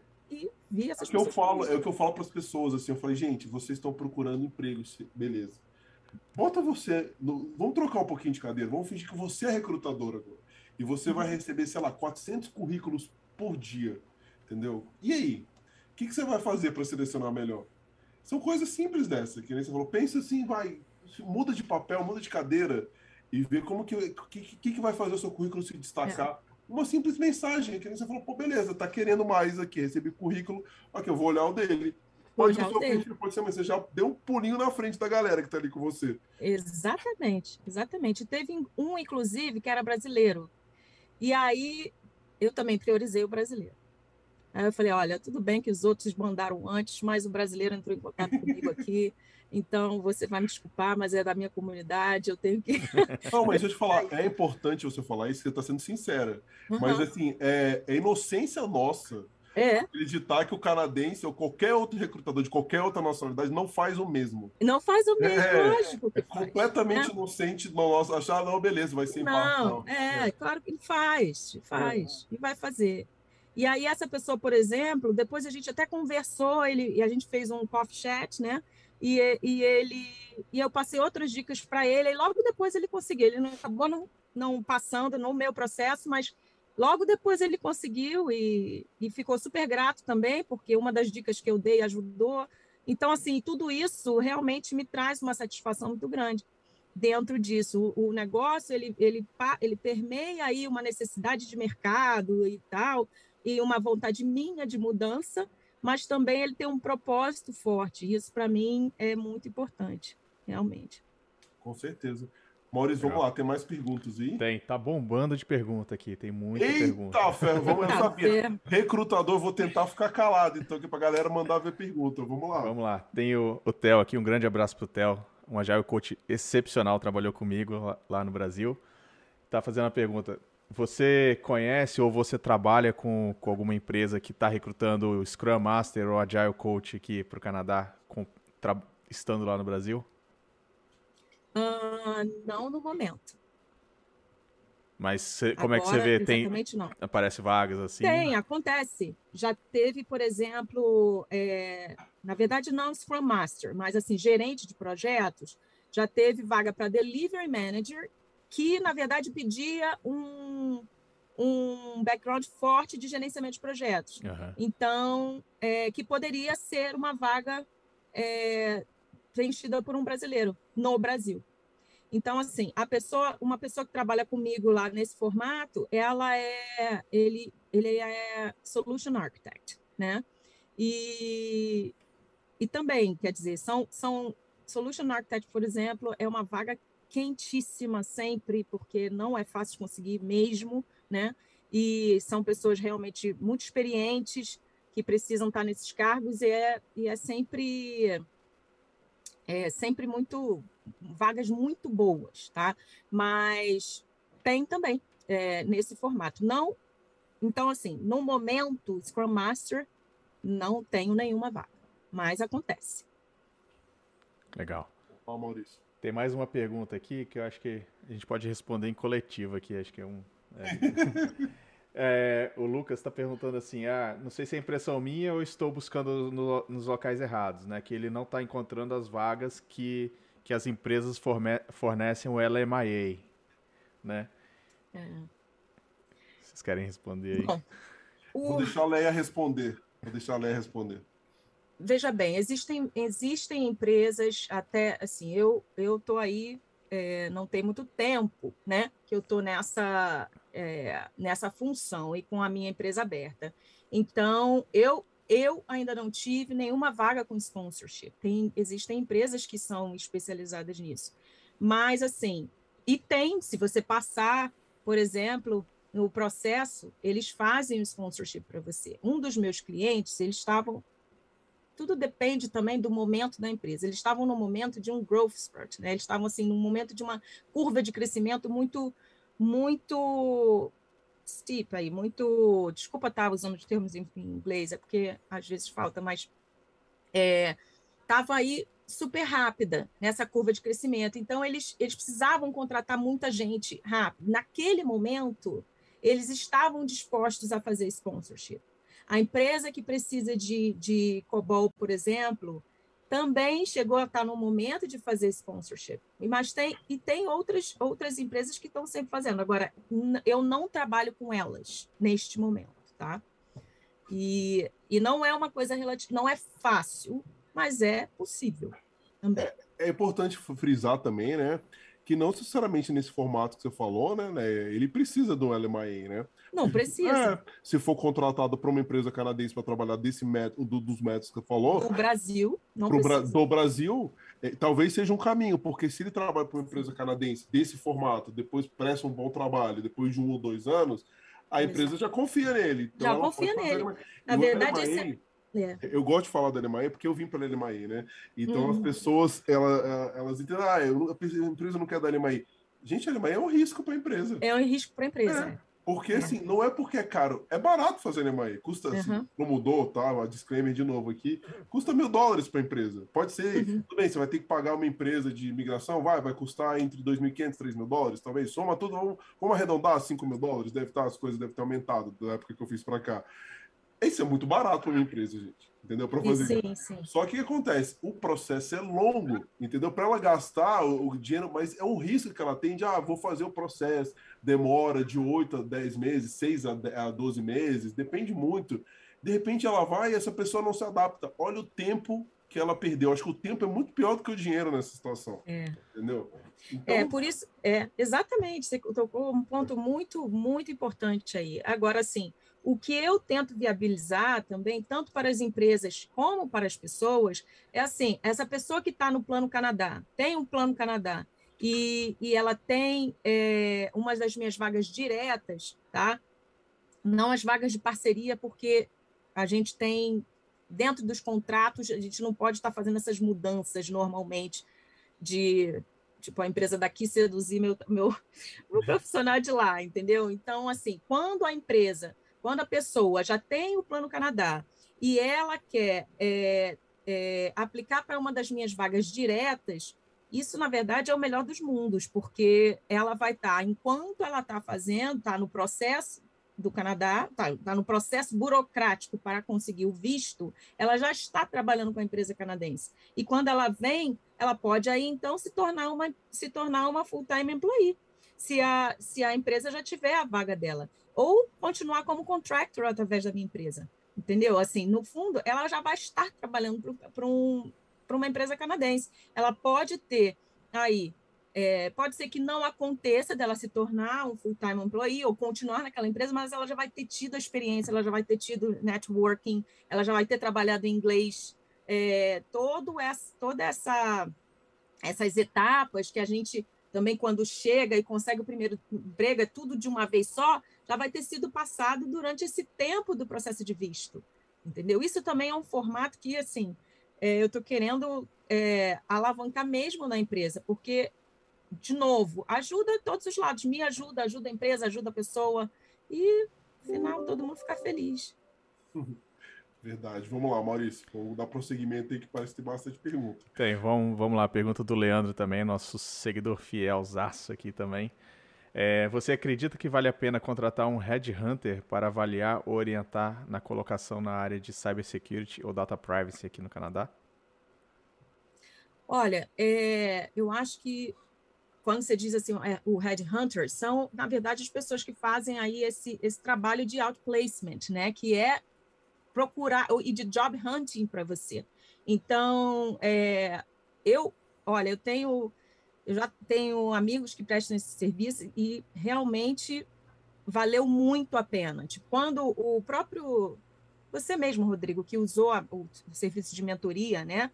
e vi É essas o que eu pessoas. falo, é o que eu falo para as pessoas, assim, eu falei, gente, vocês estão procurando emprego, beleza. Bota você, no, vamos trocar um pouquinho de cadeira, vamos fingir que você é recrutador agora. E você vai receber, sei lá, quatrocentos currículos por dia, entendeu? E aí? O que, que você vai fazer para selecionar melhor? São coisas simples dessa, que nem você falou, pensa assim, vai, muda de papel, muda de cadeira e vê como que, que, que, que vai fazer o seu currículo se É. destacar. Uma simples mensagem, que nem você falou, pô, beleza, tá querendo mais aqui, recebi currículo, ok, eu vou olhar o dele. Pode Olhar não o ser o dele. perfil, pode ser, mas você já deu um pulinho na frente da galera que tá ali com você. Exatamente, exatamente. Teve um, inclusive, que era brasileiro. E aí eu também priorizei o brasileiro. Aí eu falei, olha, tudo bem que os outros mandaram antes, mas o brasileiro entrou em contato comigo aqui, então você vai me desculpar, mas é da minha comunidade, eu tenho que... Não, mas deixa eu te falar, é importante você falar isso, você tá sendo sincera. Mas, Uhum. assim, é, é inocência nossa É, acreditar que o canadense ou qualquer outro recrutador de qualquer outra nacionalidade não faz o mesmo. não faz o mesmo, É, lógico é que faz, completamente né? inocente nós achar, não, beleza, vai ser Não, imparcial. é, claro que ele faz, É, faz, e vai fazer. E aí essa pessoa, por exemplo, depois a gente até conversou, ele, e a gente fez um coffee chat, né? E, e ele e eu passei outras dicas para ele, e logo depois ele conseguiu. Ele não acabou não, não passando no meu processo, mas logo depois ele conseguiu e, e ficou super grato também, porque uma das dicas que eu dei ajudou. Então, assim, tudo isso realmente me traz uma satisfação muito grande dentro disso. O, o negócio, ele, ele, ele permeia aí uma necessidade de mercado e tal, e uma vontade minha de mudança, mas também ele tem um propósito forte. Isso, para mim, é muito importante, realmente. com certeza. Maurício, vamos Legal. lá, tem mais perguntas aí? Tem, tá bombando de pergunta aqui, tem muita pergunta. Eita, ferro, vamos, eu Tá sabia. vendo? Recrutador, vou tentar ficar calado, então, aqui pra galera mandar ver pergunta. Vamos lá. Vamos lá, tem o, o Theo aqui, um grande abraço pro Theo, um Agile Coach excepcional, trabalhou comigo lá, lá no Brasil. Tá fazendo a pergunta, você conhece ou você trabalha com, com alguma empresa que está recrutando Scrum Master ou Agile Coach aqui para o Canadá, com, tra, estando lá no Brasil? Uh, não no momento. Mas cê, como Agora, é que você vê? exatamente Tem, não. aparece vagas assim? Tem, acontece. Já teve, por exemplo, é, na verdade não Scrum Master, mas assim, gerente de projetos, já teve vaga para Delivery Manager, que na verdade pedia um, um background forte de gerenciamento de projetos. Uhum. Então, é, que poderia ser uma vaga é, preenchida por um brasileiro no Brasil. Então, assim, a pessoa, uma pessoa que trabalha comigo lá nesse formato, ela é, ele, ele é Solution Architect, né? E, e também, quer dizer, são, são Solution Architect, por exemplo, é uma vaga quentíssima sempre, porque não é fácil de conseguir mesmo, né? E são pessoas realmente muito experientes que precisam estar nesses cargos e é, e é sempre é sempre muito vagas muito boas, tá? Mas tem também é, nesse formato. Não, então assim, no momento Scrum Master não tenho nenhuma vaga, mas acontece. Legal. Ó, Maurício. Tem mais uma pergunta aqui que eu acho que a gente pode responder em coletivo aqui, acho que é um. É. É, o Lucas está perguntando assim, ah, não sei se é impressão minha ou estou buscando no, nos locais errados, né? Que ele não está encontrando as vagas que, que as empresas forne, fornecem o L M I A, né? É. Vocês querem responder aí? Bom, o... Vou deixar a Leia responder. Vou deixar a Leia responder. Veja bem, existem, existem empresas, até assim, eu eu tô aí, é, não tem muito tempo, né? Que eu estou nessa é, nessa função e com a minha empresa aberta. Então, eu eu ainda não tive nenhuma vaga com sponsorship. Tem, existem empresas que são especializadas nisso. Mas, assim, e tem, se você passar, por exemplo, no processo, eles fazem o sponsorship para você. Um dos meus clientes, eles estavam tudo depende também do momento da empresa. Eles estavam no momento de um growth spurt, né? Eles estavam assim num momento de uma curva de crescimento muito, muito steep aí, muito. Desculpa estar usando os termos em inglês, é porque às vezes falta, mas estava é, aí super rápida nessa curva de crescimento. Então eles eles precisavam contratar muita gente rápido. Naquele momento eles estavam dispostos a fazer sponsorship. A empresa que precisa de, de COBOL, por exemplo, também chegou a estar no momento de fazer sponsorship. Mas tem, e tem outras, outras empresas que estão sempre fazendo. Agora, eu não trabalho com elas neste momento, tá? E, e não é uma coisa relativa, não é fácil, mas é possível também. É, é importante frisar também, né? Que não necessariamente nesse formato que você falou, né, né ele precisa do L M I A, né? Não precisa. É, se for contratado para uma empresa canadense para trabalhar desse método, do, dos métodos que você falou, do Brasil, não pro, precisa. do Brasil, é, talvez seja um caminho, porque se ele trabalha para uma empresa canadense desse formato, depois presta um bom trabalho, depois de um ou dois anos, a empresa Exato. já confia nele. Então já ela confia pode nele. fazer... Na verdade, esse é... É. Eu gosto de falar da L M I A porque eu vim para a L M I A, né? Então Uhum. as pessoas, elas, elas entendem, ah, eu, a empresa não quer da L M I A. Gente, a L M I A é um risco para a empresa. É um risco para a empresa. É, porque, é. assim, não é porque é caro, é barato fazer L M I A. Custa, uhum. assim, não mudou, tá? A disclaimer de novo aqui. Custa mil dólares para a empresa. Pode ser, uhum. tudo bem, você vai ter que pagar uma empresa de migração, vai, vai custar entre dois mil e quinhentos e três mil dólares, talvez. Soma tudo, vamos, vamos arredondar cinco mil dólares, deve estar, as coisas devem ter aumentado da época que eu fiz para cá. Isso é muito barato para uma empresa, gente. Entendeu? Para fazer. Sim, sim. Só que o que acontece? O processo é longo, entendeu? Para ela gastar o, o dinheiro, mas é um risco que ela tem de, ah, vou fazer o processo, demora de oito a dez meses, seis a doze meses, depende muito. De repente ela vai e essa pessoa não se adapta. Olha o tempo que ela perdeu. Acho que o tempo é muito pior do que o dinheiro nessa situação. É. Entendeu? Então... É, por isso, é, exatamente, você tocou um ponto muito, muito importante aí. Agora, sim, o que eu tento viabilizar também, tanto para as empresas como para as pessoas, é assim, essa pessoa que está no Plano Canadá, tem um Plano Canadá, e, e ela tem é, uma das minhas vagas diretas, tá? Não as vagas de parceria, porque a gente tem, dentro dos contratos, a gente não pode estar fazendo essas mudanças normalmente de... tipo, a empresa daqui seduzir meu, meu, meu profissional de lá, entendeu? Então, assim, quando a empresa, quando a pessoa já tem o Plano Canadá e ela quer é, é, aplicar para uma das minhas vagas diretas, isso, na verdade, é o melhor dos mundos, porque ela vai estar, enquanto ela está fazendo, está no processo do Canadá, está tá no processo burocrático para conseguir o visto, ela já está trabalhando com a empresa canadense. E quando ela vem, ela pode aí, então, se tornar uma, se tornar uma full-time employee, se a, se a empresa já tiver a vaga dela. Ou continuar como contractor através da minha empresa. Entendeu? Assim, no fundo, ela já vai estar trabalhando para um, para uma empresa canadense. Ela pode ter aí, é, pode ser que não aconteça dela se tornar um full-time employee ou continuar naquela empresa, mas ela já vai ter tido a experiência, ela já vai ter tido networking, ela já vai ter trabalhado em inglês, é, todo essa, toda essa, essas etapas que a gente também, quando chega e consegue o primeiro emprego, é tudo de uma vez só, já vai ter sido passado durante esse tempo do processo de visto, entendeu? Isso também é um formato que, assim, é, eu estou querendo é, alavancar mesmo na empresa, porque, de novo, ajuda todos os lados, me ajuda, ajuda a empresa, ajuda a pessoa, e, no final, todo mundo fica feliz. Verdade. Vamos lá, Maurício. Vamos dar prosseguimento aí, que parece ter bastante pergunta. Tem, vamos, vamos lá. Pergunta do Leandro também, nosso seguidor fielzaço aqui também. É, você acredita que vale a pena contratar um headhunter para avaliar ou orientar na colocação na área de cybersecurity ou data privacy aqui no Canadá? Olha, é, eu acho que quando você diz assim, é, o headhunter, são, na verdade, as pessoas que fazem aí esse, esse trabalho de outplacement, né? Que é procurar, e de job hunting para você. Então, é, eu, olha, eu tenho, eu já tenho amigos que prestam esse serviço e realmente valeu muito a pena. Tipo, quando o próprio, você mesmo, Rodrigo, que usou a, o serviço de mentoria, né?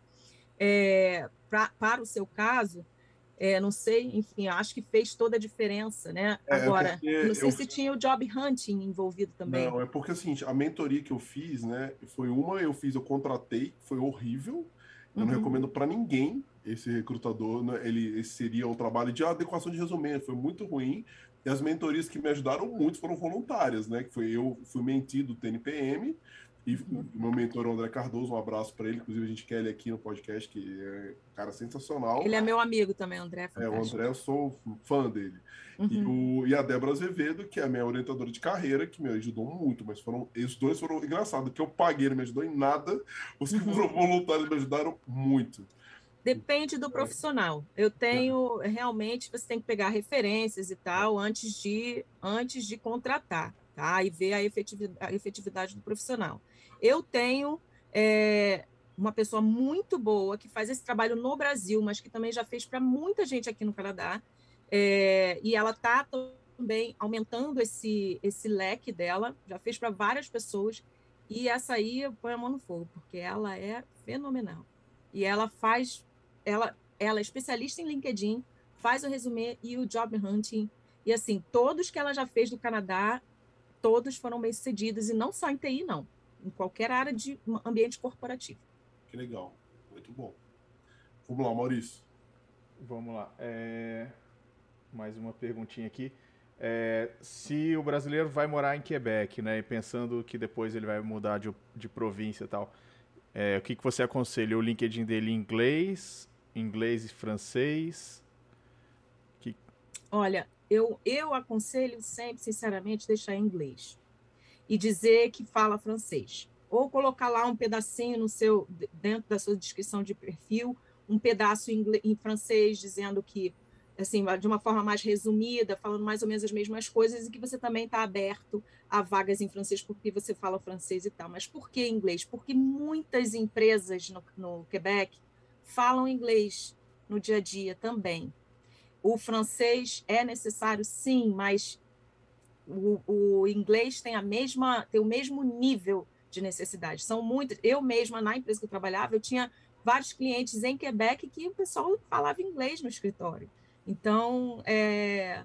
É, pra, para o seu caso, é, não sei, enfim, acho que fez toda a diferença, né? É, é Agora, porque eu não sei eu... se tinha o job hunting envolvido também. Não, é porque assim, a mentoria que eu fiz, né, foi uma, eu fiz, eu contratei, foi horrível. Eu não Uhum. recomendo para ninguém esse recrutador, né? Ele esse seria um trabalho de adequação de resumo, foi muito ruim. E as mentorias que me ajudaram muito foram voluntárias, né? Que foi eu fui mentido do T N P M e o meu mentor é o André Cardoso, um abraço para ele, inclusive a gente quer ele aqui no podcast, que é um cara sensacional. Ele é meu amigo também, André, é É, o fantástico. André, eu sou fã dele. E, Uhum. o, e a Débora Azevedo, que é a minha orientadora de carreira, que me ajudou muito, mas foram, os dois foram engraçados, que eu paguei, não me ajudou em nada, os que Uhum. foram voluntários me ajudaram muito. Depende do profissional. Eu tenho, realmente, você tem que pegar referências e tal antes de, antes de contratar, tá? E ver a efetividade, a efetividade do profissional. Eu tenho é, uma pessoa muito boa que faz esse trabalho no Brasil, mas que também já fez para muita gente aqui no Canadá, é, e ela está também aumentando esse, esse leque dela, já fez para várias pessoas, e essa aí eu ponho a mão no fogo, porque ela é fenomenal. E ela faz ela, ela é especialista em LinkedIn, faz o resumê e o job hunting. E, assim, todos que ela já fez do Canadá, todos foram bem-sucedidos, e não só em T I, não. Em qualquer área de ambiente corporativo. Que legal. Muito bom. Vamos lá, Maurício. Vamos lá. É... Mais uma perguntinha aqui. É, se o brasileiro vai morar em Quebec, né, e pensando que depois ele vai mudar de, de província e tal, é, o que, que você aconselha? O LinkedIn dele em inglês, inglês e francês? Que... Olha, eu, eu aconselho sempre, sinceramente, deixar em inglês e dizer que fala francês. Ou colocar lá um pedacinho no seu, dentro da sua descrição de perfil, um pedaço em, inglês, em francês, dizendo que, assim, de uma forma mais resumida, falando mais ou menos as mesmas coisas, e que você também está aberto a vagas em francês porque você fala francês e tal. Mas por que inglês? Porque muitas empresas no, no Quebec falam inglês no dia a dia também. O francês é necessário, sim, mas o, o inglês tem a mesma, tem o mesmo nível de necessidade. São muitas. Eu mesma, na empresa que eu trabalhava, eu tinha vários clientes em Quebec que o pessoal falava inglês no escritório. Então, é,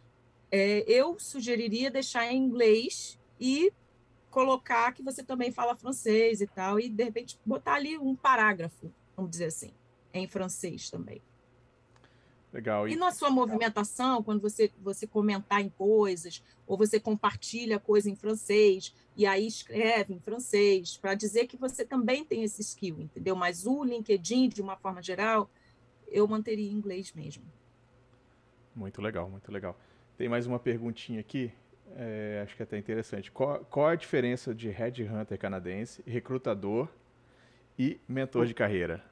é, eu sugeriria deixar em inglês e colocar que você também fala francês e tal, e, de repente, botar ali um parágrafo, vamos dizer assim, em francês também. Legal. E na sua movimentação, quando você, você comentar em coisas, ou você compartilha coisa em francês, e aí escreve em francês, para dizer que você também tem esse skill, entendeu? Mas o LinkedIn, de uma forma geral, eu manteria em inglês mesmo. Muito legal, muito legal. Tem mais uma perguntinha aqui, é, acho que é até interessante. Qual, qual a diferença de headhunter canadense, recrutador e mentor de carreira?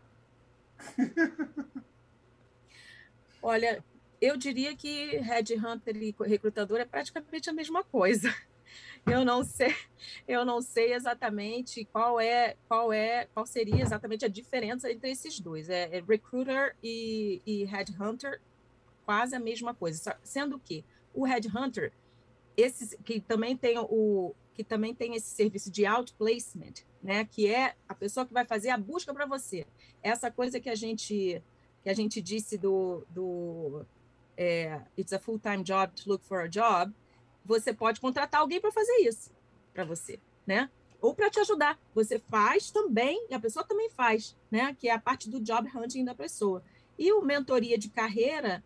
Olha, eu diria que headhunter e recrutador é praticamente a mesma coisa. Eu não sei, eu não sei exatamente qual é, qual é, qual seria exatamente a diferença entre esses dois. É, é recruiter e, e headhunter, quase a mesma coisa. Sendo que o headhunter, esse que também tem o que também tem esse serviço de outplacement, né? Que é a pessoa que vai fazer a busca para você. Essa coisa que a gente que a gente disse do, do é, it's a full-time job to look for a job, você pode contratar alguém para fazer isso para você, né? Ou para te ajudar. Você faz também, e a pessoa também faz, né? Que é a parte do job hunting da pessoa. E o mentoria de carreira,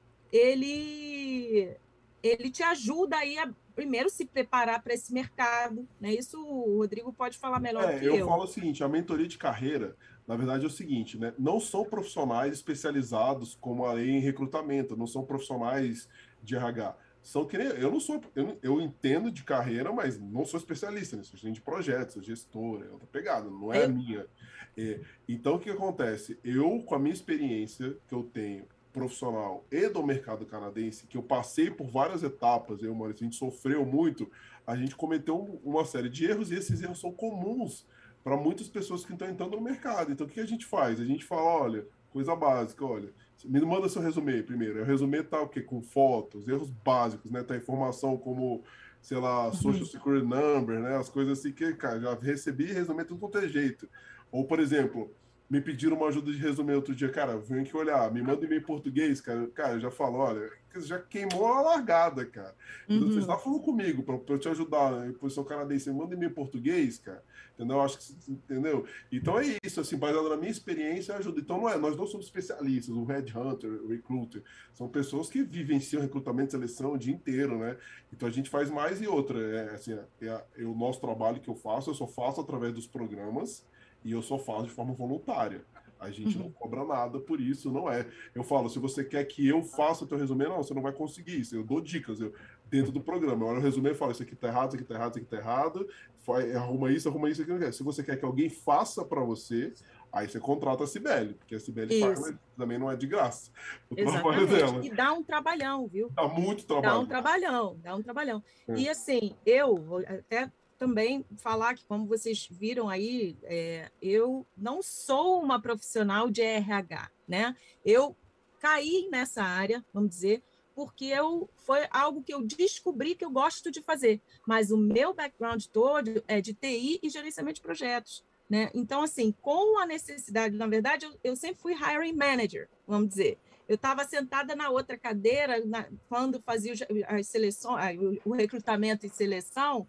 ele, ele te ajuda aí a primeiro se preparar para esse mercado, né? Isso o Rodrigo pode falar melhor do É, que eu eu. falo o seguinte, a mentoria de carreira, na verdade é o seguinte, né? Não são profissionais especializados como a lei em recrutamento, não são profissionais de R H. São que nem, eu não sou, eu, eu entendo de carreira, mas não sou especialista nisso. Eu entendo de projetos, sou gestor, é outra pegada, não é a Eu, minha. É, então, o que acontece? Eu, com a minha experiência que eu tenho profissional e do mercado canadense, que eu passei por várias etapas, eu, e o Maurício, a gente sofreu muito, a gente cometeu uma série de erros e esses erros são comuns para muitas pessoas que estão entrando no mercado. Então, o que a gente faz? A gente fala, olha, coisa básica, olha, me manda seu resumê primeiro. O resumê tá o quê? Com fotos, erros básicos, né? Tá informação como, sei lá, Social uhum, Security Number, né? As coisas assim que, cara, já recebi e resumê tudo quanto é jeito. Ou, por exemplo, me pediram uma ajuda de resumê outro dia, cara, vem aqui olhar, me manda e-mail em português, cara. Cara, eu já falo, olha, já queimou a largada, cara. Então, você está uhum, falando comigo para eu te ajudar, né? Em posição canadense, me manda e-mail em português, cara. Entendeu? Acho que, entendeu? Então é isso, assim, baseado na minha experiência, ajuda. Então não é, nós não somos especialistas, o headhunter, o recruiter, são pessoas que vivenciam recrutamento e seleção o dia inteiro, né? Então a gente faz mais e outra, é assim, é, é, é o nosso trabalho que eu faço, eu só faço através dos programas e eu só faço de forma voluntária. A gente não uhum. cobra nada por isso, não é. Eu falo, se você quer que eu faça o teu resumê, não, você não vai conseguir isso. Eu dou dicas eu, dentro do programa. Eu olho o resumê e falo, isso aqui tá errado, isso aqui tá errado, isso aqui tá errado. Faz, arruma isso, arruma isso, aqui não quer. Se você quer que alguém faça para você, aí você contrata a Cibele, porque a Cibele faz, Isso, mas também não é de graça o trabalho exatamente. dela. E dá um trabalhão, viu? Dá muito Dá um trabalho. trabalhão, dá um trabalhão. É. E assim, eu vou até também falar que, como vocês viram aí, é, eu não sou uma profissional de R H, né? Eu caí nessa área, vamos dizer, porque eu foi algo que eu descobri que eu gosto de fazer. Mas o meu background todo é de T I e gerenciamento de projetos, né? Então, assim, com a necessidade, na verdade, eu, eu sempre fui hiring manager, vamos dizer. Eu estava sentada na outra cadeira na, quando fazia as seleções, o, o recrutamento e seleção,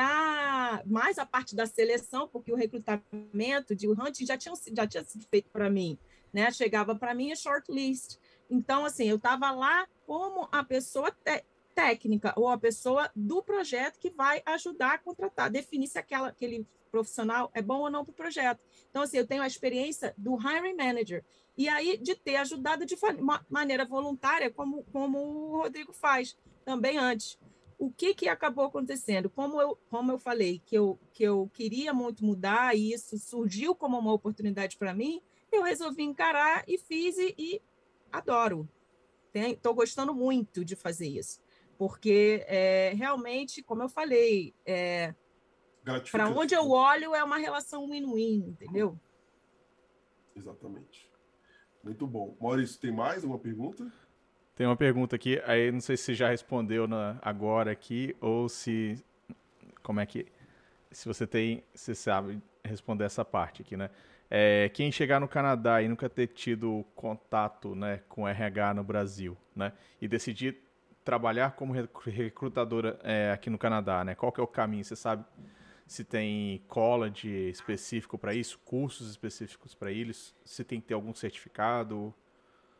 na, mais a parte da seleção, porque o recrutamento de hunting já tinha, já tinha sido feito para mim, né? Chegava para mim a shortlist. Então, assim, eu estava lá como a pessoa te, técnica ou a pessoa do projeto que vai ajudar a contratar, definir se aquela, aquele profissional é bom ou não para o projeto. Então, assim, eu tenho a experiência do hiring manager, e aí de ter ajudado de maneira voluntária, como, como o Rodrigo faz também antes. O que, que acabou acontecendo? Como eu, como eu falei, que eu, que eu queria muito mudar, e isso surgiu como uma oportunidade para mim, eu resolvi encarar e fiz, e, e adoro. Estou gostando muito de fazer isso, porque é, realmente, como eu falei, é, para Gratificante. onde eu olho é uma relação win-win, entendeu? Exatamente. Muito bom. Maurício, tem mais uma pergunta? Tem uma pergunta aqui, aí não sei se você já respondeu na, agora aqui, ou se. Como é que. Se você tem. Você sabe responder essa parte aqui, né? É, quem chegar no Canadá e nunca ter tido contato, né, com R H no Brasil, né? E decidir trabalhar como recrutadora é, aqui no Canadá, né? Qual que é o caminho? Você sabe se tem college específico para isso, cursos específicos para eles? Se tem que ter algum certificado?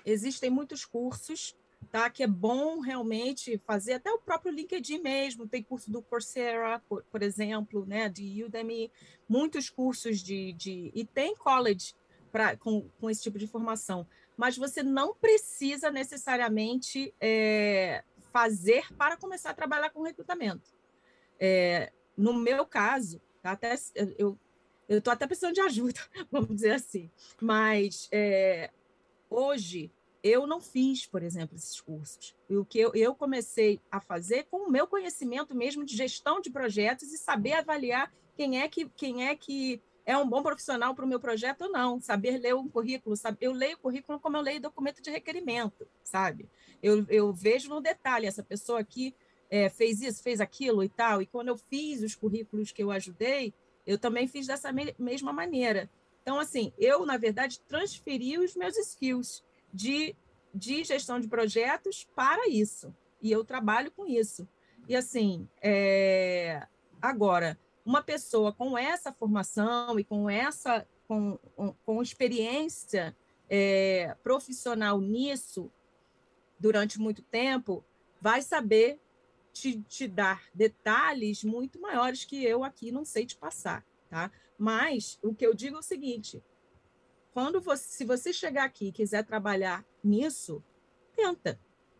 existem muitos cursos, tá? Que é bom realmente fazer, até o próprio LinkedIn mesmo, tem curso do Coursera, por, por exemplo, né? De Udemy, muitos cursos de... de e tem college pra, com, com esse tipo de formação, mas você não precisa necessariamente é, fazer para começar a trabalhar com recrutamento. É, no meu caso, tá? Até eu eu estou até precisando de ajuda, vamos dizer assim, mas é, hoje eu não fiz, por exemplo, esses cursos. E o que eu, eu comecei a fazer com o meu conhecimento mesmo de gestão de projetos e saber avaliar quem é que, quem é, que é um bom profissional para o meu projeto ou não, saber ler um currículo, sabe? Eu leio o currículo como eu leio documento de requerimento, sabe? Eu, eu vejo no detalhe, essa pessoa aqui é, fez isso, fez aquilo e tal, e quando eu fiz os currículos que eu ajudei, eu também fiz dessa me mesma maneira. Então, assim, eu, na verdade, transferi os meus skills de, de gestão de projetos para isso. E eu trabalho com isso. E, assim, é... agora, uma pessoa com essa formação e com essa com, com experiência é, profissional nisso, durante muito tempo, vai saber te, te dar detalhes muito maiores que eu aqui não sei te passar, tá? Mas o que eu digo é o seguinte: quando você, se você chegar aqui e quiser trabalhar nisso, tenta,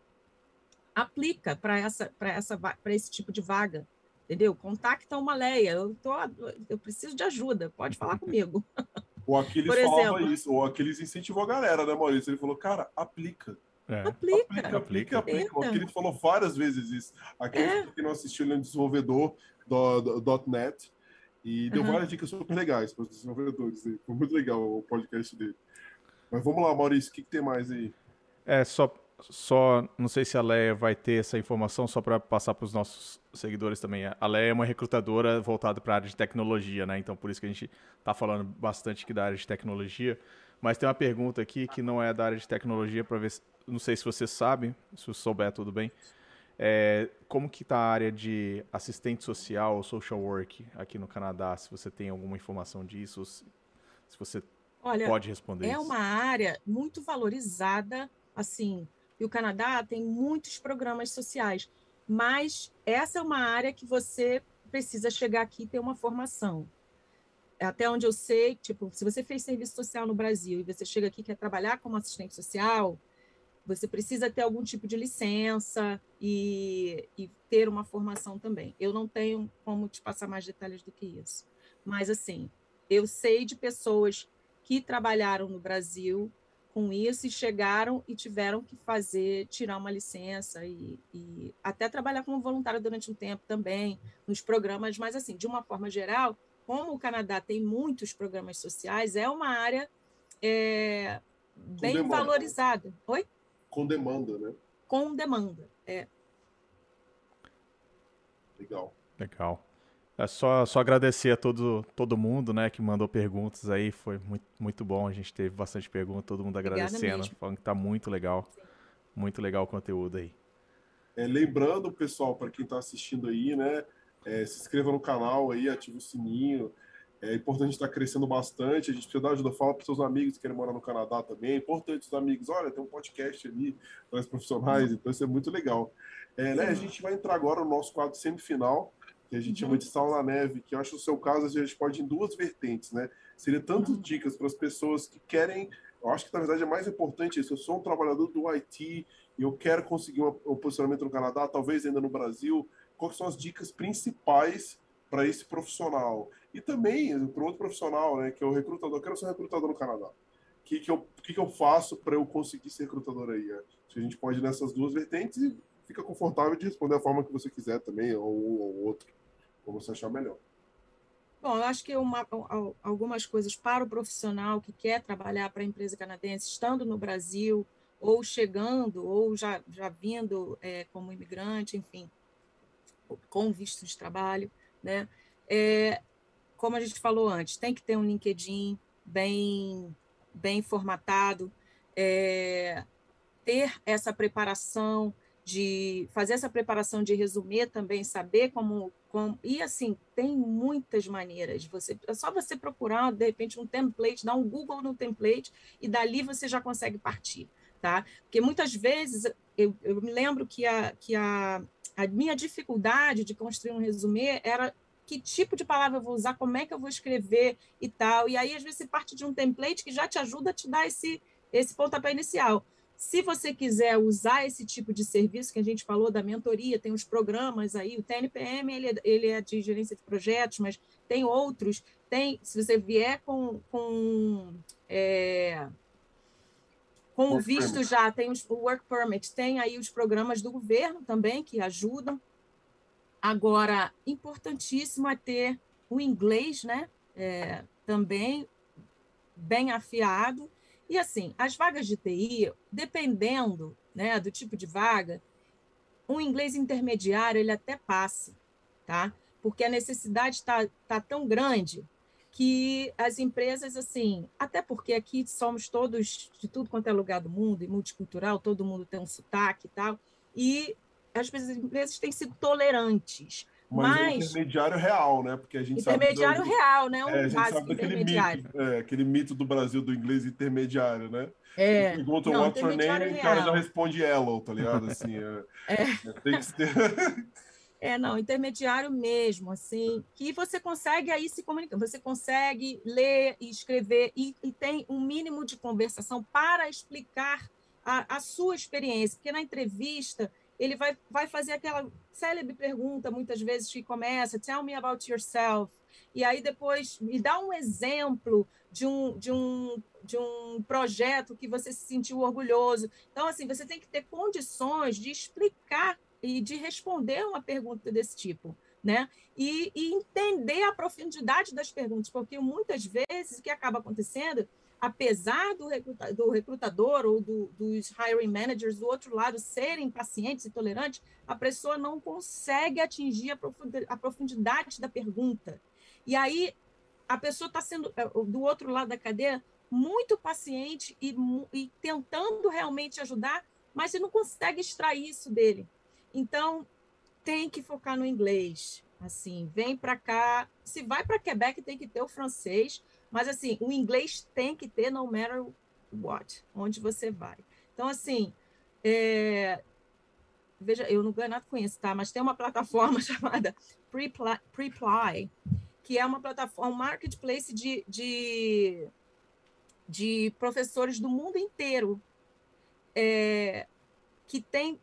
aplica para essa, para essa, para esse tipo de vaga, entendeu? Contacta uma Leia, eu tô, eu preciso de ajuda, pode falar comigo. O Aquiles Por falava exemplo, isso, o Aquiles incentivou a galera, né, Maurício? Ele falou, cara, aplica. É, aplica, Aplica, aplica, aplica. aplica. O Aquiles falou várias vezes isso. Aquiles, É. para quem não assistiu, ele é um desenvolvedor do, do, do .NET e deu Uhum. várias dicas super legais para os desenvolvedores. Foi muito legal o podcast dele. Mas vamos lá, Maurício, o que, que tem mais aí? É, só, só, não sei se a Leia vai ter essa informação, só para passar para os nossos seguidores também. A Leia é uma recrutadora voltada para a área de tecnologia, né? Então, por isso que a gente está falando bastante aqui da área de tecnologia. Mas tem uma pergunta aqui que não é da área de tecnologia, para ver se, não sei se você sabe, se você souber, tudo bem. É, como que está a área de assistente social ou social work aqui no Canadá? Se você tem alguma informação disso, se, se você Olha, pode responder é isso. uma área muito valorizada, assim, e o Canadá tem muitos programas sociais, mas essa é uma área que você precisa chegar aqui e ter uma formação. Até onde eu sei, tipo, se você fez serviço social no Brasil e você chega aqui e quer trabalhar como assistente social, você precisa ter algum tipo de licença e, e ter uma formação também. Eu não tenho como te passar mais detalhes do que isso. Mas, assim, eu sei de pessoas que trabalharam no Brasil com isso e chegaram e tiveram que fazer, tirar uma licença e, e até trabalhar como voluntário durante um tempo também, nos programas, mas, assim, de uma forma geral, como o Canadá tem muitos programas sociais, é uma área é, bem demanda. valorizada. Oi? Com demanda, né? Com demanda, é. Legal. Legal. É só, só agradecer a todo, todo mundo, né, que mandou perguntas aí. Foi muito, muito bom. A gente teve bastante pergunta, todo mundo Obrigada agradecendo, mesmo. falando que tá muito legal. Sim. Muito legal o conteúdo aí. É, lembrando, pessoal, para quem está assistindo aí, né? É, se inscreva no canal aí, ative o sininho. É importante estar crescendo bastante. A gente precisa dar ajuda. Fala para seus amigos que querem morar no Canadá também. É importante os amigos. Olha, tem um podcast ali para os profissionais, então isso é muito legal. É, né, a gente vai entrar agora no nosso quadro semifinal, que a gente Uhum. chama de sal na neve, que eu acho que no seu caso a gente pode ir em duas vertentes, né? Seria tantas Uhum. dicas para as pessoas que querem. Eu acho que na verdade é mais importante isso. Eu sou um trabalhador do I T e eu quero conseguir um, um posicionamento no Canadá, talvez ainda no Brasil. Quais são as dicas principais para esse profissional? E também para outro profissional, né, que é o recrutador. Eu quero ser recrutador no Canadá. O que, que, eu, que, que eu faço para eu conseguir ser recrutador aí? Né? A gente pode ir nessas duas vertentes e fica confortável de responder a forma que você quiser também, ou um ou outro, como você achar melhor. Bom, eu acho que uma, algumas coisas para o profissional que quer trabalhar para a empresa canadense, estando no Brasil, ou chegando, ou já, já vindo é, como imigrante, enfim, com visto de trabalho, né? É, como a gente falou antes, tem que ter um LinkedIn bem, bem formatado, é, ter essa preparação de fazer essa preparação de resumir também, saber como, como e assim, tem muitas maneiras, você, é só você procurar, de repente, um template, dar um Google no template e dali você já consegue partir, tá? Porque muitas vezes eu, eu me lembro que, a, que a, a minha dificuldade de construir um resumê era que tipo de palavra eu vou usar, como é que eu vou escrever e tal. E aí, às vezes, você parte de um template que já te ajuda a te dar esse, esse pontapé inicial. Se você quiser usar esse tipo de serviço que a gente falou da mentoria, tem os programas aí, o T N P M, ele é, ele é de gerência de projetos, mas tem outros. Tem, se você vier com, com, é, com o visto já, tem os, o Work Permit, tem aí os programas do governo também que ajudam. Agora, importantíssimo é ter o inglês, né? É, também bem afiado. E, assim, as vagas de T I, dependendo, né, do tipo de vaga, um inglês intermediário, ele até passa, tá? Porque a necessidade está tá tão grande que as empresas, assim, até porque aqui somos todos de tudo quanto é lugar do mundo, e multicultural, todo mundo tem um sotaque e tal, e as empresas têm sido tolerantes. Mas, Mas é intermediário real, né? Porque a gente intermediário sabe do, real, né? é, Um a gente básico sabe daquele intermediário. mito, é, aquele mito do Brasil do inglês intermediário, né? Você É, pergunta não, what's your intermediário name e o cara já real. responde hello, tá ligado? Assim, é, É. tem que ter... É, não, intermediário mesmo, assim, que você consegue aí se comunicar, você consegue ler e escrever e, e tem um mínimo de conversação para explicar a, a sua experiência, porque na entrevista ele vai, vai fazer aquela célebre pergunta, muitas vezes, que começa, tell me about yourself, e aí depois me dá um exemplo de um, de um, de um projeto que você se sentiu orgulhoso. Então, assim, você tem que ter condições de explicar e de responder uma pergunta desse tipo, né? E, e entender a profundidade das perguntas, porque muitas vezes o que acaba acontecendo, apesar do, recruta, do recrutador ou do, dos hiring managers do outro lado serem pacientes e tolerantes, a pessoa não consegue atingir a profundidade da pergunta. E aí a pessoa está sendo, do outro lado da cadeia, muito paciente e, e tentando realmente ajudar, mas você não consegue extrair isso dele. Então, tem que focar no inglês. Assim, vem para cá. Se vai para Quebec, tem que ter o francês. Mas, assim, o inglês tem que ter no matter what, onde você vai. Então, assim, é... veja, eu não ganho nada com isso, tá? Mas tem uma plataforma chamada Preply, que é uma plataforma, um marketplace de, de, de professores do mundo inteiro. É... que tem,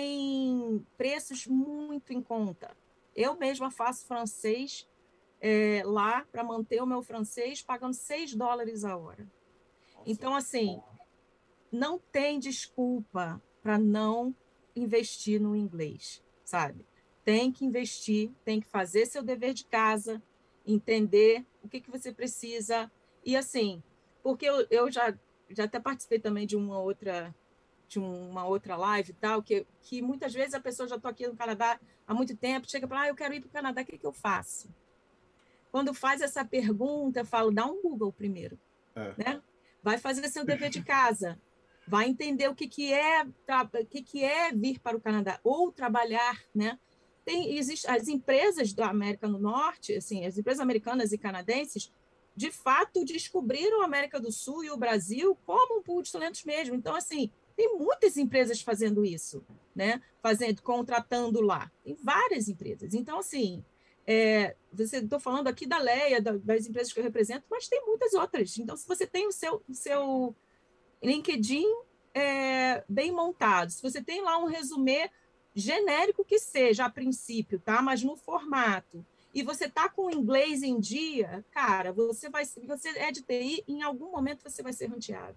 tem preços muito em conta. Eu mesma faço francês é, lá para manter o meu francês pagando seis dólares a hora. Nossa, então, assim, não tem desculpa para não investir no inglês, sabe? Tem que investir, tem que fazer seu dever de casa, entender o que, que você precisa. E, assim, porque eu, eu já, já até participei também de uma outra de uma outra live e tal, que, que muitas vezes a pessoa já está aqui no Canadá há muito tempo, chega para lá, ah, eu quero ir para o Canadá, o que, que eu faço? Quando faz essa pergunta, eu falo, dá um Google primeiro, é. né? Vai fazer seu dever de casa, vai entender o que, que, é, o que, que é vir para o Canadá, ou trabalhar, né? Tem, existe, as empresas da América do Norte, assim, as empresas americanas e canadenses, de fato, descobriram a América do Sul e o Brasil como um pool de talentos mesmo. Então, assim, tem muitas empresas fazendo isso, né? Fazendo, contratando lá. Tem várias empresas. Então, assim, é, você estou falando aqui da Leia, da, das empresas que eu represento, mas tem muitas outras. Então, se você tem o seu, o seu LinkedIn é, bem montado, se você tem lá um resumê genérico que seja, a princípio, tá? Mas no formato, e você está com o inglês em dia, cara, você vai, você é de T I, em algum momento você vai ser ranqueado.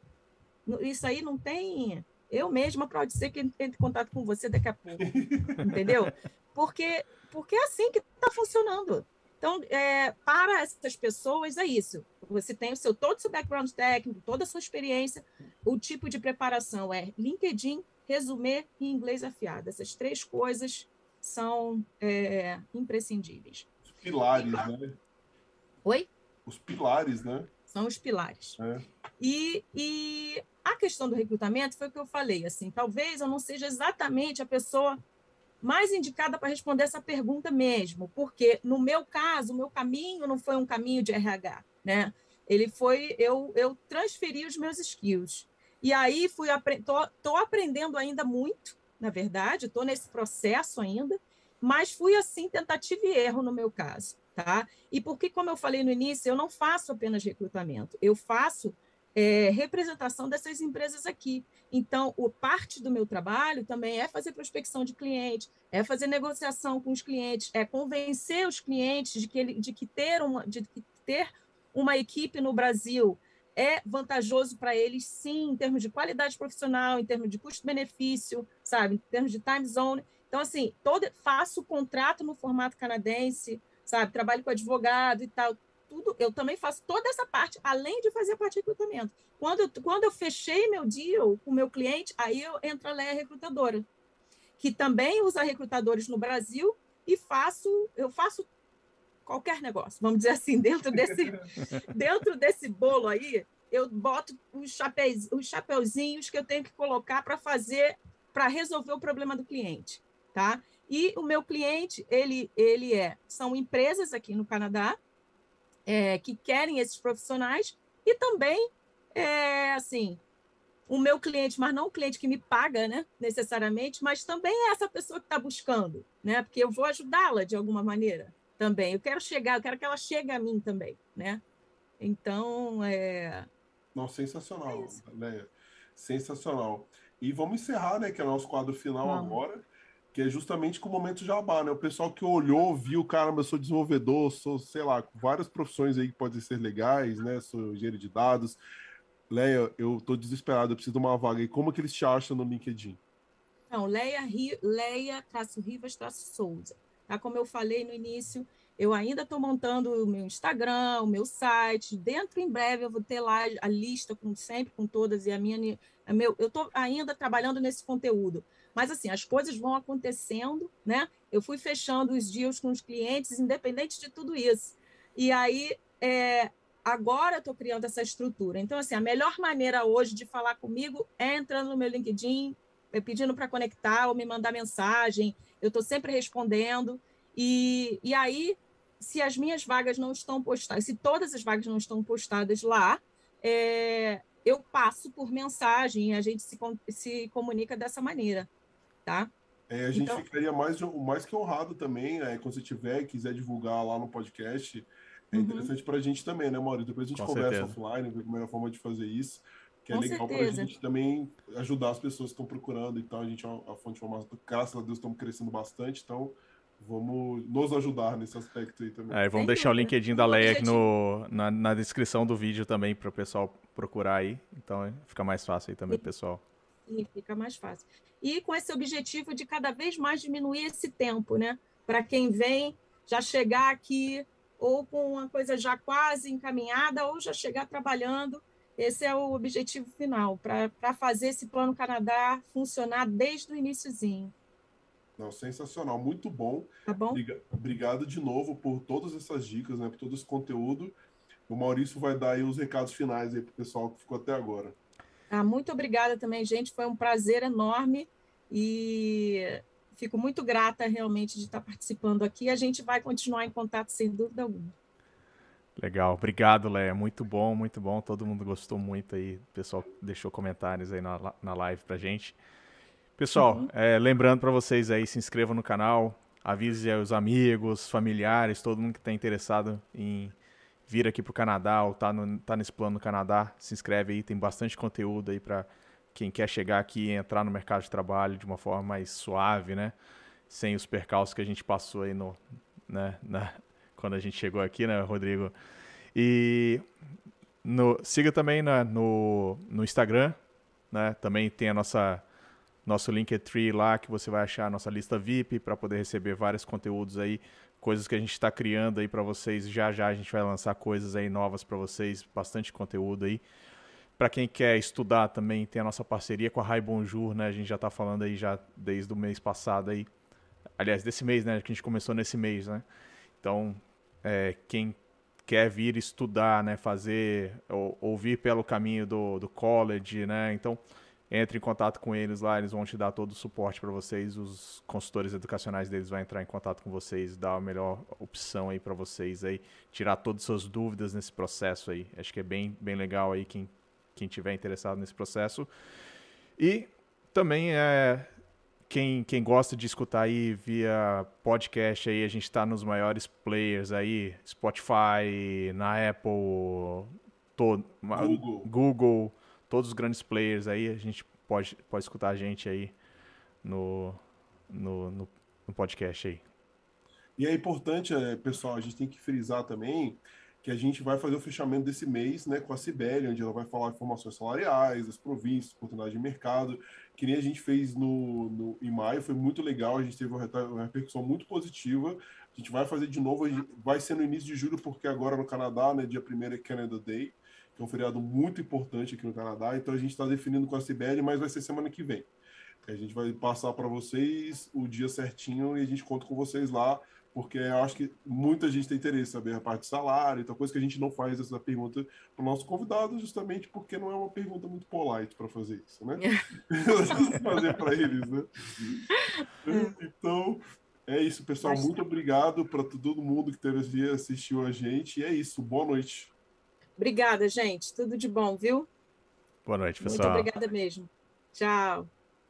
Isso aí não tem... Eu mesma pode ser que entre em contato com você daqui a pouco, entendeu? Porque, porque é assim que está funcionando. Então, é, para essas pessoas, é isso. Você tem o seu, todo o seu background técnico, toda a sua experiência, o tipo de preparação é LinkedIn, resumê e inglês afiado. Essas três coisas são é, imprescindíveis. Os pilares, e, né? Oi? Os pilares, né? São os pilares. É. E, e a questão do recrutamento foi o que eu falei, assim, talvez eu não seja exatamente a pessoa mais indicada para responder essa pergunta mesmo, porque no meu caso, o meu caminho não foi um caminho de R H, né? Ele foi, eu, eu transferi os meus skills. E aí fui tô, tô aprendendo ainda muito, na verdade, estou nesse processo ainda, mas fui assim, tentativa e erro no meu caso, tá? E porque, como eu falei no início, eu não faço apenas recrutamento, eu faço é, representação dessas empresas aqui. Então, o, parte do meu trabalho também é fazer prospecção de cliente, é fazer negociação com os clientes, é convencer os clientes de que, ele, de que, ter, uma, de que ter uma equipe no Brasil é vantajoso para eles, sim, em termos de qualidade profissional, em termos de custo-benefício, sabe, em termos de time zone. Então, assim, todo, faço contrato no formato canadense, sabe, trabalho com advogado e tal, tudo, eu também faço toda essa parte, além de fazer a parte de recrutamento. Quando eu, quando eu fechei meu deal com o meu cliente, aí eu entro a Leia Recrutadora, que também usa recrutadores no Brasil e faço, eu faço qualquer negócio, vamos dizer assim, dentro desse, dentro desse bolo aí, eu boto os, chapeus, os chapeuzinhos que eu tenho que colocar para fazer, para resolver o problema do cliente, tá? E o meu cliente, ele, ele é, são empresas aqui no Canadá é, que querem esses profissionais e também, é, assim, o meu cliente, mas não o cliente que me paga, né, necessariamente, mas também é essa pessoa que está buscando, né? Porque eu vou ajudá-la de alguma maneira também. Eu quero chegar, eu quero que ela chegue a mim também, né? Então, é... Não, é sensacional, isso. né? Sensacional. E vamos encerrar, né, que é o nosso quadro final Vamos. agora, que é justamente com o momento jabá, né? O pessoal que olhou, viu, caramba, eu sou desenvolvedor, sou, sei lá, com várias profissões aí que podem ser legais, né? Sou engenheiro de dados. Leia, eu tô desesperado, eu preciso de uma vaga. E como que eles te acham no LinkedIn? Então, Leia, Leia Rivas Souza. Tá? Como eu falei no início, eu ainda estou montando o meu Instagram, o meu site. Dentro, em breve, eu vou ter lá a lista, como sempre, com todas. E a minha. A meu, eu estou ainda trabalhando nesse conteúdo. Mas, assim, as coisas vão acontecendo, né? Eu fui fechando os deals com os clientes, independente de tudo isso. E aí, é, agora eu estou criando essa estrutura. Então, assim, a melhor maneira hoje de falar comigo é entrando no meu LinkedIn, pedindo para conectar ou me mandar mensagem, eu estou sempre respondendo. E, e aí, se as minhas vagas não estão postadas, se todas as vagas não estão postadas lá, é, eu passo por mensagem e a gente se, se comunica dessa maneira, tá? É, a gente Então, ficaria mais, mais que honrado também, né? Quando você tiver e quiser divulgar lá no podcast, é uhum, interessante para a gente também, né, Maurício? Depois a gente Com conversa certeza. offline, ver como é a forma de fazer isso, que é com legal para a certeza. gente também ajudar as pessoas que estão procurando. Então, a gente é uma- a fonte de informação, graças a Deus, estamos crescendo bastante, então vamos nos ajudar nesse aspecto aí também. É, vamos Sem deixar o dúvida. LinkedIn da O Leia aqui objetivo no, na, na descrição do vídeo também para o pessoal procurar aí. Então é, fica mais fácil aí também, pessoal. sim, fica mais fácil. E com esse objetivo de cada vez mais diminuir esse tempo, né? Para quem vem já chegar aqui ou com uma coisa já quase encaminhada ou já chegar trabalhando. Esse é o objetivo final, para fazer esse Plano Canadá funcionar desde o iniciozinho. Não, sensacional, muito bom. Tá bom? Briga- Obrigado de novo por todas essas dicas, né? Por todo esse conteúdo. O Maurício vai dar aí os recados finais aí para o pessoal que ficou até agora. Ah, muito obrigada também, gente. Foi um prazer enorme e fico muito grata realmente de estar participando aqui. A gente vai continuar em contato sem dúvida alguma. Legal, obrigado, Leia. Muito bom, muito bom. Todo mundo gostou muito aí. O pessoal deixou comentários aí na, na live pra gente. Pessoal, Uhum. é, lembrando para vocês aí, se inscrevam no canal, avise aí os amigos, familiares, todo mundo que está interessado em vir aqui pro Canadá ou tá, no, tá nesse plano no Canadá, se inscreve aí, tem bastante conteúdo aí para quem quer chegar aqui e entrar no mercado de trabalho de uma forma mais suave, né? Sem os percalços que a gente passou aí no, né, na, quando a gente chegou aqui, né, Rodrigo? E no, siga também na, no, no Instagram, né? Também tem a nossa nosso Linktree lá, que você vai achar a nossa lista V I P para poder receber vários conteúdos aí, coisas que a gente está criando aí para vocês. Já já a gente vai lançar coisas aí novas para vocês, bastante conteúdo aí. Para quem quer estudar também, tem a nossa parceria com a Rai Bonjour, né? A gente já está falando aí já desde o mês passado aí. Aliás, desse mês, né? Que a gente começou nesse mês, né? Então, é, quem quer vir estudar, né? Fazer, ou, ou vir pelo caminho do, do college, né? Então, entre em contato com eles lá, eles vão te dar todo o suporte para vocês, os consultores educacionais deles vão entrar em contato com vocês, dar a melhor opção aí para vocês aí, tirar todas as suas dúvidas nesse processo aí. Acho que é bem, bem legal aí quem quem tiver interessado nesse processo. E também é quem, quem gosta de escutar aí via podcast aí, a gente está nos maiores players aí, Spotify, na Apple, todo, Google. Google, todos os grandes players aí, a gente pode, pode escutar a gente aí no, no, no, no podcast aí. E é importante, pessoal, a gente tem que frisar também que a gente vai fazer o fechamento desse mês, né, com a Cibele, onde ela vai falar informações salariais, das províncias, oportunidade de mercado, que nem a gente fez no, no, em maio, foi muito legal, a gente teve uma, uma repercussão muito positiva. A gente vai fazer de novo, vai ser no início de julho, porque agora no Canadá, né, dia primeiro é Canada Day, que é um feriado muito importante aqui no Canadá, então a gente está definindo com a Cibele, mas vai ser semana que vem. A gente vai passar para vocês o dia certinho e a gente conta com vocês lá, porque eu acho que muita gente tem interesse em saber a parte de salário, então coisa que a gente não faz essa pergunta para o nosso convidado, justamente porque não é uma pergunta muito polite para fazer isso, né? fazer para eles, né? Então, é isso, pessoal. Muito obrigado para todo mundo que teve aqui, assistiu a gente. E é isso. Boa noite. Obrigada, gente. Tudo de bom, viu? Boa noite, pessoal. Muito obrigada mesmo. Tchau.